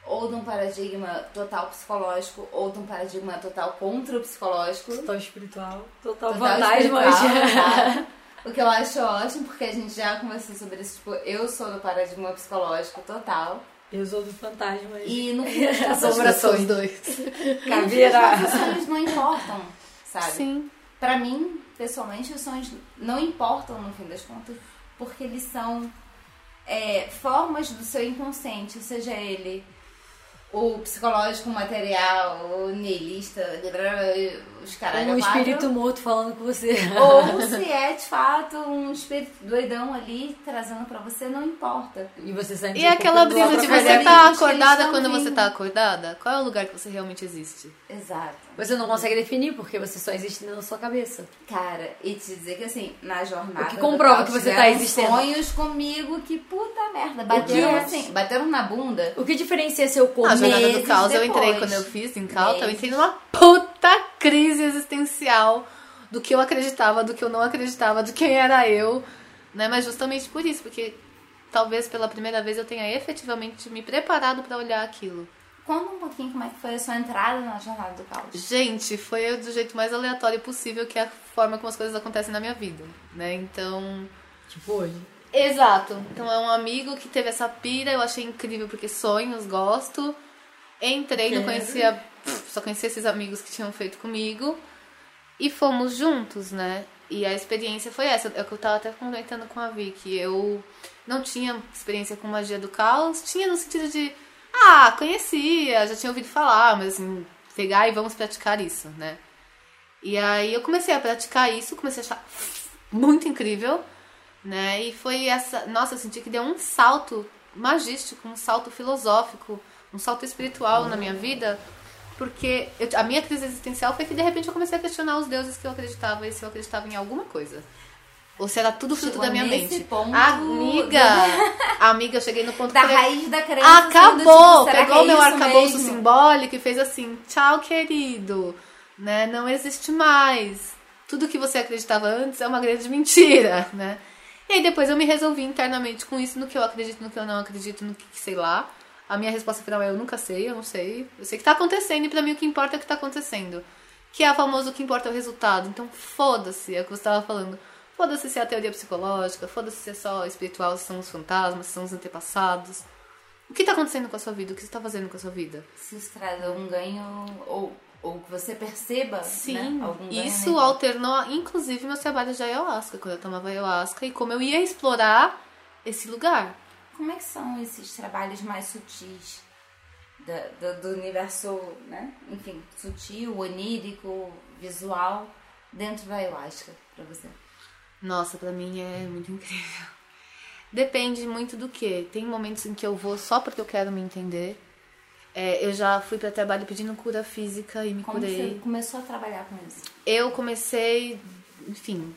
ou de um paradigma total psicológico, ou de um paradigma total contra o psicológico. Total espiritual, total Fantasma. fantasma. O que eu acho ótimo, porque a gente já conversou sobre isso, tipo, eu sou do paradigma psicológico total. Eu sou do fantasma. E no fim das contas, Assombrações dois. Caveira. os sonhos não importam, sabe? Sim. Pra mim, pessoalmente, os sonhos não importam no fim das contas, porque eles são formas do seu inconsciente, seja ele o psicológico, o material, o niilista, os caralho. Um espírito morto falando com você. Ou se é de fato um espírito doidão ali trazendo pra você, não importa. E você sente E aquela brisa de você fazer tá amigos que eles acordada estão quando vindo. você tá acordada? Qual é o lugar que você realmente existe? Exato. Você não consegue definir porque você só existe na sua cabeça. Cara, e te dizer que assim, na jornada. O que comprova do que caos, você tá tiveram existendo. sonhos comigo que puta merda. Bateram na bunda. O que diferencia seu corpo? Na jornada do Meses caos, eu depois. entrei quando eu fiz em Calta, eu Meses. entrei numa puta crise existencial do que eu acreditava, do que eu não acreditava, de quem era eu, né? Mas justamente por isso, porque talvez pela primeira vez eu tenha efetivamente me preparado pra olhar aquilo. Conta um pouquinho como é que foi a sua entrada na jornada do caos. Gente, foi do jeito mais aleatório possível, que é a forma como as coisas acontecem na minha vida, né? Então... Tipo hoje. Exato. Então é um amigo que teve essa pira, eu achei incrível porque sonhos, gosto. Entrei, não conhecia, só conhecia esses amigos que tinham feito comigo. E fomos juntos, né? E a experiência foi essa. É o que eu tava até comentando com a Vi, que eu não tinha experiência com magia do caos. Tinha no sentido de, conhecia, já tinha ouvido falar, mas assim, pegar e vamos praticar isso, né? E aí eu comecei a praticar isso, comecei a achar muito incrível, né? E foi essa... Nossa, eu senti que deu um salto magístico, um salto filosófico, um salto espiritual na minha vida, porque a minha crise existencial foi que de repente eu comecei a questionar os deuses que eu acreditava e se eu acreditava em alguma coisa. Ou se era tudo fruto Chegou da minha nesse mente. ponto Amiga, eu cheguei no ponto da que raiz da crença. acabou, Sendo, tipo, será pegou que é meu isso arcabouço mesmo? simbólico e fez assim, tchau querido, né? Não existe mais. Tudo que você acreditava antes é uma grande mentira, né? E aí depois eu me resolvi internamente com isso, no que eu acredito, no que eu não acredito, no que sei lá. A minha resposta final é eu nunca sei, eu não sei. Eu sei que tá acontecendo e pra mim o que importa é o que tá acontecendo. Que é o famoso o que importa é o resultado. Então foda-se, é o que você tava falando. Foda-se se é a teoria psicológica, foda-se se é só espiritual, se são os fantasmas, se são os antepassados. O que tá acontecendo com a sua vida? O que você tá fazendo com a sua vida? Se isso traz algum ganho, ou que você perceba, Sim, né? Algum ganho. isso alternou, inclusive, meus trabalhos de ayahuasca, quando eu tomava ayahuasca, e como eu ia explorar esse lugar. Como é que são esses trabalhos mais sutis do universo, né? Enfim, sutil, onírico, visual, dentro da ayahuasca, pra você? Nossa, pra mim é muito incrível. Depende muito do que. Tem momentos em que eu vou só porque eu quero me entender. Eu já fui pra trabalho pedindo cura física e me Como curei. você começou a trabalhar com isso? Eu comecei, enfim,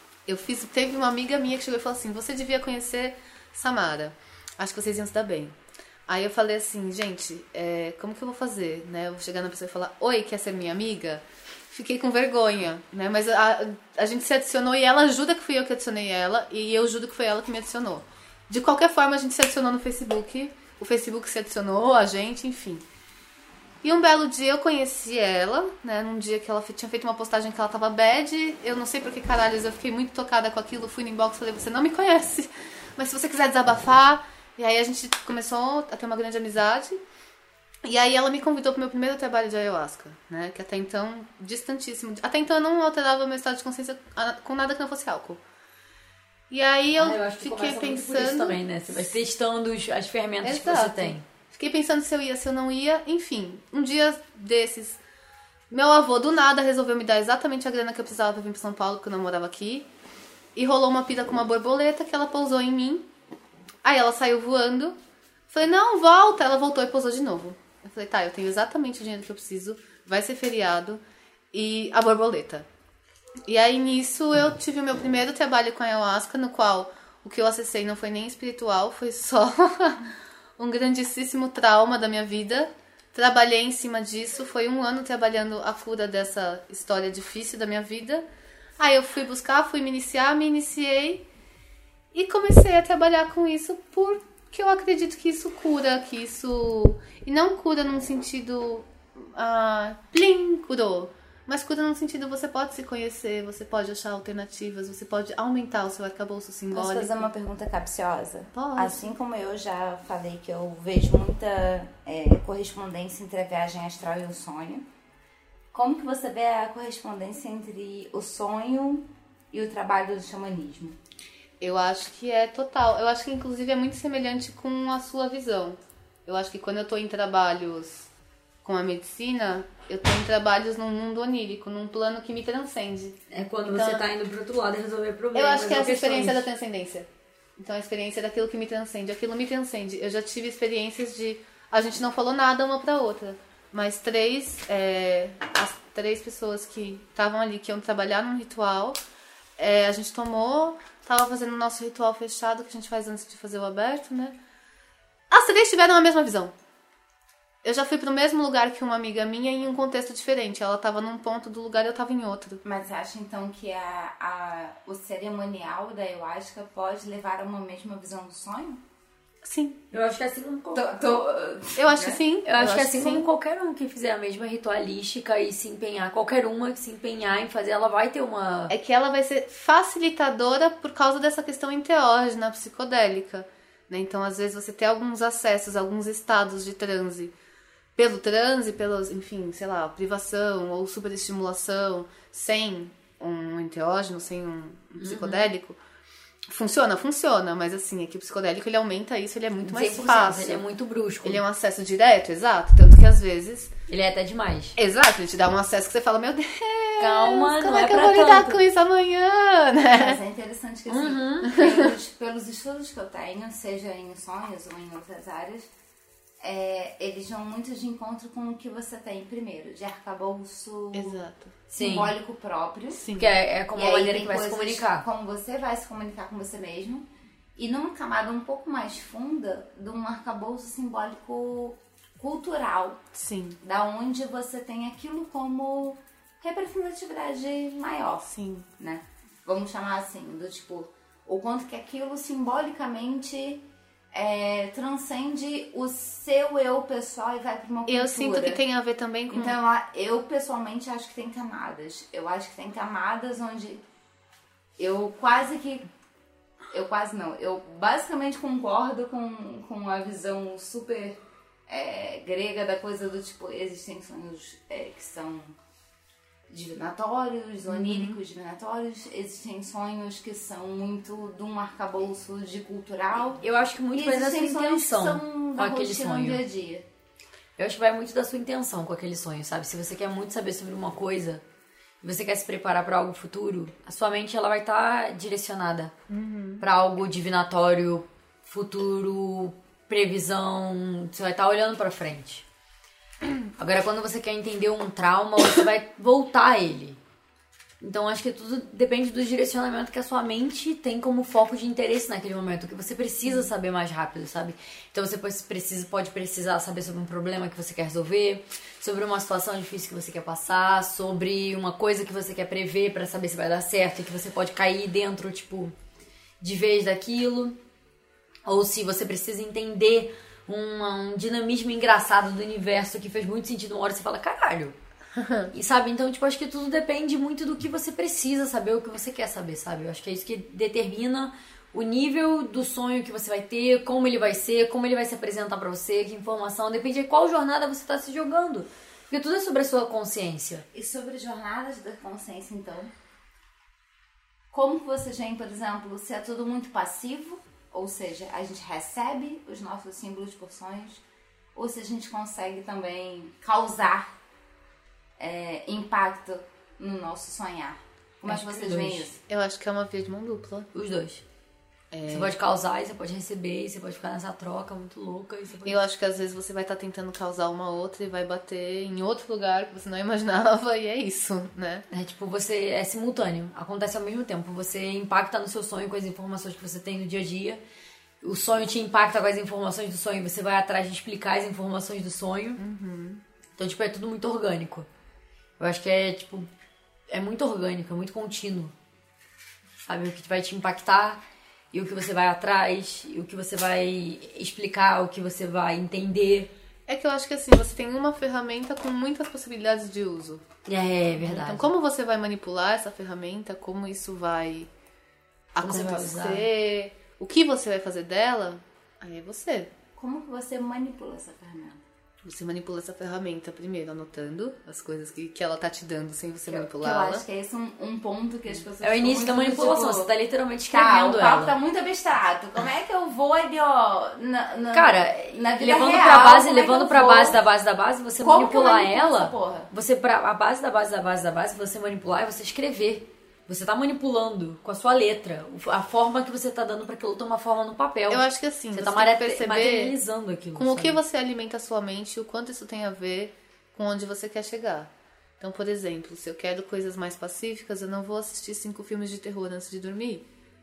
teve uma amiga minha que chegou e falou assim, você devia conhecer Samara, acho que vocês iam se dar bem. Aí eu falei assim, gente, como que eu vou fazer, né? Eu vou chegar na pessoa e falar, oi, quer ser minha amiga? Fiquei com vergonha, né? Mas a gente se adicionou e ela jura que fui eu que adicionei ela e eu juro que foi ela que me adicionou. De qualquer forma, a gente se adicionou no Facebook, o Facebook se adicionou, a gente, enfim. E um belo dia eu conheci ela, né? Num dia que ela tinha feito uma postagem que ela tava bad. Eu não sei por que caralhos, eu fiquei muito tocada com aquilo. Fui no inbox e falei, você não me conhece, mas se você quiser desabafar. E aí a gente começou a ter uma grande amizade. E aí ela me convidou pro meu primeiro trabalho de ayahuasca, né? Que até então, distantíssimo. Até então eu não alterava meu estado de consciência com nada que não fosse álcool. E aí eu acho que fiquei começa muito por pensando... isso também, né? Você vai testando as ferramentas que Exato. você tem. Fiquei pensando se eu ia, se eu não ia. Enfim, um dia desses, meu avô do nada resolveu me dar exatamente a grana que eu precisava pra vir pra São Paulo, porque eu não morava aqui. E rolou uma pira com uma borboleta que ela pousou em mim. Aí ela saiu voando. Falei, não, volta. Ela voltou e pousou de novo. Eu falei, tá, eu tenho exatamente o dinheiro que eu preciso. Vai ser feriado. E a borboleta. E aí nisso eu tive o meu primeiro trabalho com a ayahuasca, no qual o que eu acessei não foi nem espiritual, foi só um grandíssimo trauma da minha vida. Trabalhei em cima disso, foi 1 ano trabalhando a cura dessa história difícil da minha vida. Aí eu fui buscar, fui me iniciar, me iniciei e comecei a trabalhar com isso por que eu acredito que isso cura, que isso... E não cura num sentido... plim, curou. Mas cura num sentido, você pode se conhecer, você pode achar alternativas, você pode aumentar o seu arcabouço simbólico. Posso fazer uma pergunta capciosa? Pode. Assim como eu já falei que eu vejo muita correspondência entre a viagem astral e o sonho, como que você vê a correspondência entre o sonho e o trabalho do xamanismo? Eu acho que é total. Eu acho que, inclusive, é muito semelhante com a sua visão. Eu acho que quando eu tô em trabalhos com a medicina, eu tô em trabalhos num mundo onírico, num plano que me transcende. É quando Então, você tá indo pro outro lado e resolver Eu problemas. acho que é essa questões. experiência da transcendência. Então, a experiência daquilo que me transcende. Aquilo me transcende. Eu já tive experiências de... A gente não falou nada uma pra outra. Mas as 3 pessoas que estavam ali, que iam trabalhar num ritual, a gente tava fazendo o nosso ritual fechado, que a gente faz antes de fazer o aberto, né? As 3 tiveram a mesma visão. Eu já fui pro mesmo lugar que uma amiga minha em um contexto diferente. Ela tava num ponto do lugar e eu tava em outro. Mas você acha então que o cerimonial da ayahuasca pode levar a uma mesma visão do sonho? Sim. Eu acho que é assim como Eu acho que sim. Eu acho que assim sim. como qualquer um que fizer a mesma ritualística e se empenhar, qualquer uma que se empenhar em fazer, ela vai ter uma... É que ela vai ser facilitadora por causa dessa questão enteógena, psicodélica. Né? Então, às vezes, você tem alguns acessos, alguns estados de transe. Pelos, enfim, sei lá, privação ou superestimulação, sem um enteógeno, sem um psicodélico. Funciona, mas assim, é que o psicodélico ele aumenta isso, ele é muito mais 100%, fácil. Ele é muito brusco. Ele é um acesso direto, exato. Tanto que às vezes. Ele é até demais. Exato, ele te dá um acesso que você fala, meu Deus, Calma, como não é é que eu pra vou lidar tanto. com isso amanhã, né? Mas é interessante que assim, pelos estudos que eu tenho, seja em sonhos ou em outras áreas, eles vão muito de encontro com o que você tem primeiro, de arcabouço Exato. simbólico próprio. Sim. Que é como E uma aí maneira tem que vai se coisas comunicar. Como você vai se comunicar com você mesmo. E numa camada um pouco mais funda de um arcabouço simbólico cultural. Sim. Da onde você tem aquilo como representatividade maior. Sim. Né? Vamos chamar assim, do tipo, o quanto que aquilo simbolicamente transcende o seu eu pessoal e vai para uma cultura. Eu sinto que tem a ver também com... Então, eu pessoalmente acho que tem camadas. Eu acho que tem camadas onde eu basicamente concordo com a visão super grega da coisa do tipo, existem sonhos que são divinatórios, oníricos divinatórios, existem sonhos que são muito de um arcabouço de cultural. Eu acho que muito vai da sua intenção com aquele sonho. Dia a dia. Eu acho que vai muito da sua intenção com aquele sonho, sabe? Se você quer muito saber sobre uma coisa e você quer se preparar para algo futuro, a sua mente ela vai estar direcionada para algo divinatório, futuro, previsão. Você vai estar olhando para frente. Agora, quando você quer entender um trauma, você vai voltar a ele. Então, acho que tudo depende do direcionamento que a sua mente tem como foco de interesse naquele momento, o que você precisa saber mais rápido, sabe? Então, você pode precisar saber sobre um problema que você quer resolver, sobre uma situação difícil que você quer passar, sobre uma coisa que você quer prever pra saber se vai dar certo e que você pode cair dentro, tipo, de vez daquilo. Ou se você precisa entender um dinamismo engraçado do universo que fez muito sentido uma hora, você fala, caralho. E sabe, então, tipo, acho que tudo depende muito do que você precisa saber, o que você quer saber, sabe? Eu acho que é isso que determina o nível do sonho que você vai ter, como ele vai ser, como ele vai se apresentar pra você, que informação, depende de qual jornada você tá se jogando. Porque tudo é sobre a sua consciência. E sobre jornadas da consciência, então? Como que você vê, por exemplo, se é tudo muito passivo, ou seja, a gente recebe os nossos símbolos por sonhos, ou se a gente consegue também causar impacto no nosso sonhar. Como é que vocês veem isso? Eu acho que é uma via de mão dupla. Os dois. Você pode causar e você pode receber, e você pode ficar nessa troca muito louca. E você pode... Eu acho que às vezes você vai estar tentando causar uma outra e vai bater em outro lugar que você não imaginava, e é isso, né? É tipo, você é simultâneo, acontece ao mesmo tempo. Você impacta no seu sonho com as informações que você tem no dia a dia. O sonho te impacta com as informações do sonho, você vai atrás de explicar as informações do sonho. Então, tipo, é tudo muito orgânico. Eu acho que é muito orgânico, é muito contínuo. Sabe? O que vai te impactar e o que você vai atrás, e o que você vai explicar, o que você vai entender. É que eu acho que assim, você tem uma ferramenta com muitas possibilidades de uso. É verdade. Então, como você vai manipular essa ferramenta, como isso vai Como você vai acontecer, o que você vai fazer dela, aí é você. Como que você manipula essa ferramenta? Você manipula essa ferramenta primeiro, anotando as coisas que ela tá te dando sem você Que manipulá-la. eu acho que é esse um ponto que as pessoas É o início da ficam muito, manipulação, tipo, você tá literalmente tá, escrevendo o papo ela. tá muito abstrato. Como é que eu vou ali, ó, Cara, na vida levando real, pra base, como é que levando eu pra vou? base da base da base, você Como que eu manipular manipulo essa ela, porra? você pra a base da base da base da base, você manipular é você escrever. Você tá manipulando com a sua letra. A forma que você tá dando pra aquilo tomar forma no papel. Eu acho que assim, Você você tá tem que perceber materializando aquilo. com o sabe? que você alimenta a sua mente e o quanto isso tem a ver com onde você quer chegar. Então, por exemplo, se eu quero coisas mais pacíficas, eu não vou assistir 5 filmes de terror antes de dormir.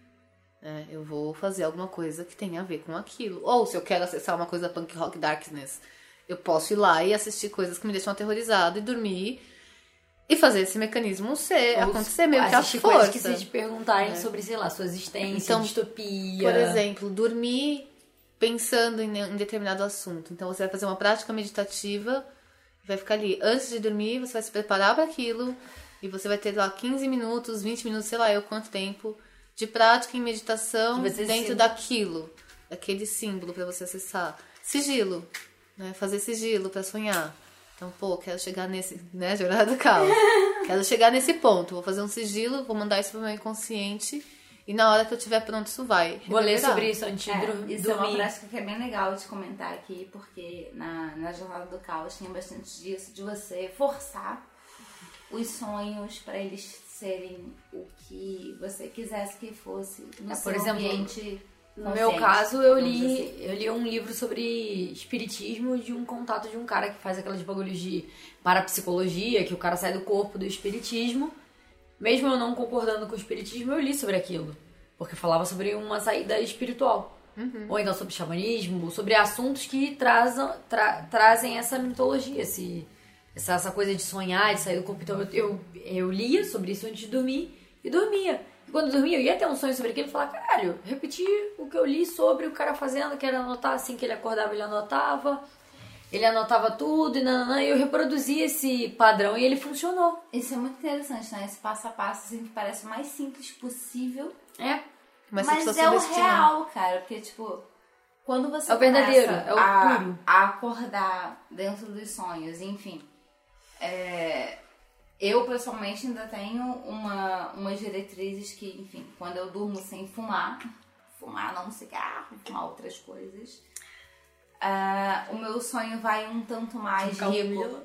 Eu vou fazer alguma coisa que tenha a ver com aquilo. Ou se eu quero acessar uma coisa punk rock darkness, eu posso ir lá e assistir coisas que me deixam aterrorizada e dormir e fazer esse mecanismo acontecer meio que à assistir coisas força. que se te perguntarem sobre, sei lá, sua existência, Então, distopia. Por exemplo, dormir pensando em determinado assunto. Então você vai fazer uma prática meditativa, vai ficar ali. Antes de dormir, você vai se preparar para aquilo e você vai ter lá 15 minutos, 20 minutos, sei lá eu quanto tempo, de prática em meditação dentro daquilo, daquele símbolo para você acessar. Sigilo, né? Fazer sigilo para sonhar. Então, quero chegar nesse, né, jornada do caos. Quero chegar nesse ponto. Vou fazer um sigilo, vou mandar isso pro meu inconsciente e na hora que eu estiver pronto, isso vai. Vou ler sobre isso antes de dormir. Isso é uma prática que é bem legal de comentar aqui, porque na Jornada do Caos tinha bastante disso, de você forçar os sonhos para eles serem o que você quisesse que fosse no seu por exemplo, ambiente. No meu caso, eu li um livro sobre espiritismo de um contato de um cara que faz aquelas bagulhos de parapsicologia, que o cara sai do corpo do espiritismo. Mesmo eu não concordando com o espiritismo, eu li sobre aquilo. Porque falava sobre uma saída espiritual. Ou então sobre xamanismo, sobre assuntos que trazem essa mitologia, essa coisa de sonhar, de sair do corpo. Então eu lia sobre isso antes de dormir e dormia. E quando eu dormia, eu ia ter um sonho sobre aquilo e falar, caralho, repetir o que eu li sobre o cara fazendo, que era anotar assim que ele acordava, ele anotava tudo e eu reproduzia esse padrão e ele funcionou. Isso é muito interessante, né? Esse passo a passo assim, que parece o mais simples possível. Mas é o real, cara. Porque, tipo, quando você é o verdadeiro, começa é o puro. a acordar dentro dos sonhos, enfim. Eu, pessoalmente, ainda tenho umas diretrizes que, enfim, quando eu durmo sem fumar não cigarro, fumar outras coisas, o meu sonho vai um tanto mais rico.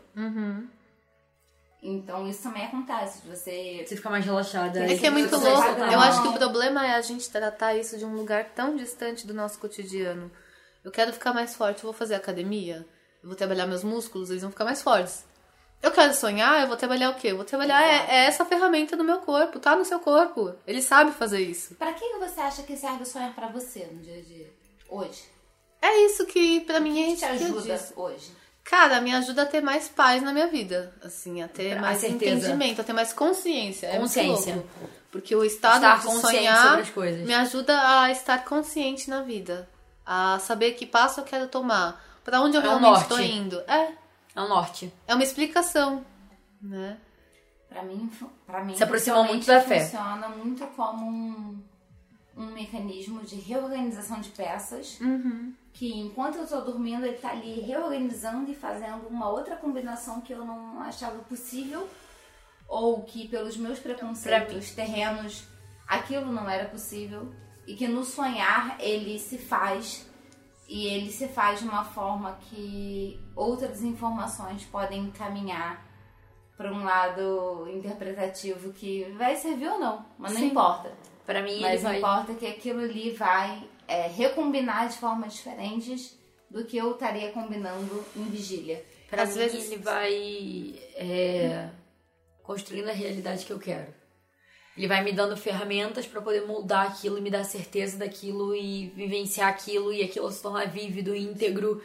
Então isso também acontece, você fica mais relaxada. É que é muito louco. Eu acho que o problema é a gente tratar isso de um lugar tão distante do nosso cotidiano. Eu quero ficar mais forte, eu vou fazer academia, eu vou trabalhar meus músculos, eles vão ficar mais fortes. Eu quero sonhar, eu vou trabalhar o quê? Eu vou trabalhar essa ferramenta do meu corpo, tá no seu corpo. Ele sabe fazer isso. Pra que você acha que serve sonhar pra você no dia de hoje? É isso que pra mim é isso que que eu ajuda disse. hoje. Cara, me ajuda a ter mais paz na minha vida, assim, a ter mais certeza. entendimento, a ter mais consciência. É muito Consciência. louco. Porque o estado Estar de consciente sonhar sobre as coisas. me ajuda a estar consciente na vida, a saber que passo eu quero tomar, pra onde eu realmente estou indo. É o norte. É uma explicação, né? Pra mim se aproxima muito da fé. Funciona muito como um mecanismo de reorganização de peças, que enquanto eu tô dormindo, ele tá ali reorganizando e fazendo uma outra combinação que eu não achava possível, ou que pelos meus preconceitos terrenos, aquilo não era possível, e que no sonhar ele se faz, e ele se faz de uma forma que outras informações podem caminhar para um lado interpretativo que vai servir ou não, mas não importa. Pra mim, Mas importa que aquilo ali vai recombinar de formas diferentes do que eu estaria combinando em vigília. Pra mim, ele vai construindo a realidade que eu quero. Ele vai me dando ferramentas pra poder moldar aquilo e me dar certeza daquilo e vivenciar aquilo e aquilo se tornar vívido, íntegro.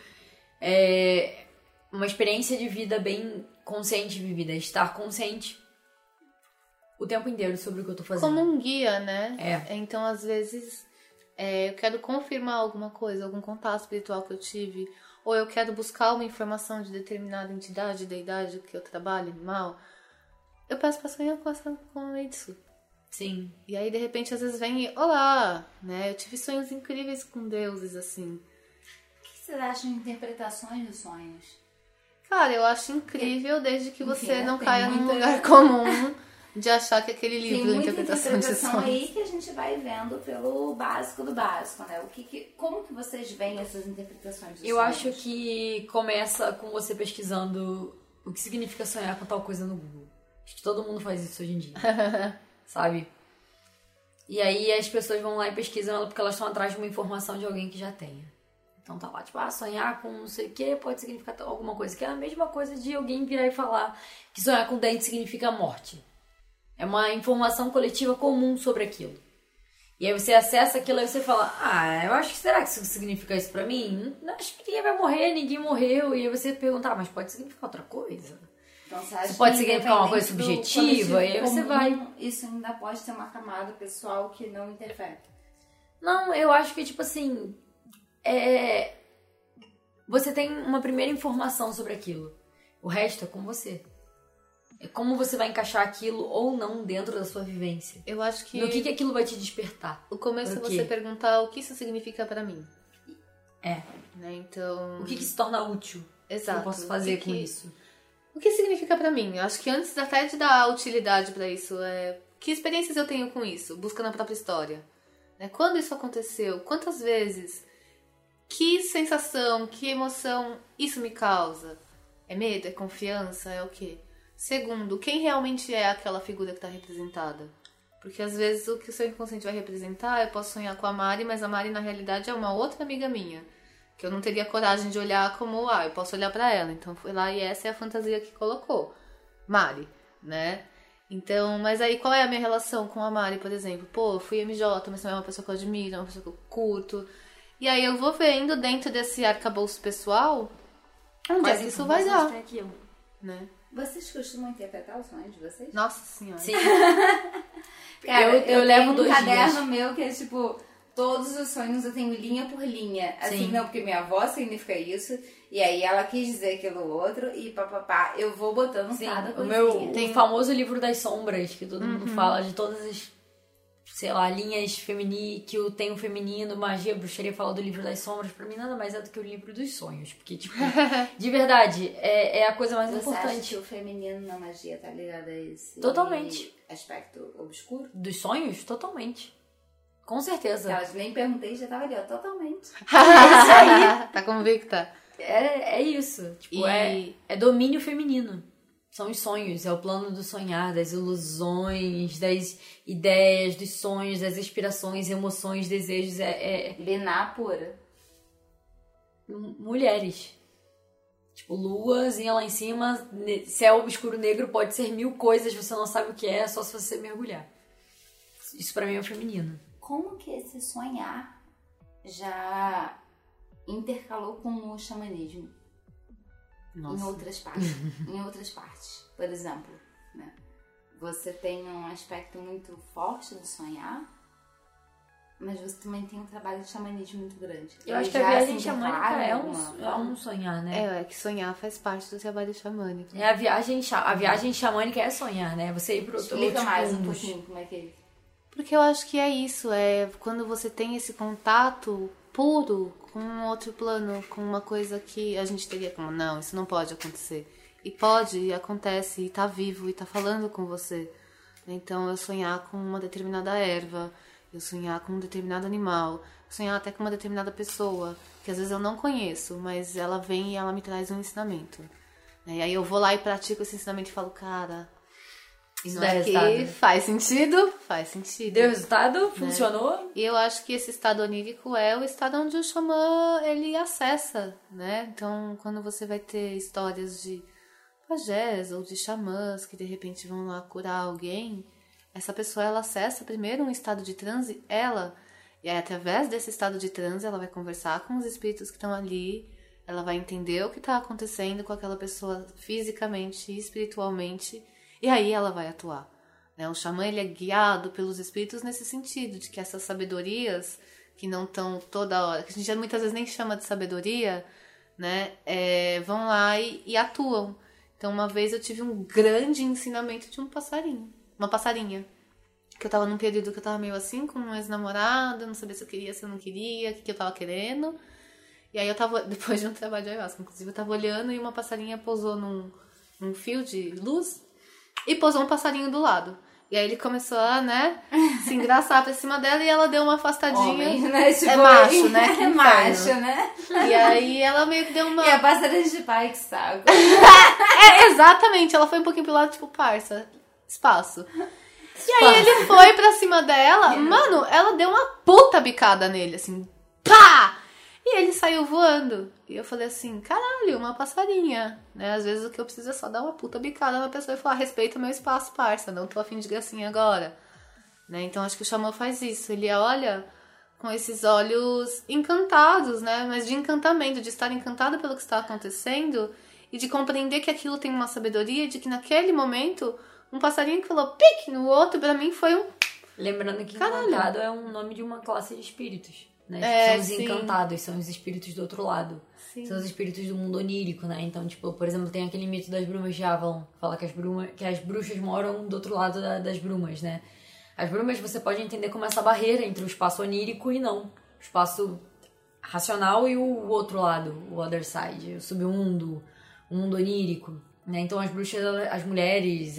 Uma experiência de vida bem consciente vivida. Estar consciente o tempo inteiro sobre o que eu tô fazendo. Como um guia, né? É. Então, às vezes, eu quero confirmar alguma coisa, algum contato espiritual que eu tive, ou eu quero buscar uma informação de determinada entidade, deidade que eu trabalho, animal, eu peço pra sonhar com isso. Sim. E aí, de repente, às vezes vem e, olá, né? Eu tive sonhos incríveis com deuses, assim. O que vocês acham de interpretações dos sonhos? Cara, eu acho incrível desde que você não tem caia num muita- lugar comum de achar que aquele Tem livro é muita interpretação de interpretação sonhos. aí que a gente vai vendo pelo básico do básico, né? Como que vocês veem essas interpretações dos Eu sonhos? acho que começa com você pesquisando o que significa sonhar com tal coisa no Google. Acho que todo mundo faz isso hoje em dia. Sabe? E aí as pessoas vão lá e pesquisam ela porque elas estão atrás de uma informação de alguém que já tenha. Então tá lá, tipo, sonhar com não sei o que pode significar alguma coisa. Que é a mesma coisa de alguém virar e falar que sonhar com dente significa morte. É uma informação coletiva comum sobre aquilo. E aí você acessa aquilo e você fala, eu acho que será que isso significa isso pra mim? Não, acho que ninguém vai morrer, ninguém morreu. E aí você pergunta, mas pode significar outra coisa? Então, você acha Isso pode que significar uma coisa independente do subjetiva, e aí você coletivo vai... comum, isso ainda pode ter uma camada pessoal que não interfere. Não, eu acho que, tipo assim, você tem uma primeira informação sobre aquilo. O resto é com você. É como você vai encaixar aquilo ou não dentro da sua vivência. Eu acho que No que aquilo vai te despertar. o começo é Por você quê? perguntar o que isso significa pra mim. É. Né? Então... O que se torna útil? Exato. Eu posso fazer O que com que- isso? O que significa pra mim? Eu acho que antes até de dar utilidade pra isso, que experiências eu tenho com isso? Busca na própria história. Né? Quando isso aconteceu? Quantas vezes? Que sensação, que emoção isso me causa? É medo? É confiança? É o quê? Segundo, quem realmente é aquela figura que está representada? Porque às vezes o que o seu inconsciente vai representar, eu posso sonhar com a Mari, mas a Mari na realidade é uma outra amiga minha. Que eu não teria coragem de olhar como, eu posso olhar pra ela. Então fui lá e essa é a fantasia que colocou. Mari, né? Então, mas aí qual é a minha relação com a Mari, por exemplo? Pô, eu fui MJ, mas também é uma pessoa que eu admiro, é uma pessoa que eu curto. E aí eu vou vendo dentro desse arcabouço pessoal, Onde é que isso vai dar, Aquilo? né? Vocês costumam interpretar os sonhos de vocês? Nossa senhora. Sim. Cara, eu levo tenho 2 um caderno dias. meu que é tipo, todos os sonhos eu tenho linha por linha. Assim, Sim. não, porque minha avó significa isso, e aí ela quis dizer aquilo outro, e papapá, eu vou botando Sim, cada o coisinha. meu famoso livro das sombras, que todo mundo fala de todas as, sei lá, linhas que tem o feminino, magia, bruxaria, fala do livro das sombras. Pra mim nada mais é do que o livro dos sonhos, porque, tipo, de verdade, é a coisa mais Você acha importante. que o feminino na magia tá ligado a esse Totalmente. aspecto obscuro? Dos sonhos? Totalmente. Com certeza. Elas nem perguntei, já tava ali, ó, totalmente. Tá convicta. É isso. Tipo, é domínio feminino. São os sonhos, é o plano do sonhar, das ilusões, das ideias, dos sonhos, das aspirações, emoções, desejos. Biná pura. Mulheres. Tipo, luazinha lá em cima, céu escuro negro pode ser 1000 coisas, você não sabe o que é só se você mergulhar. Isso pra mim é o feminino. Como que esse sonhar já intercalou com o xamanismo? Nossa. Em outras partes. Por exemplo, né? Você tem um aspecto muito forte do sonhar, mas você também tem um trabalho de xamanismo muito grande. Eu acho Ele que a já viagem se xamânica intercala é em alguma forma? um sonhar, né? É que sonhar faz parte do trabalho xamânico. A viagem xamânica é sonhar, né? Você ir pro outro Explica mais um mundos. pouquinho como é que é isso. Porque eu acho que é isso, quando você tem esse contato puro com um outro plano, com uma coisa que a gente teria como, não, isso não pode acontecer. E pode, e acontece, e tá vivo, e tá falando com você. Então, eu sonhar com uma determinada erva, eu sonhar com um determinado animal, sonhar até com uma determinada pessoa, que às vezes eu não conheço, mas ela vem e ela me traz um ensinamento. E aí eu vou lá e pratico esse ensinamento e falo, cara, Isso não dá é que resultado. faz sentido? Faz sentido. Deu resultado? Funcionou? E eu acho que esse estado onírico é o estado onde o xamã, ele acessa, né? Então, quando você vai ter histórias de pajés ou de xamãs que de repente vão lá curar alguém, essa pessoa, ela acessa primeiro um estado de transe, e aí através desse estado de transe, ela vai conversar com os espíritos que estão ali, ela vai entender o que está acontecendo com aquela pessoa fisicamente e espiritualmente, e aí ela vai atuar. Né? O xamã, ele é guiado pelos espíritos nesse sentido, de que essas sabedorias que não estão toda hora, que a gente muitas vezes nem chama de sabedoria, né, vão lá e atuam. Então, uma vez eu tive um grande ensinamento de uma passarinha. Que eu tava num período que eu tava meio assim, com um ex-namorado, não sabia se eu queria, se eu não queria, o que eu tava querendo. E aí eu tava, depois de um trabalho de ayahuasca, inclusive, eu tava olhando e uma passarinha pousou num fio de luz e pousou um passarinho do lado. E aí ele começou a, né, se engraçar pra cima dela e ela deu uma afastadinha. Homem, né? Tipo, é macho, né? É macho, né? E aí ela meio que deu uma... E a passarinha de pai, que saco. Exatamente, ela foi um pouquinho pro lado, tipo, parça, espaço. E aí ele foi pra cima dela, mano, ela deu uma puta bicada nele, assim, pá! E ele saiu voando. E eu falei assim, caralho, uma passarinha, né? Às vezes o que eu preciso é só dar uma puta bicada na pessoa e falar, respeita meu espaço, parça, não tô afim de gracinha agora. Né? Então acho que o xamã faz isso, ele olha com esses olhos encantados, né? Mas de encantamento, de estar encantado pelo que está acontecendo e de compreender que aquilo tem uma sabedoria, de que naquele momento, um passarinho que falou pique no outro, pra mim foi um... Lembrando que caralho. encantado é um nome de uma classe de espíritos. Né? São os encantados, são os espíritos do outro lado. Sim. São os espíritos do mundo onírico, né? Então, tipo, por exemplo, tem aquele mito das brumas de Avalon, que fala que as bruxas moram do outro lado das brumas, né? As brumas você pode entender como essa barreira entre o espaço onírico e não. O espaço racional e o outro lado, o other side, o submundo, o mundo onírico, né? Então as bruxas, as mulheres,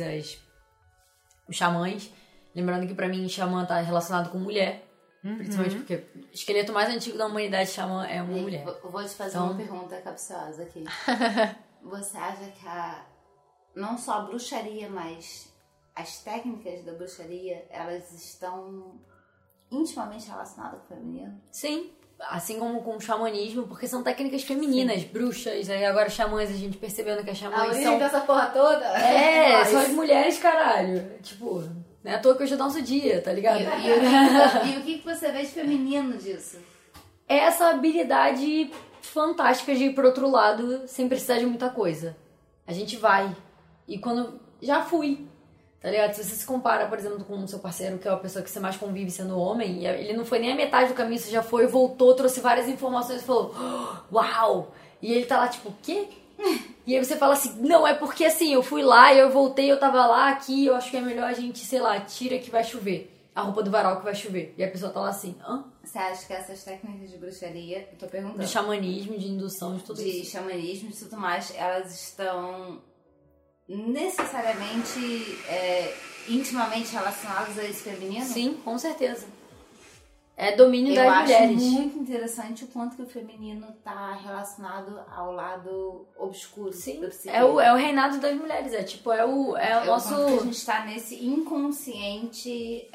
os xamãs, lembrando que pra mim xamã tá relacionado com mulher, principalmente porque o esqueleto mais antigo da humanidade xamã é uma mulher. Eu vou te fazer uma pergunta capciosa aqui. Você acha que não só a bruxaria, mas as técnicas da bruxaria, elas estão intimamente relacionadas com o feminino? Sim, assim como com o xamanismo, porque são técnicas femininas, bruxas, aí agora xamãs, a gente percebendo que as xamãs são... dessa porra toda? São as mulheres, caralho. Tipo, não é à toa que hoje eu danço o dia, tá ligado? E o que você vê de feminino disso? É essa habilidade fantástica de ir pro outro lado sem precisar de muita coisa. A gente vai. E quando... Já fui. Tá ligado? Se você se compara, por exemplo, com o seu parceiro, que é a pessoa que você mais convive sendo homem, e ele não foi nem a metade do caminho, você já foi, voltou, trouxe várias informações e falou, uau! E ele tá lá, tipo, o quê? E aí você fala assim, não, é porque assim, eu fui lá, eu voltei, eu tava lá, aqui, eu acho que é melhor a gente, sei lá, tira que vai chover. A roupa do varal que vai chover. E a pessoa tá lá assim, hã? Você acha que essas técnicas de bruxaria, eu tô perguntando... De xamanismo, de indução, de tudo isso. De xamanismo, de tudo mais, elas estão... necessariamente intimamente relacionados a esse feminino? Sim, com certeza. É domínio das mulheres. Eu acho muito interessante o quanto que o feminino tá relacionado ao lado obscuro. Sim, é o reinado das mulheres. É tipo, é o nosso... quanto que a gente tá nesse inconsciente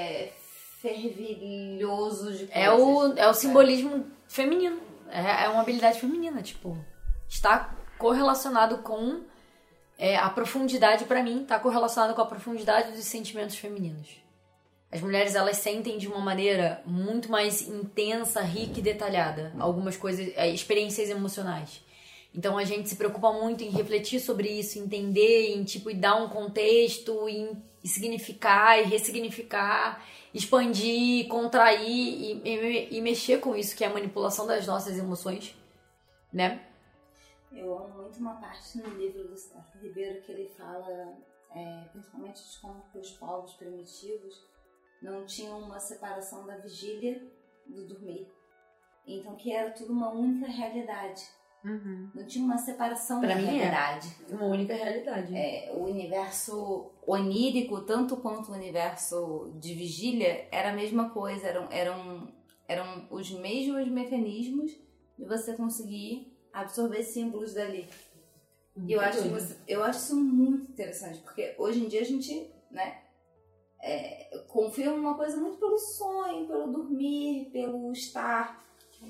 fervilhoso de coisas. É o simbolismo feminino. É uma habilidade feminina, tipo... Está correlacionado com... a profundidade, pra mim, tá correlacionada com a profundidade dos sentimentos femininos. As mulheres, elas sentem de uma maneira muito mais intensa, rica e detalhada algumas coisas, experiências emocionais. Então a gente se preocupa muito em refletir sobre isso, entender, e dar um contexto, e significar e ressignificar, expandir, contrair e mexer com isso, que é a manipulação das nossas emoções, né? Eu amo muito uma parte no livro do Gustavo Ribeiro que ele fala, principalmente de como os povos primitivos não tinham uma separação da vigília do dormir. Então que era tudo uma única realidade. Não tinha uma separação da realidade. Uma única realidade. O universo onírico, tanto quanto o universo de vigília, era a mesma coisa. Eram os mesmos mecanismos de você conseguir absorver símbolos dali. E eu acho isso muito interessante, porque hoje em dia a gente, né, confia uma coisa muito pelo sonho, pelo dormir, pelo estar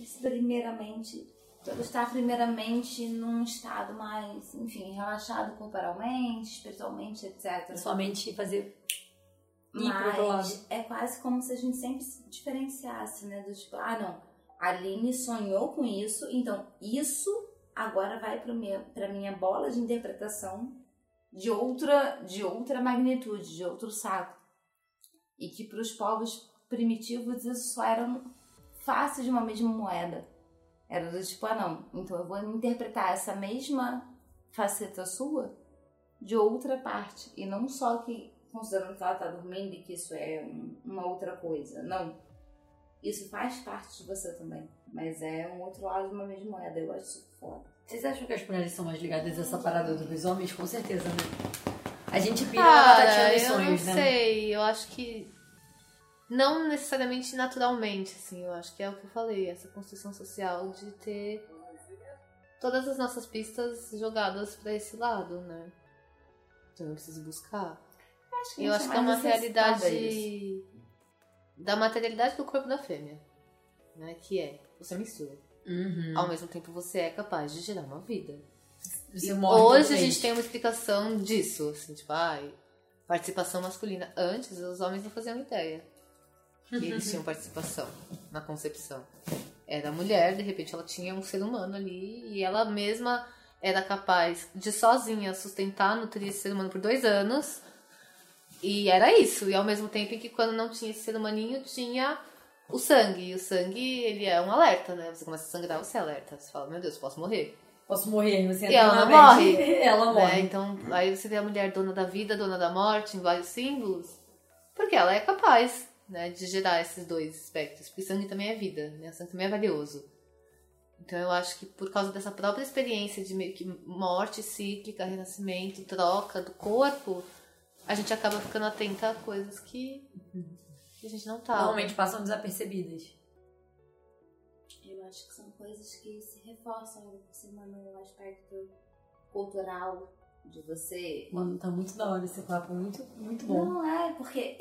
primeiramente num estado mais, enfim, relaxado corporalmente, espiritualmente, etc. Somente fazer Mas é quase como se a gente sempre se diferenciasse, né, do tipo, não, a Aline sonhou com isso, então isso agora vai para minha bola de interpretação de outra magnitude, de outro saco. E que para os povos primitivos isso só eram faces de uma mesma moeda. Era do tipo, não, então eu vou interpretar essa mesma faceta sua de outra parte. E não só que, considerando que ela tá dormindo e que isso é uma outra coisa. Não. Isso faz parte de você também. Mas é um outro lado de uma mesma moeda. Eu acho isso foda. Vocês acham que as mulheres são mais ligadas a essa parada dos homens? Com certeza, né? A gente pira na batatinha dos sonhos, né? Eu não sei, eu acho que não necessariamente naturalmente, assim, eu acho que é o que eu falei, essa construção social de ter todas as nossas pistas jogadas pra esse lado, né? Então eu preciso buscar. Eu acho que é uma realidade da materialidade do corpo da fêmea, né? Que é, você mistura. Ao mesmo tempo você é capaz de gerar uma vida. Hoje a gente tem uma explicação disso, assim, tipo, participação masculina. Antes, os homens não faziam ideia que eles tinham participação na concepção. Era a mulher, de repente ela tinha um ser humano ali e ela mesma era capaz de sozinha sustentar, nutrir esse ser humano por 2 anos. E era isso. E ao mesmo tempo em que quando não tinha esse ser humaninho, tinha o sangue. E o sangue, ele é um alerta, né? Você começa a sangrar, você alerta. Você fala, meu Deus, posso morrer. Posso morrer, você e ela não morre. Ela morre. Né? Então, aí você vê a mulher dona da vida, dona da morte, em vários símbolos. Porque ela é capaz, né, de gerar esses 2 aspectos. Porque sangue também é vida, né? Sangue também é valioso. Então eu acho que por causa dessa própria experiência de meio que morte cíclica, renascimento, troca do corpo, a gente acaba ficando atenta a coisas que a gente não tá. Normalmente passam desapercebidas. Eu acho que são coisas que se reforçam por cima no aspecto cultural de você. Mano, tá muito da hora esse papo, muito, muito bom. Não, porque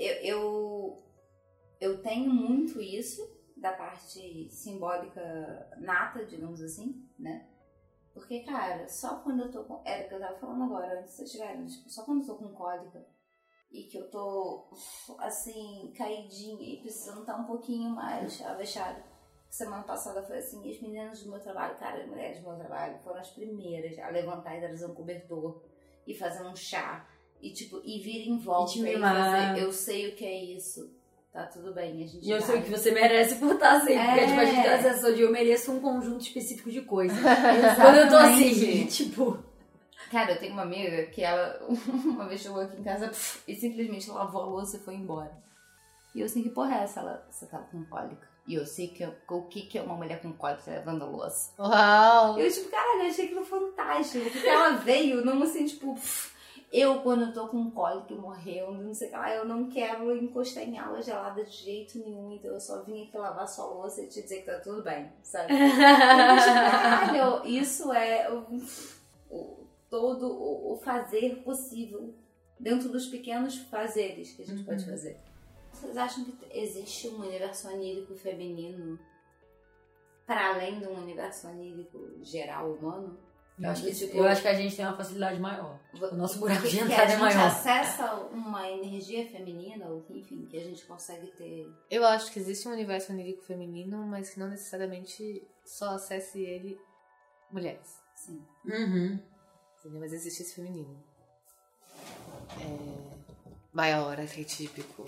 eu tenho muito isso da parte simbólica nata, digamos assim, né? Porque, cara, só quando eu tô com... Era o que eu tava falando agora, antes de vocês chegarem. Tipo, só quando eu tô com cólica e que eu tô, assim, caidinha e precisando estar um pouquinho mais avexada. Semana passada foi assim, e as meninas do meu trabalho, cara, as mulheres do meu trabalho foram as primeiras a levantar e trazer um cobertor e fazer um chá e, tipo, e vir em volta e fazer, eu sei o que é isso. Tá tudo bem, a gente. E eu sei o que você merece por estar assim. Porque tipo, a gente tem a sensação de eu mereço um conjunto específico de coisas. Quando eu tô assim, tipo. Cara, eu tenho uma amiga que ela uma vez chegou aqui em casa e simplesmente lavou a louça e foi embora. E eu assim, que porra é essa? Você tava com cólica. E eu sei o que é uma mulher com cólica lavando a louça. Uau! Eu, tipo, caralho, eu achei aquilo fantástico. Porque ela veio, não assim, tipo. Eu, quando eu tô com cólica, morrendo, não sei o que lá, eu não quero encostar em água gelada de jeito nenhum, então eu só vim aqui lavar sua louça e te dizer que tá tudo bem, sabe? Caralho, isso é todo o fazer possível dentro dos pequenos fazeres que a gente pode fazer. Vocês acham que existe um universo onírico feminino para além de um universo onírico geral humano? Eu acho que a gente tem uma facilidade maior. O nosso buraco de entrada é maior. maior. A gente acessa uma energia feminina, ou enfim, que a gente consegue ter. Eu acho que existe um universo onírico feminino, mas que não necessariamente só acesse ele mulheres. Sim. Mas existe esse feminino. Maior, arquetípico.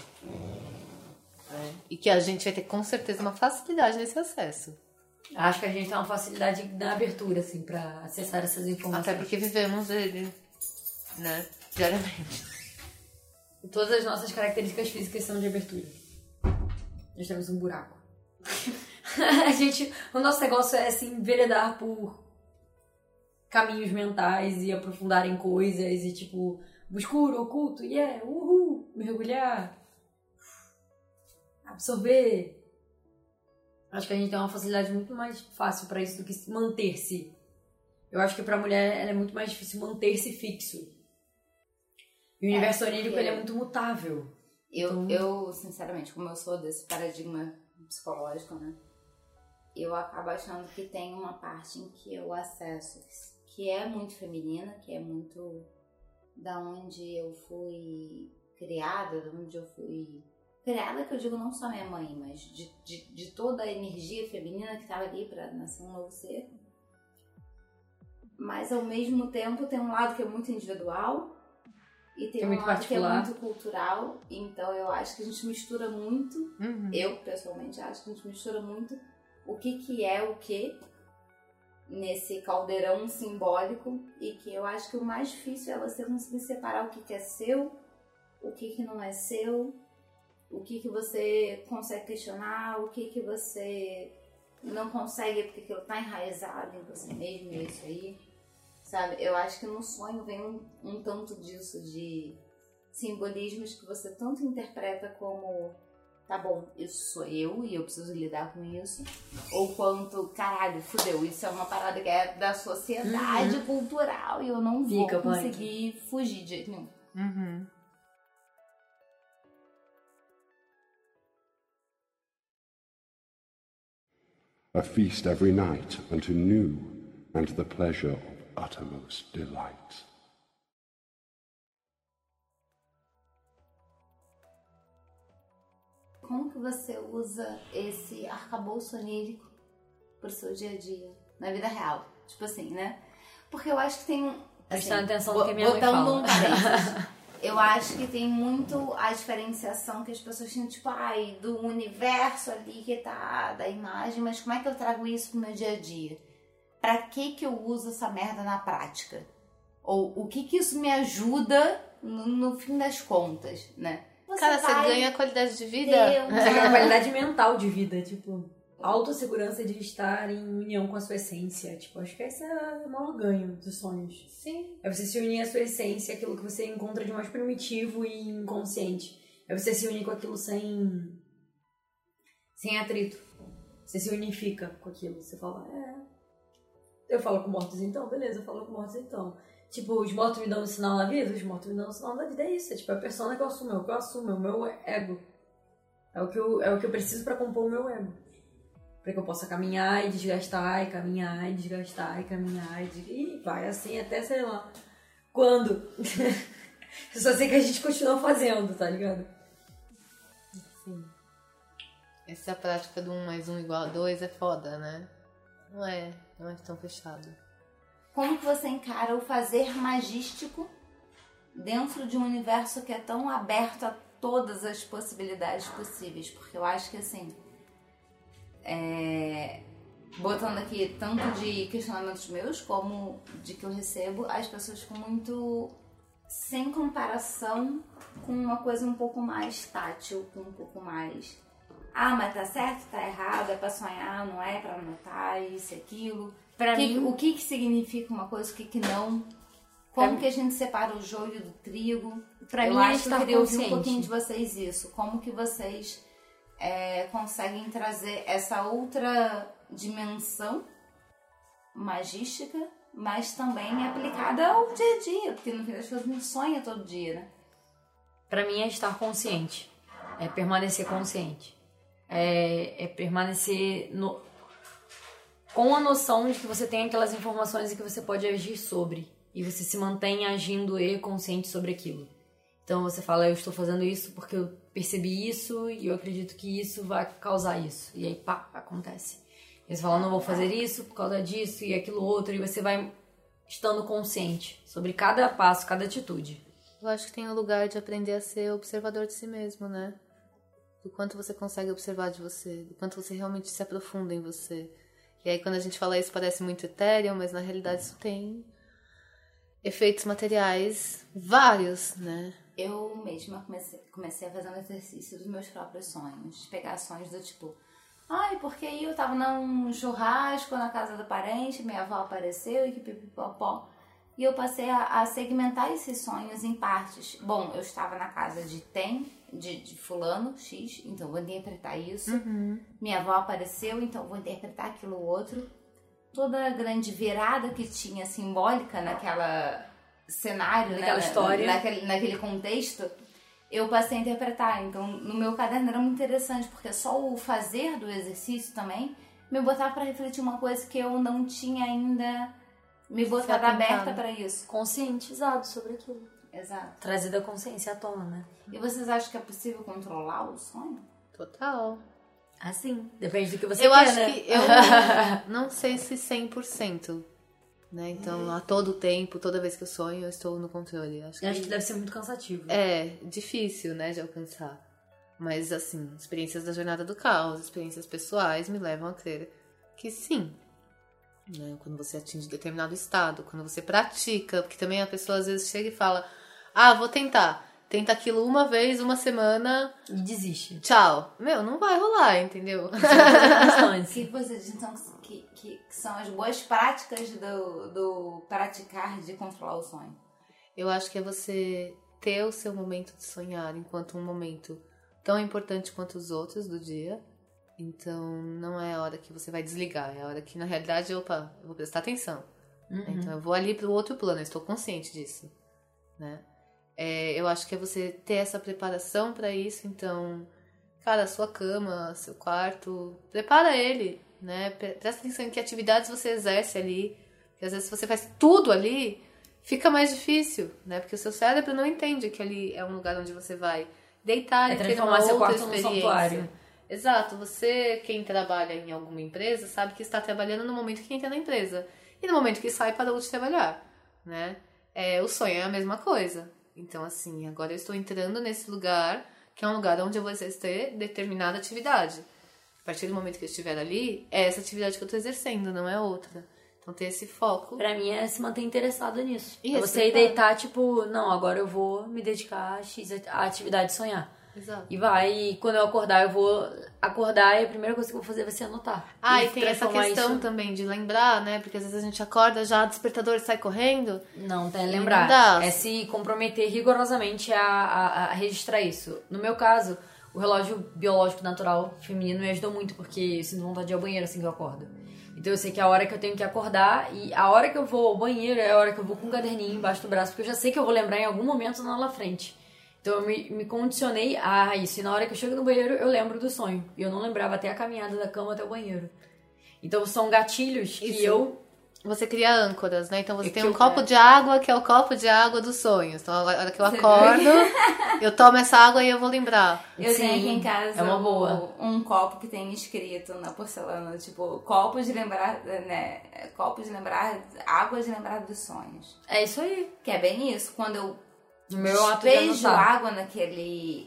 E que a gente vai ter com certeza uma facilidade nesse acesso. Acho que a gente tem uma facilidade na abertura, assim, pra acessar essas informações. Até porque vivemos ele, né, diariamente. Todas as nossas características físicas são de abertura. Nós temos um buraco. O nosso negócio é, assim, enveredar por caminhos mentais e aprofundar em coisas e, tipo, escuro, oculto, uhul, mergulhar, absorver. Acho que a gente tem uma facilidade muito mais fácil pra isso do que manter-se. Eu acho que pra mulher ela é muito mais difícil manter-se fixo. E o universo onírico ele é muito mutável. Eu, sinceramente, como eu sou desse paradigma psicológico, né? Eu acabo achando que tem uma parte em que eu acesso, que é muito feminina, que é muito da onde eu fui criada, da onde eu fui... Criada, que eu digo não só minha mãe, mas de toda a energia feminina que estava ali para nascer um novo ser. Mas ao mesmo tempo tem um lado que é muito individual E tem é muito um lado que é particular. muito cultural, então eu acho que a gente mistura muito, eu pessoalmente acho que a gente mistura muito o que é o que nesse caldeirão simbólico, e que eu acho que o mais difícil é você conseguir separar o que é seu, o que não é seu, o que você consegue questionar, o que você não consegue porque aquilo tá enraizado em você mesmo, e é isso aí, sabe? Eu acho que no sonho vem um tanto disso, de simbolismos que você tanto interpreta como, tá bom, isso sou eu e eu preciso lidar com isso, ou quanto, caralho, fudeu, isso é uma parada que é da sociedade cultural e eu não vou conseguir fugir de jeito nenhum. A feast every night unto new and the pleasure of uttermost delight. Como que você usa esse arcabouço onírico pro seu dia a dia, na vida real? Tipo assim, né? Porque eu acho que tem um... Prestando atenção no que minha mãe fala. Botando um parênteses. Eu acho que tem muito a diferenciação que as pessoas têm, tipo, ai, do universo ali que tá, da imagem, mas como é que eu trago isso pro meu dia a dia? Pra que eu uso essa merda na prática? Ou o que isso me ajuda no fim das contas, né? Cara, você ganha qualidade de vida? Você ganha qualidade mental de vida, tipo, autossegurança de estar em união com a sua essência. Tipo, acho que esse é o maior ganho dos sonhos. Sim. É você se unir à sua essência, aquilo que você encontra de mais primitivo e inconsciente. É você se unir com aquilo sem atrito. Você se unifica com aquilo. Você fala, eu falo com mortos então? Beleza, eu falo com mortos então. Tipo, os mortos me dão um sinal na vida? Os mortos me dão um sinal na vida, é isso. É tipo, a persona que eu assumo, é o que eu assumo, é o meu ego. É o que eu preciso pra compor o meu ego. Pra que eu possa caminhar e desgastar, e caminhar e desgastar, e caminhar e vai assim até, sei lá, quando? Eu só sei que a gente continua fazendo, tá ligado? Sim. Essa prática do 1 mais 1 igual a 2 é foda, né? Não é tão fechado. Como que você encara o fazer magístico dentro de um universo que é tão aberto a todas as possibilidades possíveis? Porque eu acho que, assim, botando aqui tanto de questionamentos meus como de que eu recebo, as pessoas ficam muito sem comparação com uma coisa um pouco mais tátil, com um pouco mais... mas tá certo, tá errado, é pra sonhar, não é pra anotar, isso e aquilo... O que significa uma coisa, o que não? Como que a gente separa o joio do trigo? Pra eu mim, acho que eu queria ouvir um consciente. pouquinho de vocês isso. Como que vocês conseguem trazer essa outra dimensão magística, mas também aplicada ao dia a dia, porque no fim das contas a gente sonha todo dia, né? Pra mim é estar consciente. É permanecer consciente. É permanecer com a noção de que você tem aquelas informações e que você pode agir sobre. E você se mantém agindo e consciente sobre aquilo. Então você fala, eu estou fazendo isso porque eu percebi isso e eu acredito que isso vai causar isso. E aí, pá, acontece. E você fala, não vou fazer isso por causa disso e aquilo outro. E você vai estando consciente sobre cada passo, cada atitude. Eu acho que tem um lugar de aprender a ser observador de si mesmo, né? Do quanto você consegue observar de você, do quanto você realmente se aprofunda em você. E aí quando a gente fala isso parece muito etéreo, mas na realidade isso tem efeitos materiais vários, né? Eu mesma comecei a fazer um exercício dos meus próprios sonhos. Pegar sonhos do tipo... porque aí eu tava num churrasco na casa do parente, minha avó apareceu e que pipipopó. E eu passei a segmentar esses sonhos em partes. Bom, eu estava na casa de fulano, X, então vou interpretar isso. Minha avó apareceu, então vou interpretar aquilo outro. Toda a grande virada que tinha simbólica naquela cenário, naquela história, naquele contexto, eu passei a interpretar. Então, no meu caderno era muito interessante, porque só o fazer do exercício também me botava para refletir uma coisa que eu não tinha ainda me botado aberta para isso. Conscientizado sobre aquilo. Exato. Trazida a consciência à tona, né? E vocês acham que é possível controlar o sonho? Total. Assim, depende do que você eu quer, acho né? que eu não sei se 100%, né? Então, a todo tempo, toda vez que eu sonho, eu estou no controle. Acho que deve ser muito cansativo. É difícil, né, de alcançar. Mas, assim, experiências da jornada do caos, experiências pessoais me levam a crer que sim. Né? Quando você atinge determinado estado, quando você pratica, porque também a pessoa às vezes chega e fala, vou tentar. Tenta aquilo uma vez, uma semana... E desiste. Tchau. Não vai rolar, entendeu? Que você diz, então, que são as boas práticas do praticar de controlar o sonho? Eu acho que é você ter o seu momento de sonhar enquanto um momento tão importante quanto os outros do dia. Então, não é a hora que você vai desligar. É a hora que, na realidade, eu vou prestar atenção. Então, eu vou ali pro outro plano. Eu estou consciente disso, né? Eu acho que é você ter essa preparação para isso. Então, cara, sua cama, seu quarto, prepara ele, né? Presta atenção em que atividades você exerce ali. Porque às vezes se você faz tudo ali, fica mais difícil, né? Porque o seu cérebro não entende que ali é um lugar onde você vai deitar e ter uma outra experiência. Exato. Você, quem trabalha em alguma empresa, sabe que está trabalhando no momento que entra na empresa. E no momento que sai, parou de trabalhar, né? O sonho é a mesma coisa. Então, assim, agora eu estou entrando nesse lugar, que é um lugar onde eu vou exercer determinada atividade. A partir do momento que eu estiver ali, é essa atividade que eu estou exercendo, não é outra. Então, ter esse foco. Pra mim é se manter interessado nisso. E você ir deitar, tipo, não, agora eu vou me dedicar à atividade de sonhar. Exato. E quando eu acordar, eu vou acordar e a primeira coisa que eu vou fazer vai ser anotar. E tem essa questão também de lembrar, né? Porque às vezes a gente acorda, já o despertador sai correndo. Não, tem que lembrar. É se comprometer rigorosamente a registrar isso. No meu caso, o relógio biológico natural feminino me ajudou muito, porque eu sinto vontade de ir ao banheiro assim que eu acordo. Então eu sei que é a hora que eu tenho que acordar e a hora que eu vou ao banheiro é a hora que eu vou com um caderninho embaixo do braço, porque eu já sei que eu vou lembrar em algum momento lá na frente. Então eu me condicionei a isso. E na hora que eu chego no banheiro, eu lembro do sonho. E eu não lembrava até a caminhada da cama até o banheiro. Então são gatilhos que Você cria âncoras, né? Então você tem um copo de água, que é o copo de água dos sonhos. Então a hora que eu acordo, eu tomo essa água e eu vou lembrar. Eu tenho aqui em casa uma boa. Um copo que tem escrito na porcelana, tipo, copo de lembrar, né? Copo de lembrar, água de lembrar dos sonhos. É isso aí. Que é bem isso. Quando eu despejo água naquele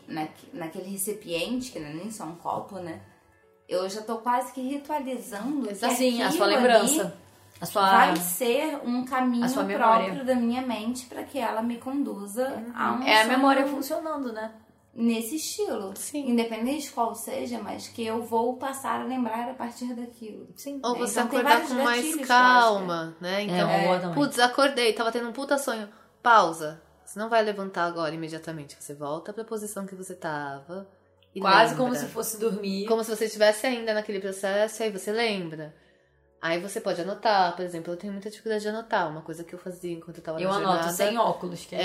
recipiente, que não é nem só um copo, né? Eu já tô quase que ritualizando. Sim, a sua lembrança. Vai ser um caminho próprio da minha mente para que ela me conduza a um a memória funcionando, né? Nesse estilo. Sim. Independente de qual seja, mas que eu vou passar a lembrar a partir daquilo. Sim. Ou você então, acordar com mais calma, né? Então, putz, acordei, tava tendo um puta sonho. Pausa. Você não vai levantar agora imediatamente. Você volta pra posição que você tava e quase lembra. como se fosse dormir. Como se você estivesse ainda naquele processo, aí você lembra. Aí você pode anotar, por exemplo, eu tenho muita dificuldade de anotar. Uma coisa que eu fazia enquanto eu tava na jornada... Eu anoto sem óculos. Que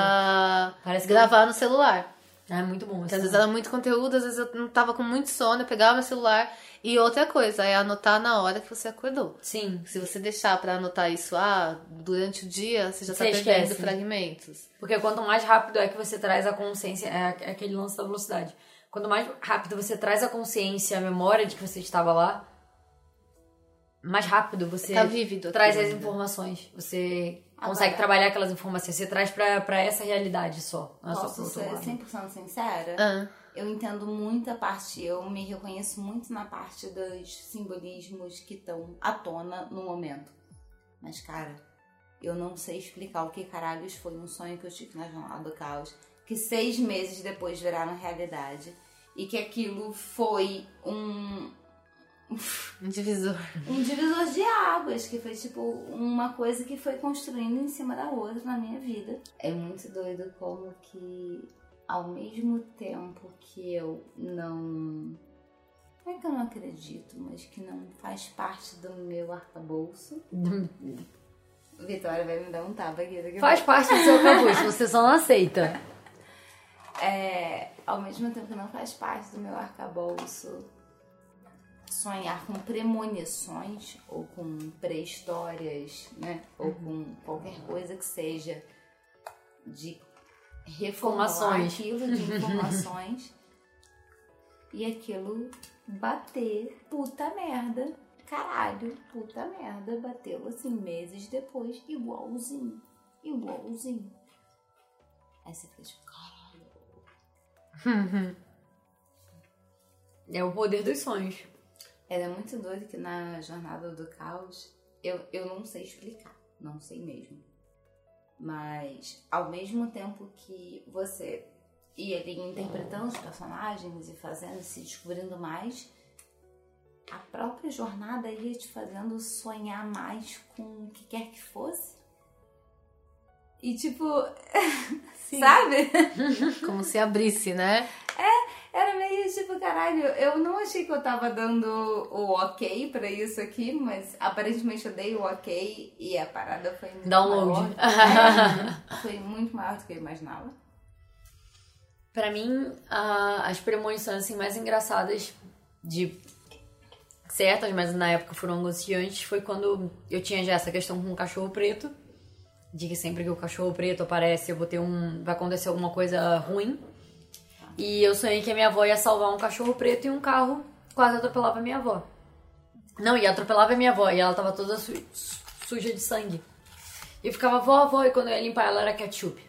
era gravar no celular. É muito bom. Porque às vezes era muito conteúdo, às vezes eu não tava com muito sono, eu pegava meu celular. E outra coisa, é anotar na hora que você acordou. Sim. Se você deixar pra anotar isso durante o dia, você já tá perdendo fragmentos. Porque quanto mais rápido é que você traz a consciência, é aquele lance da velocidade. Quanto mais rápido você traz a consciência, a memória de que você estava lá, mais rápido você tá vívido traz as informações. Você consegue trabalhar aquelas informações. Você traz pra essa realidade só. Não é posso só ser 100% sincera? Eu entendo muita parte, eu me reconheço muito na parte dos simbolismos que estão à tona no momento. Mas, cara, eu não sei explicar o que caralhos foi um sonho que eu tive na Jornada do Caos, que 6 meses depois viraram realidade. E que aquilo foi um divisor. Um divisor de águas, que foi tipo uma coisa que foi construindo em cima da outra na minha vida. É muito doido como que ao mesmo tempo que eu não é que eu não acredito, mas que não faz parte do meu arcabouço. Vitória vai me dar um tapa aqui. Faz parte do seu arcabouço, você só não aceita. Ao mesmo tempo que não faz parte do meu arcabouço sonhar com premonições ou com pré-histórias, né? Ou com qualquer coisa que seja de reformular aquilo de informações e aquilo bater puta merda caralho, puta merda, bateu assim meses depois, igualzinho. Aí você fica tipo, caralho. É o poder dos sonhos. Era muito doido que na Jornada do Caos, eu não sei explicar, não sei mesmo. Mas ao mesmo tempo que você ia ali interpretando os personagens e fazendo, se descobrindo mais, a própria jornada ia te fazendo sonhar mais com o que quer que fosse. E tipo, sabe? Como se abrisse, né? Era meio tipo, caralho, eu não achei que eu tava dando o ok pra isso aqui, mas aparentemente eu dei o ok e a parada foi muito Download. maior. Foi muito maior do que eu imaginava. Pra mim, as premonições assim, mais engraçadas de certas, mas na época foram angustiantes, foi quando eu tinha já essa questão com o cachorro preto, de que sempre que o cachorro preto aparece, eu vou ter vai acontecer alguma coisa ruim. E eu sonhei que a minha avó ia salvar um cachorro preto e um carro quase atropelava a minha avó. Não, ia atropelava a minha avó e ela tava toda suja de sangue. E eu ficava, vó, e quando eu ia limpar ela era ketchup.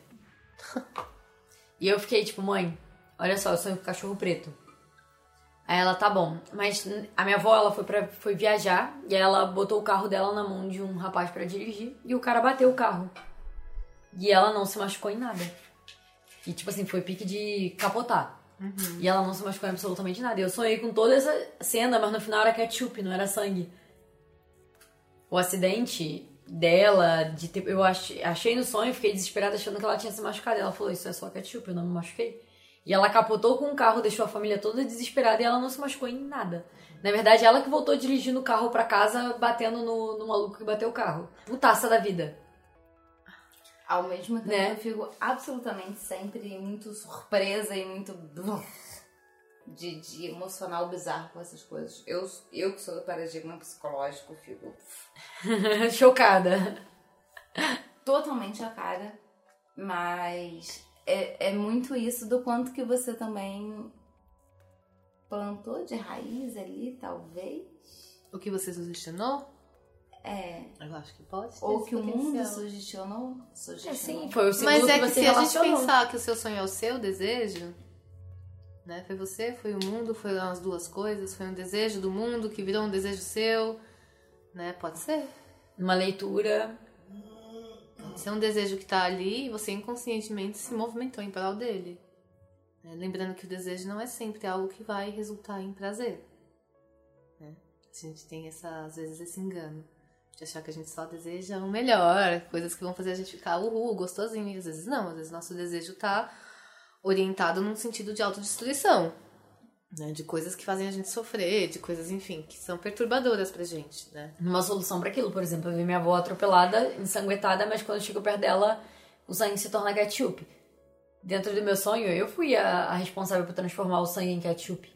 E eu fiquei tipo, mãe, olha só, eu sonho com cachorro preto. Aí ela, tá bom. Mas a minha avó, ela foi viajar e aí ela botou o carro dela na mão de um rapaz pra dirigir e o cara bateu o carro. E ela não se machucou em nada. E tipo assim, foi pique de capotar. E ela não se machucou em absolutamente nada. Eu sonhei com toda essa cena, mas no final era ketchup, não era sangue. O acidente dela, eu achei no sonho, fiquei desesperada achando que ela tinha se machucado. Ela falou, isso é só ketchup, eu não me machuquei. E ela capotou com o carro, deixou a família toda desesperada e ela não se machucou em nada. Na verdade, ela que voltou dirigindo o carro pra casa, batendo no maluco que bateu o carro. Putaça da vida. Ao mesmo tempo, né? Eu fico absolutamente sempre muito surpresa e muito de emocional bizarro com essas coisas. Eu que sou do paradigma psicológico, fico chocada. Totalmente chocada. Mas é muito isso do quanto que você também plantou de raiz ali, talvez. O que você sugestionou? Eu acho que pode ter. Ou que o potencial. mundo sugestionou. Sim, foi o Mas símbolo é que que você se a gente relacionou. pensar que o seu sonho é o seu desejo, né? Foi você, foi o mundo, foi as duas coisas, foi um desejo do mundo que virou um desejo seu, né? Pode ser. Uma leitura. Pode ser um desejo que tá ali e você inconscientemente se movimentou em prol dele. Lembrando que o desejo não é sempre algo que vai resultar em prazer. Né? A gente tem às vezes esse engano. De achar que a gente só deseja o melhor, coisas que vão fazer a gente ficar gostosinho. E às vezes não, às vezes nosso desejo tá orientado num sentido de autodestruição, né? De coisas que fazem a gente sofrer, de coisas, enfim, que são perturbadoras pra gente, né? Uma solução pra aquilo, por exemplo, eu vi minha avó atropelada, ensanguentada, mas quando eu chego perto dela, o sangue se torna ketchup. Dentro do meu sonho, eu fui a responsável por transformar o sangue em ketchup.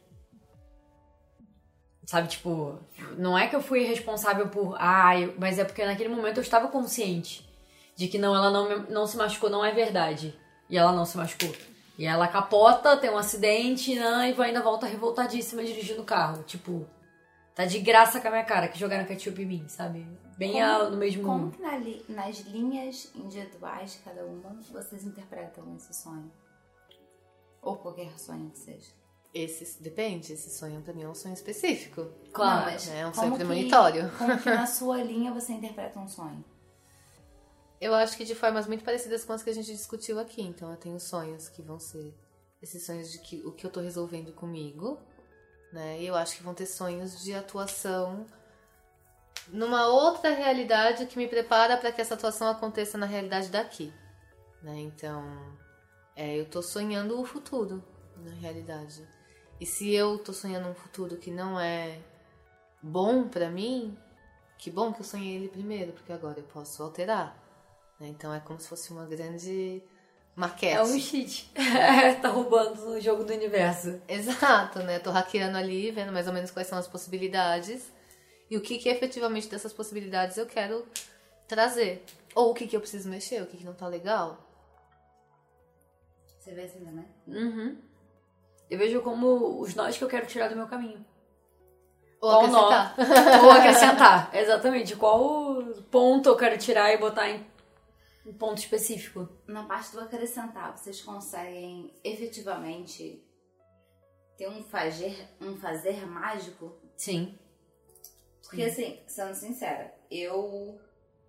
Sabe, tipo, não é que eu fui responsável por... mas é porque naquele momento eu estava consciente de que não, ela não se machucou, não é verdade. E ela não se machucou. E ela capota, tem um acidente, e ainda volta revoltadíssima dirigindo o carro. Tipo, tá de graça com a minha cara que jogaram ketchup em mim, sabe? Bem no mesmo... Como que nas linhas individuais de cada uma, vocês interpretam esse sonho? Ou qualquer sonho que seja? Depende, esse sonho pra mim é um sonho específico. Claro, Não, mas é um como sonho premonitório. Como que na sua linha você interpreta um sonho? Eu acho que de formas muito parecidas com as que a gente discutiu aqui. Então eu tenho sonhos que vão ser esses sonhos de o que eu tô resolvendo comigo, né? E eu acho que vão ter sonhos de atuação numa outra realidade que me prepara para que essa atuação aconteça na realidade daqui, né? Então, eu tô sonhando o futuro, na realidade. E se eu tô sonhando um futuro que não é bom pra mim, que bom que eu sonhei ele primeiro, porque agora eu posso alterar, né? Então é como se fosse uma grande maquete. É um cheat. Tá roubando no jogo do universo. Exato, né? Tô hackeando ali, vendo mais ou menos quais são as possibilidades e o que efetivamente dessas possibilidades eu quero trazer. Ou o que eu preciso mexer, o que não tá legal. Você vê assim também? Uhum. Eu vejo como os nós que eu quero tirar do meu caminho. Ou acrescentar. Ou acrescentar, exatamente. Qual ponto eu quero tirar e botar em um ponto específico? Na parte do acrescentar, vocês conseguem efetivamente ter um fazer mágico? Sim. Porque assim, sendo sincera, eu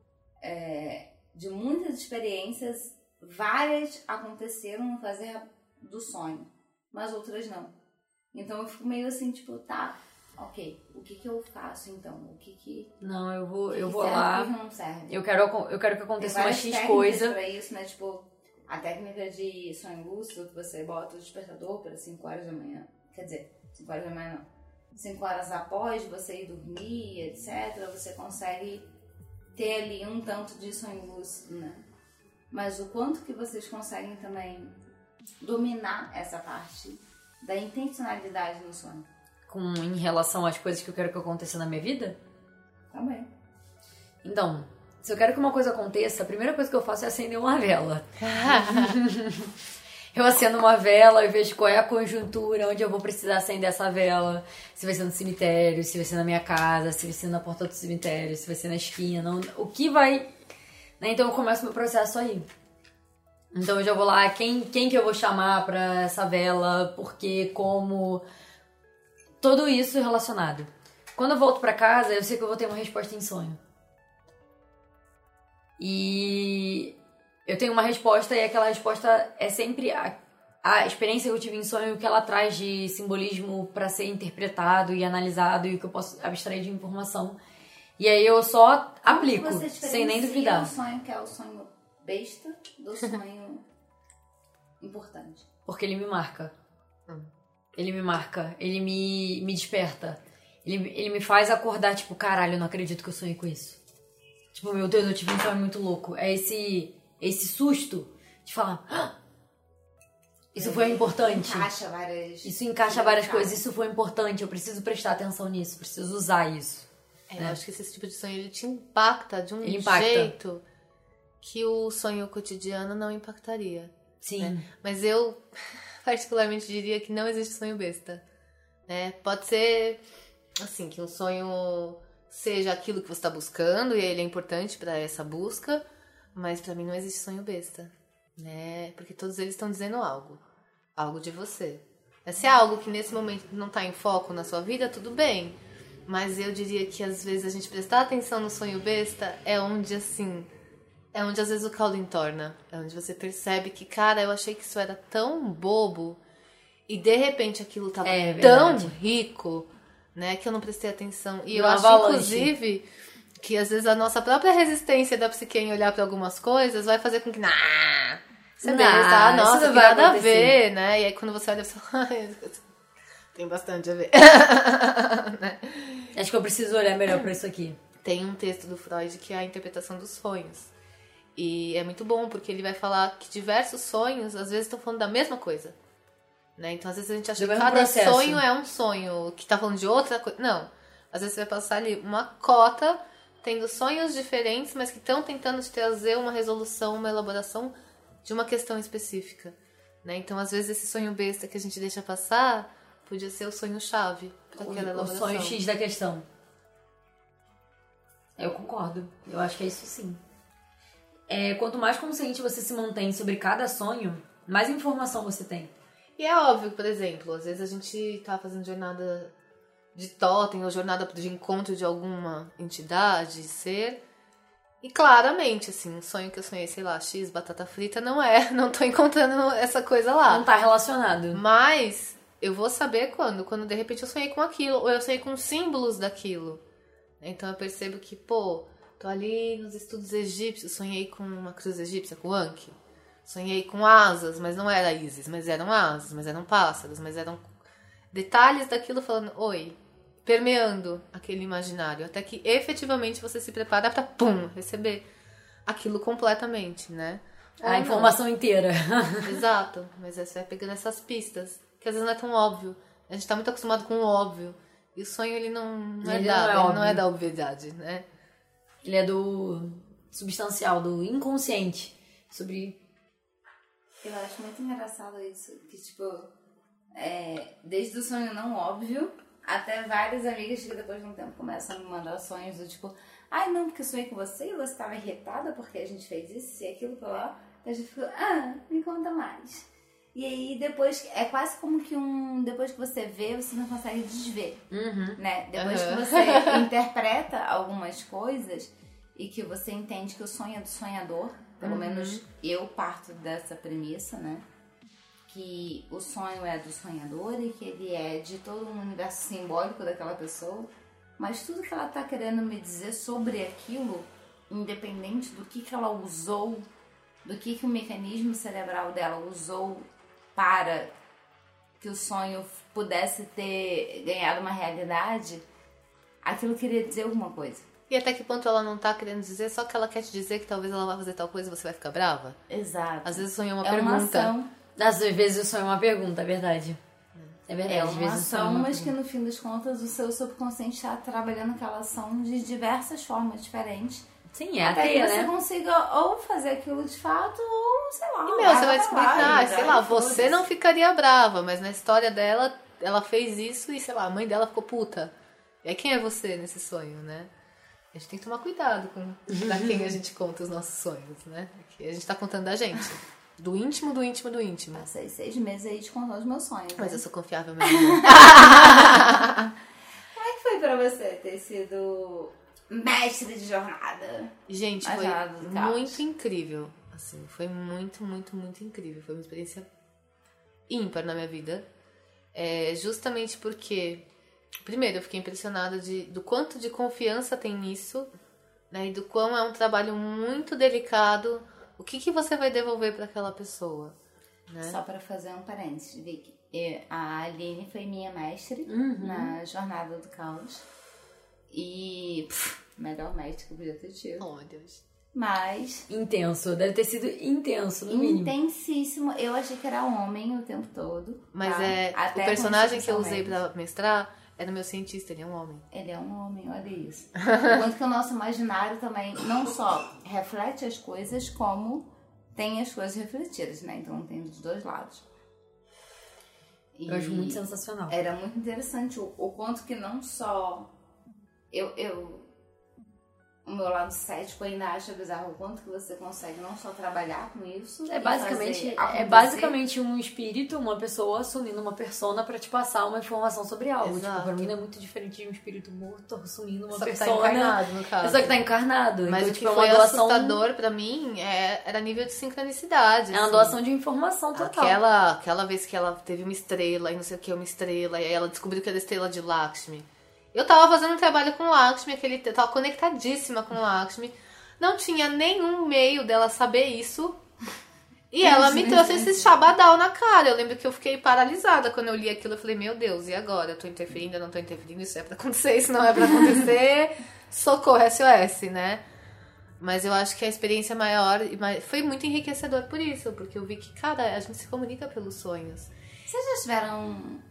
de muitas experiências, várias aconteceram no fazer do sonho, mas outras não. Então eu fico meio assim, tipo, tá, ok, o que eu faço então? O que Não, eu vou serve, lá. o que não serve? Eu quero que aconteça uma X coisa. Pra isso, né? Tipo, a técnica de sonho lúcido, que você bota o despertador para 5 horas da manhã. Quer dizer, 5 horas da manhã não. 5 horas após você ir dormir, etc., você consegue ter ali um tanto de sonho lúcido, né? Mas o quanto que vocês conseguem também dominar essa parte da intencionalidade no sonho? Em relação às coisas que eu quero que aconteça na minha vida? Também. Então, se eu quero que uma coisa aconteça, a primeira coisa que eu faço é acender uma vela. Eu acendo uma vela e vejo qual é a conjuntura, onde eu vou precisar acender essa vela. Se vai ser no cemitério, se vai ser na minha casa, se vai ser na porta do cemitério, se vai ser na esquina, o que vai... Então eu começo meu processo aí. Então eu já vou lá, quem que eu vou chamar pra essa vela, por quê, como... Tudo isso relacionado. Quando eu volto pra casa, eu sei que eu vou ter uma resposta em sonho. E eu tenho uma resposta e aquela resposta é sempre a experiência que eu tive em sonho, o que ela traz de simbolismo pra ser interpretado e analisado e o que eu posso abstrair de informação. E aí eu só aplico, sem nem duvidar. O sonho que é o sonho besta do sonho importante. Porque ele me marca. Ele me marca, ele me desperta. Ele me faz acordar, tipo, caralho, eu não acredito que eu sonhei com isso. Tipo, meu Deus, eu tive um sonho muito louco. É esse susto de falar... Isso foi importante. Isso encaixa várias coisas. Isso foi importante. Eu preciso prestar atenção nisso. Preciso usar isso. Eu acho que esse tipo de sonho ele te impacta de um jeito que o sonho cotidiano não impactaria. Sim. Né? Mas eu particularmente diria que não existe sonho besta. Né? Pode ser assim, que um sonho seja aquilo que você está buscando e ele é importante para essa busca, mas para mim não existe sonho besta. Né? Porque todos eles estão dizendo algo de você. Se é algo que nesse momento não está em foco na sua vida, tudo bem, mas eu diria que às vezes a gente prestar atenção no sonho besta é onde assim, é onde às vezes o caldo entorna, é onde você percebe que, cara, eu achei que isso era tão bobo e de repente aquilo tava tão rico, né, que eu não prestei atenção. E eu acho, inclusive, que às vezes a nossa própria resistência da psique em olhar para algumas coisas vai fazer com que você pensa, nossa, não vai nada a ver, né? E aí quando você olha, você fala, tem bastante a ver. Né? Acho que eu preciso olhar melhor pra isso aqui. Tem um texto do Freud que é a interpretação dos sonhos. E é muito bom, porque ele vai falar que diversos sonhos, às vezes, estão falando da mesma coisa. Né? Então, às vezes, a gente acha que cada sonho é um sonho que tá falando de outra coisa. Não. Às vezes, você vai passar ali uma cota, tendo sonhos diferentes, mas que estão tentando te trazer uma resolução, uma elaboração de uma questão específica. Né? Então, às vezes, esse sonho besta que a gente deixa passar podia ser o sonho-chave para aquela elaboração. O sonho X da questão. Eu concordo. Eu acho que é isso sim. Quanto mais consciente você se mantém sobre cada sonho, mais informação você tem. E é óbvio, por exemplo, às vezes a gente tá fazendo jornada de totem ou jornada de encontro de alguma entidade, ser... E claramente, assim, um sonho que eu sonhei, sei lá, X, batata frita, não tô encontrando essa coisa lá. Não tá relacionado. Mas eu vou saber quando de repente eu sonhei com aquilo, ou eu sonhei com símbolos daquilo. Então eu percebo que, tô ali nos estudos egípcios, sonhei com uma cruz egípcia, com Anki. Sonhei com asas, mas não era Isis, mas eram asas, mas eram pássaros, mas eram detalhes daquilo falando, permeando aquele imaginário, até que efetivamente você se prepara pra, receber aquilo completamente, né? A informação inteira. Exato, mas aí você vai pegando essas pistas, que às vezes não é tão óbvio. A gente tá muito acostumado com o óbvio. E o sonho, ele não é da obviedade, né? Ele é do substancial, do inconsciente. Eu acho muito engraçado isso. Que, desde o sonho não óbvio até várias amigas que depois de um tempo começam a me mandar sonhos do tipo, ai não, porque eu sonhei com você e você estava irritada porque a gente fez isso e aquilo, lá. A gente ficou, me conta mais. E aí depois, é quase como que depois que você vê, você não consegue desver, né? Depois que você interpreta algumas coisas e que você entende que o sonho é do sonhador, pelo menos eu parto dessa premissa, né? Que o sonho é do sonhador e que ele é de todo um universo simbólico daquela pessoa, mas tudo que ela tá querendo me dizer sobre aquilo, independente do que ela usou, do que o mecanismo cerebral dela usou para que o sonho pudesse ter ganhado uma realidade, aquilo queria dizer alguma coisa. E até que ponto ela não tá querendo dizer, só que ela quer te dizer que talvez ela vai fazer tal coisa e você vai ficar brava? Exato. Às vezes o sonho é uma É pergunta. uma ação. Às vezes o sonho é uma pergunta, é verdade. É verdade. É às uma vezes o sonho é ação, uma mas que pergunta. no fim das contas o seu subconsciente está trabalhando aquela ação de diversas formas diferentes. Sim, é a Até que teia, você né? consiga ou fazer aquilo de fato, ou sei lá. E meu, você vai descobrir que, sei lá, foda-se. você não ficaria brava, mas na história dela, ela fez isso e, sei lá, a mãe dela ficou puta. E aí quem é você nesse sonho, né? A gente tem que tomar cuidado com pra quem a gente conta os nossos sonhos, né? Porque a gente tá contando da gente. Do íntimo, do íntimo, do íntimo. Passei 6 meses aí de contar os meus sonhos. Mas né? eu sou confiável mesmo. Como é que foi pra você ter sido mestre de jornada? Gente, A foi jornada do caos. muito incrível. Assim, foi muito, muito, muito incrível. Foi uma experiência ímpar na minha vida. Justamente porque, primeiro, eu fiquei impressionada do quanto de confiança tem nisso, né? E do quão é um trabalho muito delicado. O que você vai devolver para aquela pessoa, né? Só pra fazer um parênteses, Vicky. A Aline foi minha mestre na jornada do caos. E melhor mestre que eu podia ter tido. Oh, meu Deus. Mas Intenso, deve ter sido intenso, no mínimo. intensíssimo. Eu achei que era homem o tempo todo. Mas tá? Até o personagem que eu usei constitucionalmente. pra mestrar era o meu cientista, ele é um homem. Ele é um homem, olha isso. Enquanto que o nosso imaginário também não só reflete as coisas, como tem as coisas refletidas, né? Então tem dos dois lados. E Eu acho muito sensacional. era muito interessante o quanto que não só o meu lado cético ainda acha bizarro o quanto que você consegue não só trabalhar com isso. É e basicamente, fazer acontecer. um espírito, uma pessoa assumindo uma persona pra te passar uma informação sobre algo. Exato. Tipo, pra mim não é muito diferente de um espírito morto assumindo uma Só que tá persona. encarnado, no caso. Só que tá encarnado. Mas então, o que tipo, é foi uma doação. assustador pra mim era nível de sincronicidade. É uma assim. doação de informação total. Aquela vez que ela teve uma estrela e não sei o que, uma estrela, e aí ela descobriu que era a estrela de Lakshmi. Eu tava fazendo um trabalho com Lakshmi, eu tava conectadíssima com Lakshmi. Não tinha nenhum meio dela saber isso. E ela me trouxe esse chabadal na cara. Eu lembro que eu fiquei paralisada quando eu li aquilo. Eu falei, meu Deus, e agora? Eu tô interferindo, eu não tô interferindo? Isso é pra acontecer, isso não é pra acontecer. Socorro, SOS, né? Mas eu acho que a experiência maior foi muito enriquecedor por isso. Porque eu vi que, cara, a gente se comunica pelos sonhos. Vocês já tiveram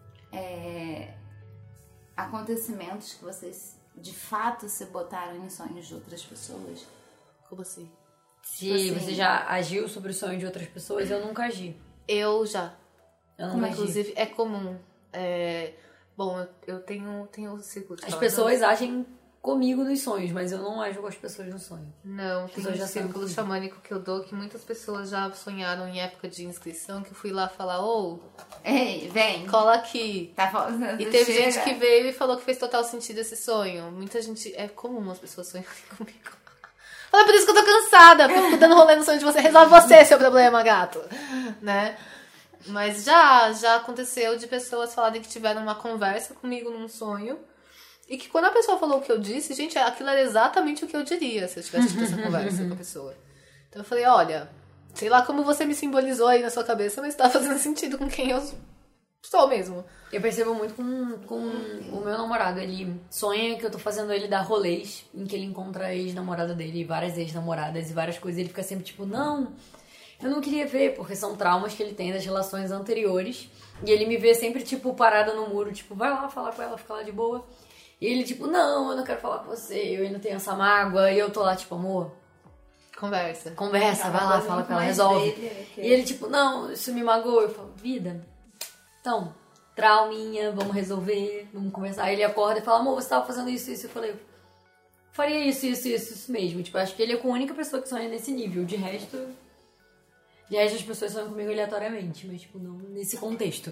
acontecimentos que vocês de fato se botaram em sonhos de outras pessoas? Como assim? Se assim, você já agiu sobre o sonho de outras pessoas, eu nunca agi. Eu já. Eu nunca agi. Inclusive, é comum. Bom, eu tenho o círculo de As falar, pessoas agem comigo nos sonhos, mas eu não ajo com as pessoas no sonho. Não, tem pessoas um já sabem círculo tudo. xamânico que eu dou que muitas pessoas já sonharam em época de inscrição, que eu fui lá falar, Ei, vem. cola aqui. Tá falando. E teve gente que veio e falou que fez total sentido esse sonho. Muita gente... É comum as pessoas sonharem comigo. Fala, por isso que eu tô cansada, porque eu fico dando rolê no sonho de você. Resolve você seu problema, gato. Né? Mas já aconteceu de pessoas falarem que tiveram uma conversa comigo num sonho. E que quando a pessoa falou o que eu disse, gente, aquilo era exatamente o que eu diria se eu tivesse tido essa conversa com a pessoa. Então eu falei, olha, sei lá como você me simbolizou aí na sua cabeça, mas tá fazendo sentido com quem eu sou mesmo. Eu percebo muito com o meu namorado. Ele sonha que eu tô fazendo ele dar rolês em que ele encontra a ex-namorada dele, várias ex-namoradas e várias coisas. Ele fica sempre tipo, não, eu não queria ver, porque são traumas que ele tem das relações anteriores. E ele me vê sempre, tipo, parada no muro, tipo, vai lá falar com ela, fica lá de boa. E ele, tipo, não, eu não quero falar com você, eu ainda tenho essa mágoa. E eu tô lá, tipo, amor, Conversa. vai lá, fala com ela, resolve. E ele, tipo, não, isso me magoou. Eu falo, vida, então, trauminha, vamos resolver, vamos conversar. Aí ele acorda e fala, amor, você tava fazendo isso. Eu falei, faria isso mesmo. Tipo, acho que ele é a única pessoa que sonha nesse nível. De resto as pessoas sonham comigo aleatoriamente, mas tipo, não nesse contexto.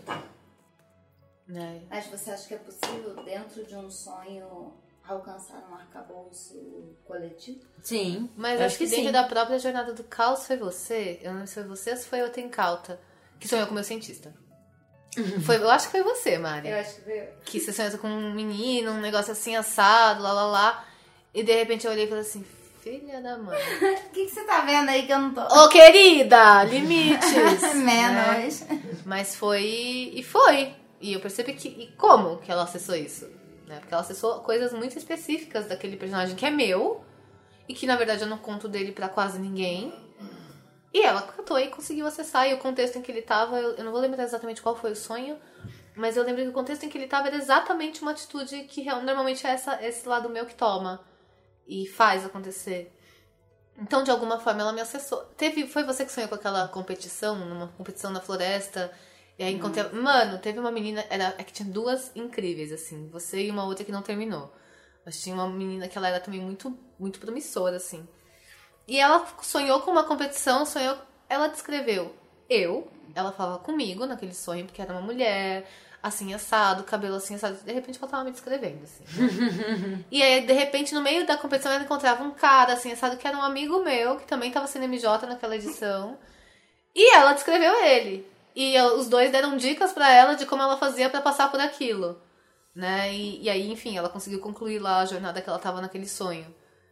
Mas você acha que é possível, dentro de um sonho, alcançar um arcabouço coletivo? Sim, mas acho que dentro da própria jornada do caos foi você. Eu não sei se foi você ou se foi outra incauta que sonhou com o meu cientista. Eu acho que foi você, Mari. Eu acho que foi eu. Que você sonhou com um menino, um negócio assim assado, lá. E de repente eu olhei e falei assim, filha da mãe. O que você tá vendo aí que eu não tô? Ô, querida, limites. Menos. Né? Mas foi. E eu percebi que. E como que ela acessou isso? Né? Porque ela acessou coisas muito específicas daquele personagem que é meu. E que na verdade eu não conto dele pra quase ninguém. E ela catou e conseguiu acessar. E o contexto em que ele tava, eu não vou lembrar exatamente qual foi o sonho. Mas eu lembro que o contexto em que ele tava era exatamente uma atitude que normalmente é esse lado meu que toma. E faz acontecer. Então, de alguma forma, ela me acessou. Foi você que sonhou com aquela competição, numa competição na floresta? E aí encontrei... Mano, teve uma menina... É que tinha duas incríveis, assim. Você e uma outra que não terminou. Mas tinha uma menina que ela era também muito, muito promissora, assim. E ela sonhou com uma competição, ela descreveu ela falava comigo naquele sonho, porque era uma mulher, assim, assado, cabelo assim, assado. De repente ela tava me descrevendo, assim. E aí, de repente, no meio da competição, ela encontrava um cara, assim, assado, que era um amigo meu, que também tava sendo MJ naquela edição. E ela descreveu ele. E os dois deram dicas pra ela de como ela fazia pra passar por aquilo. Né? E aí, enfim, ela conseguiu concluir lá a jornada que ela tava naquele sonho.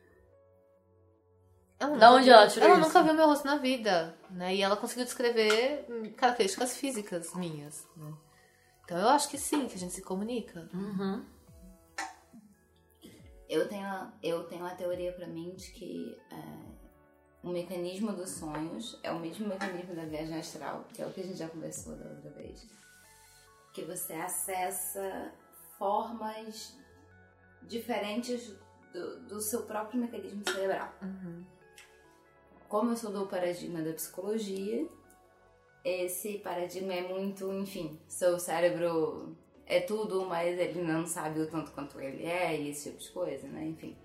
Da onde ela tirou Ela isso? nunca viu meu rosto na vida, né? E ela conseguiu descrever características físicas minhas, né? Então eu acho que sim, que a gente se comunica. Uhum. Eu tenho uma teoria pra mim de que o mecanismo dos sonhos é o mesmo mecanismo da viagem astral, que é o que a gente já conversou da outra vez. Que você acessa formas diferentes do seu próprio mecanismo cerebral. Uhum. Como eu sou do paradigma da psicologia, esse paradigma é muito, enfim, seu cérebro é tudo, mas ele não sabe o tanto quanto ele é, e esse tipo de coisa, né? Enfim.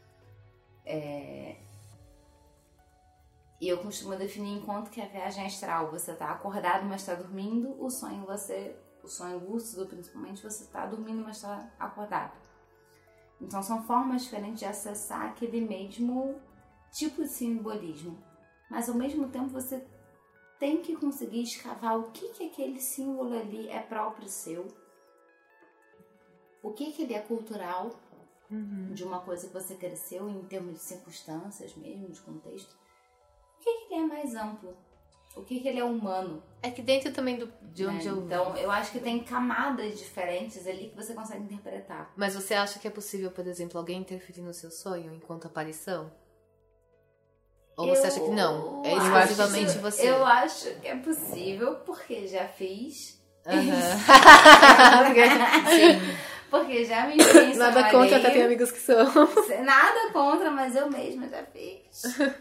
E eu costumo definir enquanto que a viagem astral, você tá acordado, mas tá dormindo, o sonho lúcido, principalmente, você tá dormindo, mas tá acordado. Então são formas diferentes de acessar aquele mesmo tipo de simbolismo. Mas ao mesmo tempo você tem que conseguir escavar o que aquele símbolo ali é próprio seu. O que ele é cultural, de uma coisa que você cresceu em termos de circunstâncias mesmo, de contexto. O que ele é mais amplo? O que ele é humano? É que dentro também de onde eu... Então, eu acho que tem camadas diferentes ali que você consegue interpretar. Mas você acha que é possível, por exemplo, alguém interferir no seu sonho enquanto aparição? Ou você acha que não? É exclusivamente você? Eu acho que é possível, porque já fiz. Sim. Porque já me fiz. Nada contra, até tem amigos que são. Nada contra, mas eu mesma já fiz.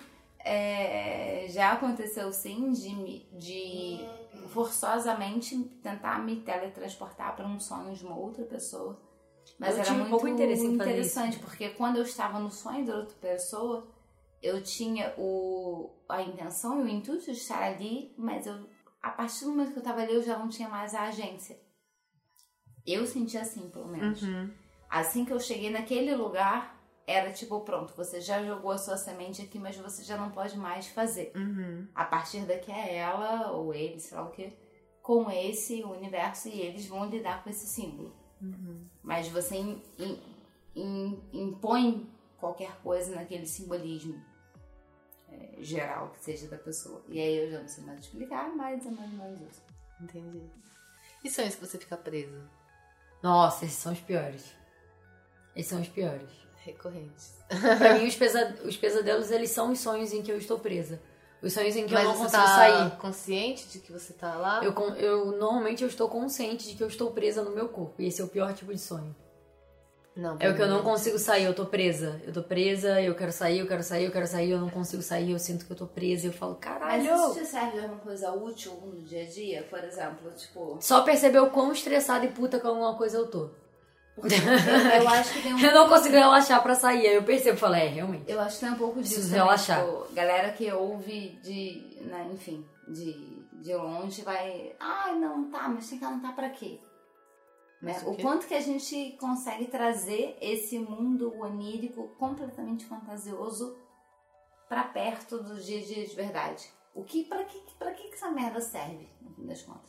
Já aconteceu sim de forçosamente tentar me teletransportar para um sonho de uma outra pessoa. Mas era muito pouco interesse em fazer interessante, porque quando eu estava no sonho da outra pessoa, eu tinha a intenção e o intuito de estar ali, mas a partir do momento que eu estava ali, eu já não tinha mais a agência. Eu senti assim, pelo menos. Assim que eu cheguei naquele lugar, era tipo, pronto, você já jogou a sua semente aqui, mas você já não pode mais fazer. A partir daqui é ela, ou ele, sei lá o quê, com esse universo, e eles vão lidar com esse símbolo. Mas você impõe qualquer coisa naquele simbolismo geral que seja da pessoa. E aí eu já não sei mais explicar, mas é mais ou menos isso. Entendi. E sonhos que você fica preso? Nossa, esses são os piores. Esses são os piores. Recorrentes. Pra mim, os pesadelos, eles são os sonhos em que eu estou presa. Os sonhos em que Mas eu não você consigo tá sair. consciente de que você tá lá? Normalmente eu estou consciente de que eu estou presa no meu corpo. E esse é o pior tipo de sonho. Não, É o que eu não consigo sair, eu tô presa. Eu tô presa, eu quero sair, eu não consigo sair, eu sinto que eu tô presa e eu falo, caralho. Mas isso te serve de alguma coisa útil no dia a dia, por exemplo? Tipo, Só perceber o quão estressada e puta com alguma coisa eu tô. eu acho que tem um Eu não consigo relaxar pra sair, aí eu percebo, falo, realmente. Eu acho que tem um pouco disso. Preciso também, relaxar. tipo, galera que ouve de longe vai. Ai, não, tá, mas tem que anotar pra quê? Né? Mas o O quê? quanto que a gente consegue trazer esse mundo onírico completamente fantasioso pra perto do dia a dia de verdade. Pra que essa merda serve, no fim das contas?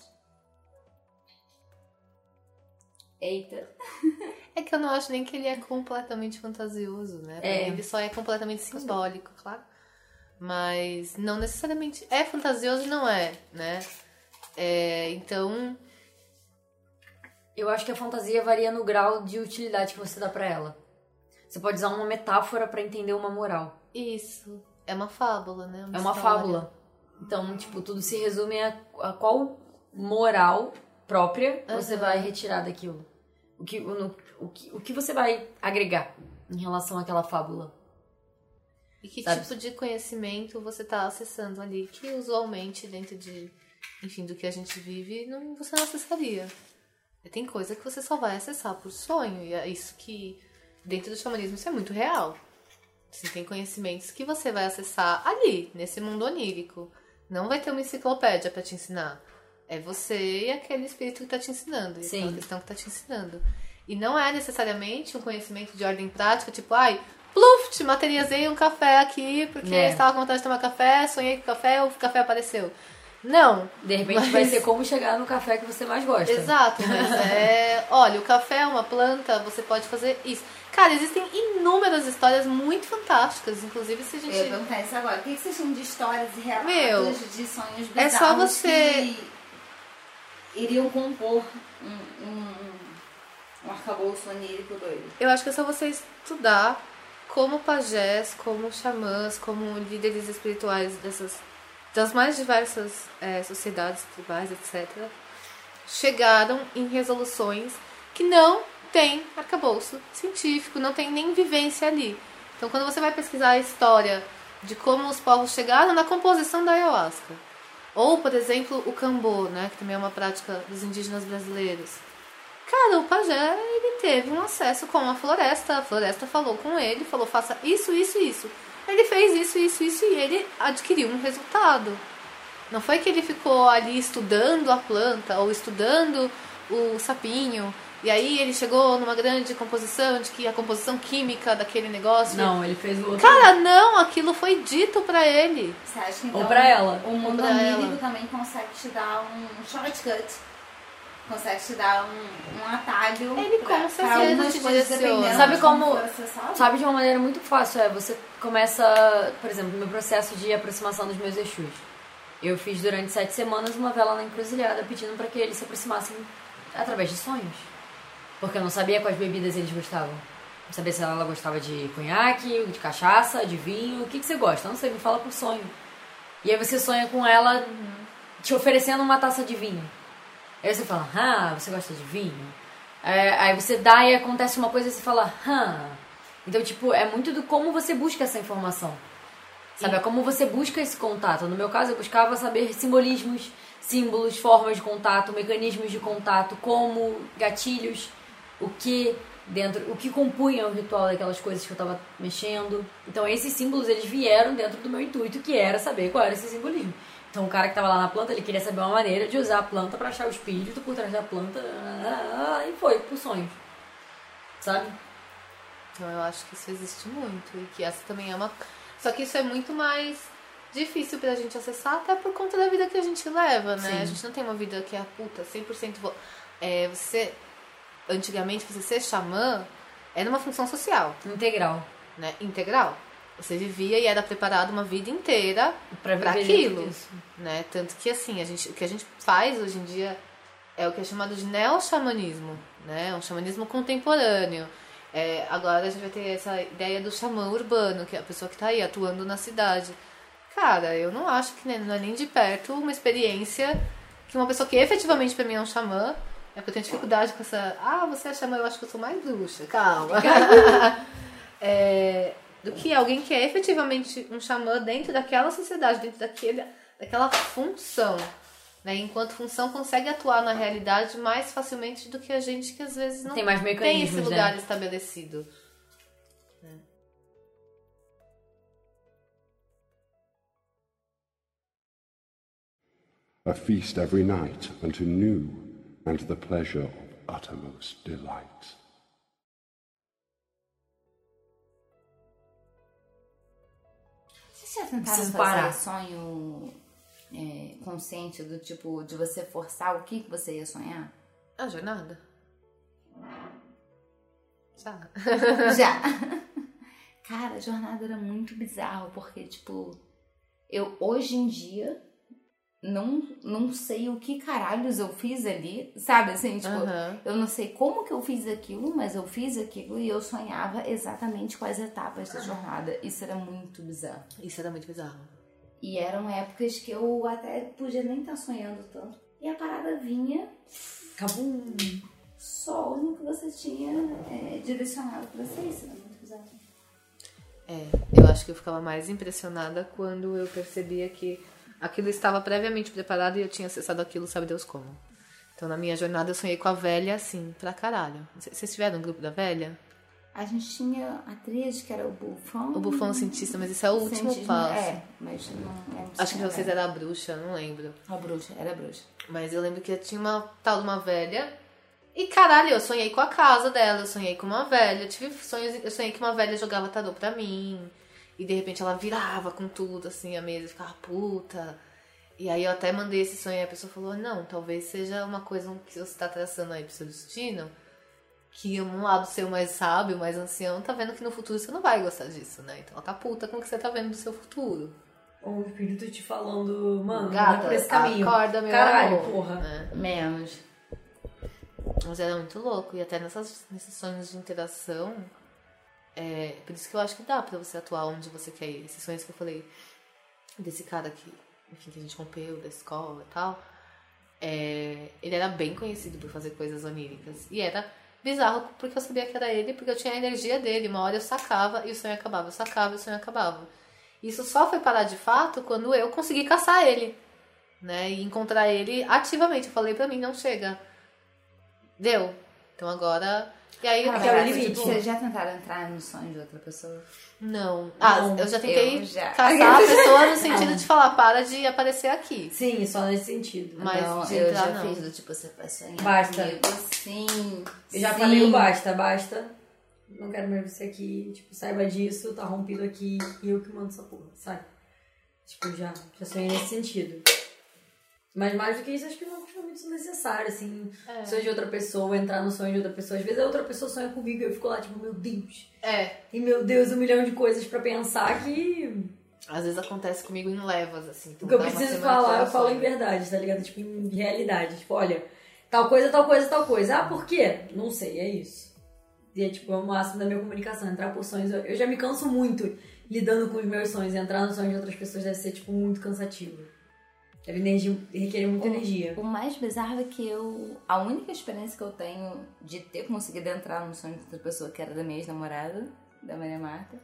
Eita. É que eu não acho nem que ele é completamente fantasioso, né? Pra mim, ele só é completamente simbólico, claro. Mas não necessariamente é fantasioso e não é, né? Então, Eu acho que a fantasia varia no grau de utilidade que você dá pra ela. Você pode usar uma metáfora pra entender uma moral. isso. É uma fábula, né? É uma história. fábula. Então, tipo, tudo se resume a qual moral própria você vai retirar daquilo. O que você vai agregar em relação àquela fábula. E que Sabe? tipo de conhecimento você tá acessando ali, que usualmente dentro de, enfim, do que a gente vive, você não acessaria. Tem coisa que você só vai acessar por sonho, e é isso que, dentro do xamanismo, isso é muito real. Assim, tem conhecimentos que você vai acessar ali, nesse mundo onírico. Não vai ter uma enciclopédia pra te ensinar. É você e aquele espírito que tá te ensinando, e Sim. aquela questão que tá te ensinando. E não é necessariamente um conhecimento de ordem prática, tipo, ai, pluf, materializei um café aqui, porque É. estava com vontade de tomar café, sonhei com café, o café apareceu. Não. De repente vai ser como chegar no café que você mais gosta. Exato, mas olha, o café é uma planta, você pode fazer isso. Cara, existem inúmeras histórias muito fantásticas, inclusive se a gente... Eu ia perguntar isso agora. O que vocês chamam de histórias e relatos Meu, de sonhos bizarros é só você- que iriam compor um arcabouço onírico doido? Eu acho que é só você estudar como pajés, como xamãs, como líderes espirituais das mais diversas sociedades tribais, etc., chegaram em resoluções que não tem arcabouço científico, não tem nem vivência ali. Então, quando você vai pesquisar a história de como os povos chegaram na composição da ayahuasca, ou, por exemplo, o cambô, né, que também é uma prática dos indígenas brasileiros. Cara, o pajé, ele teve um acesso com a floresta falou com ele, falou, faça isso, isso, isso. Ele fez isso, isso, isso e ele adquiriu um resultado. Não foi que ele ficou ali estudando a planta ou estudando o sapinho e aí ele chegou numa grande composição de que a composição química daquele negócio... Não, ele fez o outro. Cara, não, aquilo foi dito pra ele. Você acha que então Ou pra ela. o mundo Ou pra onírico ela. também consegue te dar um shortcut? Consegue te dar um atalho Ele pra com certeza algumas te coisas, direciona. dependendo Sabe de como- for acessado? Sabe de uma maneira muito fácil, você começa, por exemplo, no meu processo de aproximação dos meus Exus. Eu fiz durante 7 semanas uma vela na encruzilhada pedindo pra que eles se aproximassem através de sonhos. Porque eu não sabia quais bebidas eles gostavam. Não sabia se ela gostava de conhaque, de cachaça, de vinho. O que você gosta? Não sei, me fala por sonho. E aí você sonha com ela te oferecendo uma taça de vinho. Aí você fala, você gosta de vinho? Aí você dá e acontece uma coisa e você fala, Então, tipo, é muito do como você busca essa informação. Sabe? É como você busca esse contato. No meu caso, eu buscava saber simbolismos, símbolos, formas de contato, mecanismos de contato, como gatilhos, o que compunha o ritual daquelas coisas que eu tava mexendo. Então, esses símbolos, eles vieram dentro do meu intuito, que era saber qual era esse simbolismo. Então, o cara que tava lá na planta, ele queria saber uma maneira de usar a planta pra achar o espírito por trás da planta. E foi, por sonhos. Sabe? Então eu acho que isso existe muito. E que essa também é uma... Só que isso é muito mais difícil pra gente acessar, até por conta da vida que a gente leva, né? Sim. A gente não tem uma vida que é 100%... Antigamente, você ser xamã era uma função social, Integral. né? Integral. Você vivia e era preparado uma vida inteira Pra pra viver dentro aquilo, disso. né? Tanto que, assim, o que a gente faz hoje em dia é o que é chamado de neo-xamanismo, né? Um xamanismo contemporâneo. Agora a gente vai ter essa ideia do xamã urbano, que é a pessoa que tá aí atuando na cidade. Cara, eu não acho que não é nem de perto uma experiência que uma pessoa que efetivamente pra mim é um xamã É porque eu tenho dificuldade com essa... você é xamã, eu acho que eu sou mais bruxa. Calma. Do que alguém que é efetivamente um xamã dentro daquela sociedade, dentro daquela função. Né? Enquanto função consegue atuar na realidade mais facilmente do que a gente que às vezes não tem mais tem mecanismos, esse lugar né? estabelecido. A feast every night unto new and the pleasure of uttermost delight. Vocês já tentaram Preciso fazer parar. sonho consciente do tipo de você forçar o que você ia sonhar? A jornada? Já. Já. Cara, a jornada era muito bizarro, porque, tipo, eu hoje em dia não sei o que caralhos eu fiz ali, sabe? Assim, tipo, eu não sei como que eu fiz aquilo, mas eu fiz aquilo e eu sonhava exatamente com as etapas da jornada. Isso era muito bizarro. Isso era muito bizarro. E eram épocas que eu até podia nem estar sonhando tanto. E a parada vinha Cabum! só no que você tinha direcionado pra você. Isso era muito bizarro. Eu acho que eu ficava mais impressionada quando eu percebia que aquilo estava previamente preparado e eu tinha acessado aquilo, sabe Deus como. Então, na minha jornada, eu sonhei com a velha, assim, pra caralho. Vocês tiveram um grupo da velha? A gente tinha a tríade, que era o bufão. O bufão cientista, mas esse é o último passo. Mas não Acho que pra vocês era a bruxa, não lembro. era a bruxa. Mas eu lembro que tinha uma tal de uma velha. E caralho, eu sonhei com a casa dela, eu sonhei com uma velha. Eu tive sonhos, eu sonhei que uma velha jogava tarô pra mim. E de repente ela virava com tudo, assim, a mesa e ficava puta. E aí eu até mandei esse sonho e a pessoa falou, não, talvez seja uma coisa que você tá traçando aí pro seu destino. Que um lado seu mais sábio, mais ancião, tá vendo que no futuro você não vai gostar disso, né? Então ela tá puta com o que você tá vendo do seu futuro. Ou o espírito te falando, mano, Gata, vai por esse caminho. acorda, meu Caralho, amor. porra. Menos. Mas era muito louco. E até nesses sonhos de interação, por isso que eu acho que dá pra você atuar onde você quer ir. Esses sonhos que eu falei desse cara que, enfim, que a gente rompeu da escola e tal, ele era bem conhecido por fazer coisas oníricas. E era bizarro porque eu sabia que era ele, porque eu tinha a energia dele. Uma hora eu sacava e o sonho acabava, eu sacava e o sonho acabava. Isso só foi parar de fato quando eu consegui caçar ele, né? E encontrar ele ativamente. Eu falei pra mim, não chega. Deu. Então agora... E aí, que é o limite. Vocês já tentaram entrar no sonho de outra pessoa? Não. Não, Eu já tentei já. caçar a pessoa no sentido de falar, para de aparecer aqui. Sim, só nesse sentido. Mas não, de eu entrar, já não. fiz do tipo, você vai sonhar Basta. comigo, sim. Eu já sim. falei o basta. Não quero mais você aqui. Tipo, saiba disso, tá rompido aqui e eu que mando essa porra, sabe? Tipo, já sonhei nesse sentido. Mas mais do que isso, acho que não é muito necessário, assim. Sonho de outra pessoa, entrar no sonho de outra pessoa. Às vezes a outra pessoa sonha comigo e eu fico lá, tipo, meu Deus. E meu Deus, 1 milhão de coisas pra pensar que... Às vezes acontece comigo em levas, assim. Então O que eu dá uma preciso semana que falar, eu falo em sonho. verdade, tá ligado? Tipo, em realidade. Tipo, olha, tal coisa, tal coisa, tal coisa. Ah, por quê? Não sei, é isso. E é tipo, é o máximo da minha comunicação. Entrar por sonhos, eu já me canso muito lidando com os meus sonhos. Entrar nos sonhos de outras pessoas deve ser, tipo, muito cansativo. Deve requerer muita energia. O mais bizarro é que a única experiência que eu tenho de ter conseguido entrar no sonho de outra pessoa, que era da minha ex-namorada, da Maria Marta,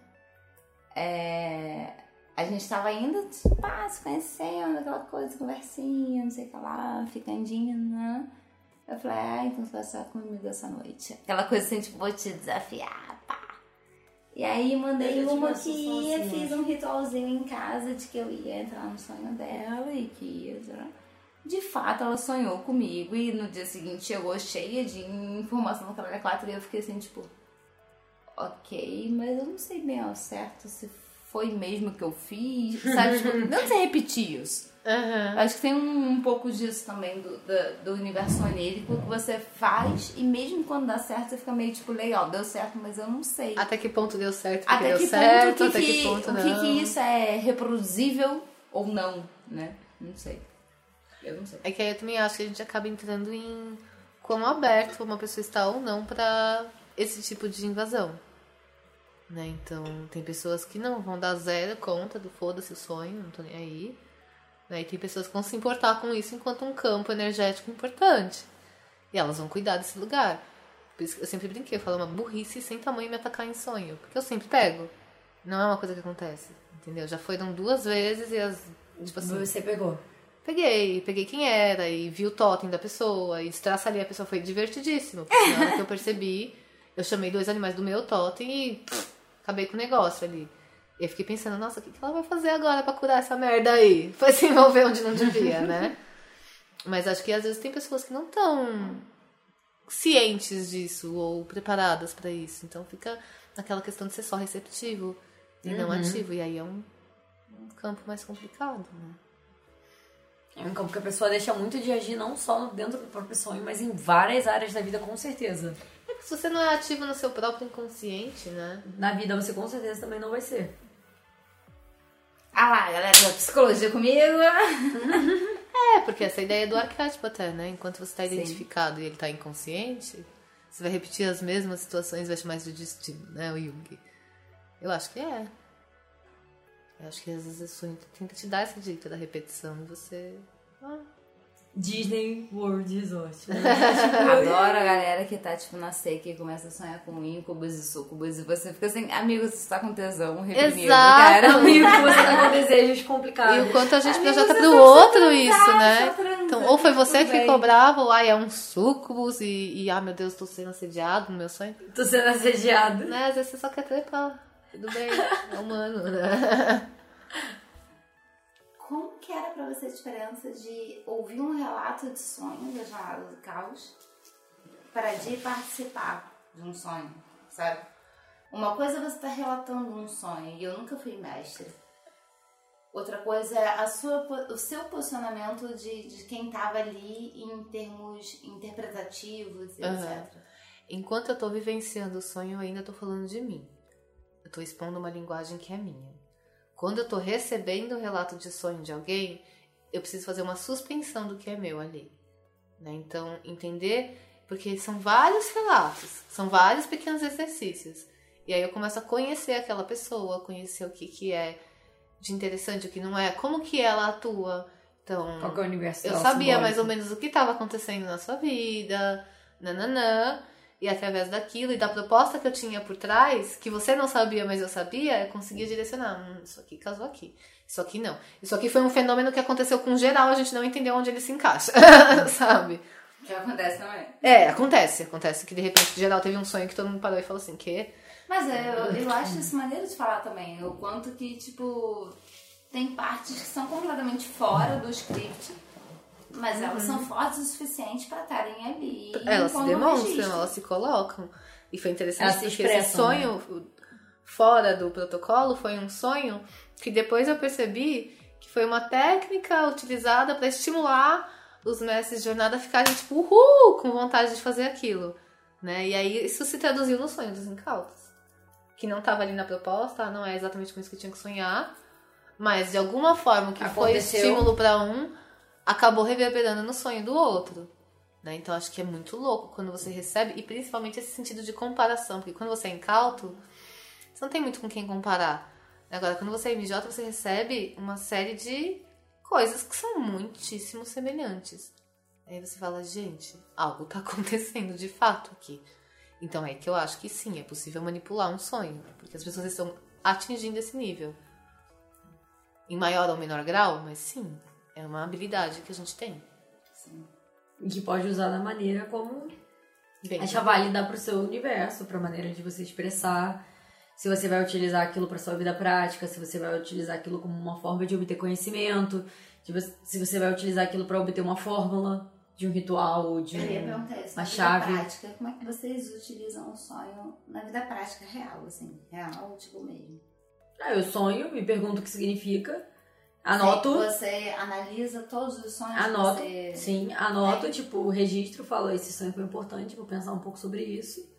a gente tava indo, se conhecendo, aquela coisa, conversinha, não sei o que lá, ficandinha, né? Eu falei, então você vai estar comigo essa noite. Aquela coisa assim, tipo, vou te desafiar, pá. E aí mandei Eu já uma tive que uma ia, situação fiz um ritualzinho em casa de que eu ia entrar no sonho dela e que ia... De fato, ela sonhou comigo e no dia seguinte chegou cheia de informação no Canal 4 e eu fiquei assim, tipo... Ok, mas eu não sei bem ao certo se foi mesmo que eu fiz, sabe? Tipo, não sei repetir isso. Acho que tem um pouco disso também do universo onírico que você faz e mesmo quando dá certo você fica meio tipo, legal, deu certo, mas eu não sei. Até que ponto deu certo, Até deu que certo, ponto até que ponto o não. que isso é reproduzível ou não, né? Não sei. Eu não sei. É que aí eu também acho que a gente acaba entrando em quão aberto uma pessoa está ou não pra esse tipo de invasão. Né? Então, tem pessoas que não vão dar zero conta do foda-se o sonho, não tô nem aí. Né? E tem pessoas que vão se importar com isso enquanto um campo energético importante. E elas vão cuidar desse lugar. Por isso que eu sempre brinquei, eu falo uma burrice sem tamanho me atacar em sonho. Porque eu sempre pego. Não é uma coisa que acontece, entendeu? Já foram 2 vezes e as... Tipo assim, Você pegou. peguei quem era e vi o totem da pessoa e estraçalhei a pessoa. Foi divertidíssimo. Porque na hora que eu percebi, eu chamei 2 animais do meu totem e acabei com o negócio ali. E eu fiquei pensando, nossa, o que ela vai fazer agora pra curar essa merda aí? Foi se envolver onde não devia, né? Mas acho que às vezes tem pessoas que não estão cientes disso ou preparadas pra isso. Então fica naquela questão de ser só receptivo e não ativo. E aí é um campo mais complicado, né? É um campo que a pessoa deixa muito de agir não só dentro do próprio sonho, mas em várias áreas da vida, com certeza. É porque se você não é ativo no seu próprio inconsciente, né? Na vida você com certeza também não vai ser. Ah lá, galera da psicologia comigo. É, porque essa ideia é do arquétipo até, né? Enquanto você tá identificado e ele tá inconsciente, você vai repetir as mesmas situações, vai chamar isso de destino, né? O Jung. Eu acho que é. Eu acho que às vezes o sonho tenta te dar essa dica da repetição e você... Disney World Resort. Adoro a galera que tá, tipo, na seca e começa a sonhar com íncubos e súcubos e você fica assim, amigo, você tá com tesão reprimido, Exato. cara. Amigo, você tá com desejos complicados. E o quanto a gente Amigo, projeta você pro tá outro precisando isso, transar, né? só transa, Então, ou foi você tudo que bem. ficou bravo, ou é um súcubus e meu Deus, tô sendo assediado no meu sonho. Tô sendo assediado. Né? Às vezes você só quer trepar. Tudo bem, é humano, né? Como que era pra você a diferença de ouvir um relato de sonho da Jornada do Caos para de participar de um sonho, sabe? Uma coisa é você estar relatando um sonho, e eu nunca fui mestre. Outra coisa é o seu posicionamento de quem estava ali em termos interpretativos, etc. Enquanto eu tô vivenciando o sonho, eu ainda tô falando de mim. Eu tô expondo uma linguagem que é minha. Quando eu tô recebendo o relato de sonho de alguém, eu preciso fazer uma suspensão do que é meu ali. Né? Então, entender... Porque são vários relatos, são vários pequenos exercícios. E aí eu começo a conhecer aquela pessoa, conhecer o que é de interessante, o que não é, como que ela atua. Então, Qual que é o universo eu dela sabia simbólico? mais ou menos o que estava acontecendo na sua vida, nananã. E através daquilo e da proposta que eu tinha por trás, que você não sabia, mas eu sabia, eu conseguia direcionar. Isso aqui casou aqui. Isso aqui não. Isso aqui foi um fenômeno que aconteceu com geral, a gente não entendeu onde ele se encaixa, sabe? Já acontece também. É, acontece. Acontece que de repente, geral, teve um sonho que todo mundo parou e falou assim, que... Mas eu acho isso maneiro de falar também. O quanto que, tipo, tem partes que são completamente fora do script, mas elas são fortes o suficiente pra estarem ali. Elas se enquanto demonstram, registro. elas se colocam. E foi interessante Elas se porque expressam, esse sonho fora do protocolo foi um sonho que depois eu percebi que foi uma técnica utilizada para estimular os mestres de jornada a ficarem tipo, uhul, com vontade de fazer aquilo. Né? E aí isso se traduziu no sonho dos incautos. Que não estava ali na proposta, não é exatamente com isso que eu tinha que sonhar, mas de alguma forma o que foi Aconteceu. estímulo para um acabou reverberando no sonho do outro. Né? Então acho que é muito louco quando você recebe, e principalmente esse sentido de comparação, porque quando você é incauto, você não tem muito com quem comparar. Agora, quando você é MJ, você recebe uma série de coisas que são muitíssimo semelhantes. Aí você fala, gente, algo tá acontecendo de fato aqui. Então é que eu acho que sim, é possível manipular um sonho, porque as pessoas estão atingindo esse nível. Em maior ou menor grau, mas sim, é uma habilidade que a gente tem. Sim. E que pode usar da maneira como Bem, acha válida pro seu universo, pra maneira de você expressar. Se você vai utilizar aquilo pra sua vida prática, se você vai utilizar aquilo como uma forma de obter conhecimento, se você vai utilizar aquilo pra obter uma fórmula de um ritual, de Eu ia perguntar isso. uma Na chave. vida prática, como é que vocês utilizam o sonho na vida prática real, assim? Real, tipo mesmo. Eu sonho, me pergunto o que significa, anoto. Você analisa todos os sonhos Anoto, que você... sim, anoto, tipo, registro, falo, esse sonho foi importante, vou pensar um pouco sobre isso.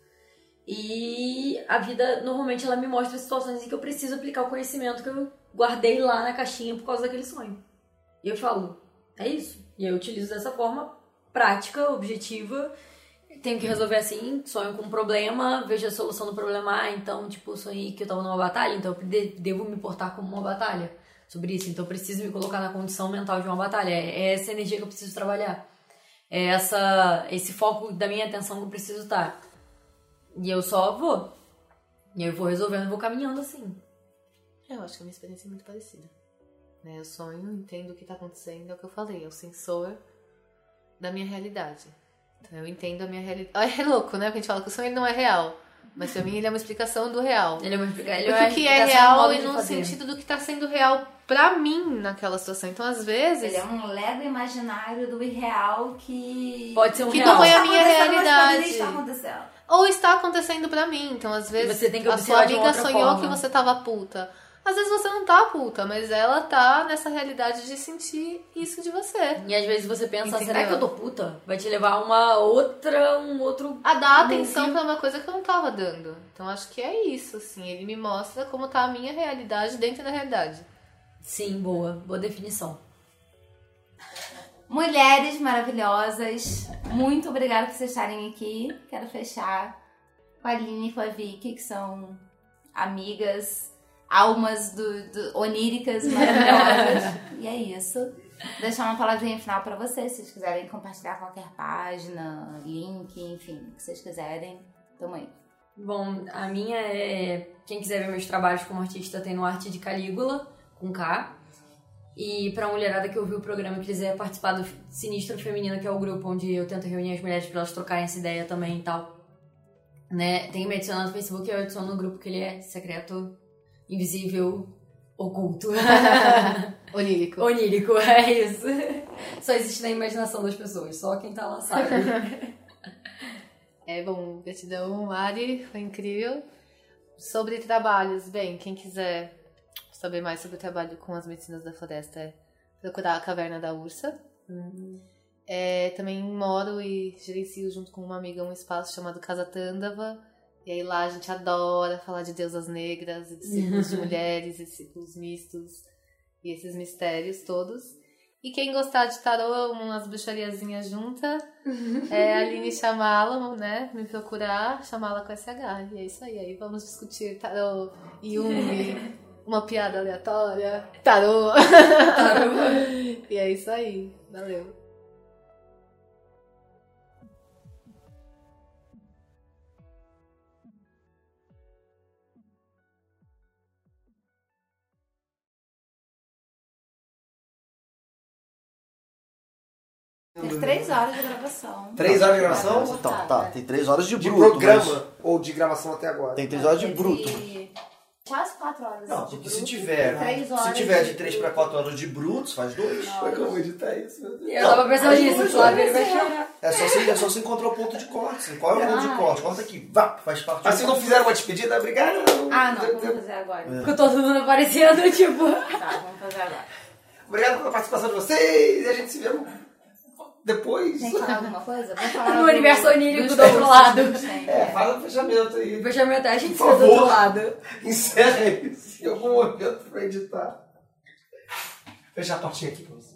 E a vida, normalmente, ela me mostra situações em que eu preciso aplicar o conhecimento que eu guardei lá na caixinha por causa daquele sonho. E eu falo, é isso. E eu utilizo dessa forma prática, objetiva. Tenho que resolver assim, sonho com um problema, vejo a solução do problema. Então, tipo, sonhei que eu tava numa batalha, então eu devo me portar como uma batalha sobre isso. Então eu preciso me colocar na condição mental de uma batalha. É essa energia que eu preciso trabalhar. É esse foco da minha atenção que eu preciso estar. E eu só vou. E eu vou resolvendo, vou caminhando assim. Eu acho que a minha experiência é muito parecida. Né? Eu sonho, entendo o que tá acontecendo, é o que eu falei, é o sensor da minha realidade. Então eu entendo a minha realidade. É louco, né? Porque a gente fala que o sonho ele não é real. Mas pra mim ele é uma explicação do real. Ele é uma explicação. Porque o que é real e no sentido do que tá sendo real pra mim naquela situação. Então, às vezes... Ele é um lego imaginário do irreal que... Pode ser um que real. não é a minha realidade. Mas está acontecendo. Ou está acontecendo pra mim. Então, às vezes, você tem que a sua observar de amiga outra sonhou forma. que você tava puta. Às vezes você não tá puta, mas ela tá nessa realidade de sentir isso de você. E às vezes você pensa, Entendeu? será que eu tô puta? Vai te levar a um outro... A dar atenção pra uma coisa que eu não tava dando. Então acho que é isso, assim. Ele me mostra como tá a minha realidade dentro da realidade. Sim, boa definição. Mulheres maravilhosas, muito obrigada por vocês estarem aqui. Quero fechar com a Aline e com a Vicky, que são amigas, almas oníricas maravilhosas. E é isso. Vou deixar uma palavrinha final pra vocês, se vocês quiserem compartilhar qualquer página, link, enfim, o que vocês quiserem. Tamo aí. Bom, a minha é... Quem quiser ver meus trabalhos como artista tem no Arte de Calígula, com K. E pra mulherada que ouviu o programa e quiser participar do Sinistro Feminino, que é o grupo onde eu tento reunir as mulheres pra elas trocarem essa ideia também e tal. Né? Tem que me adicionar no Facebook, eu adiciono no grupo que ele é secreto, invisível, oculto. Onírico. Onírico, é isso. Só existe na imaginação das pessoas, só quem tá lá sabe. Bom, gratidão, Mari, foi incrível. Sobre trabalhos, bem, quem quiser saber mais sobre o trabalho com as medicinas da floresta é procurar a Caverna da Ursa. Também moro e gerencio junto com uma amiga um espaço chamado Casa Tândava. E aí lá a gente adora falar de deusas negras, e de círculos de mulheres, e círculos mistos, e esses mistérios todos. E quem gostar de tarô, umas bruxariazinhas juntas, é a Aline Chamala, né? Me procurar, Chamala com SH. E é isso aí. Aí vamos discutir tarô, Jung, uma piada aleatória, tarô. E é isso aí. Valeu. Tem 3 horas de gravação. 3 horas de gravação? Então, tá, tem 3 horas de De bruto. programa mas ou de gravação até agora? Tem 3 horas de bruto. Quase 4 horas. Não, de porque bruto, se tiver, 3 horas se tiver de de 3 para 4 horas de brutos, faz 2. Como é que eu vou editar isso, meu Deus? Eu tava pensando nisso, Flávio, ele vai chorar. É só você encontrar o ponto de corte. Assim. Qual é o ponto de corte? Corta aqui, vá, faz parte. Mas vocês não fizeram uma despedida? Obrigado. Ah, não, vamos fazer agora. Com todo mundo aparecendo, tipo... Tá, vamos fazer agora. Obrigado pela participação de vocês. E a gente se vê depois. Tem que falar alguma coisa? Vamos falar No universo onírico dos do outro lado. Fala o fechamento aí. Fechamento, a gente se Por vê do favor. outro lado. Encerra isso em algum momento pra editar. Fechar a portinha aqui pra você.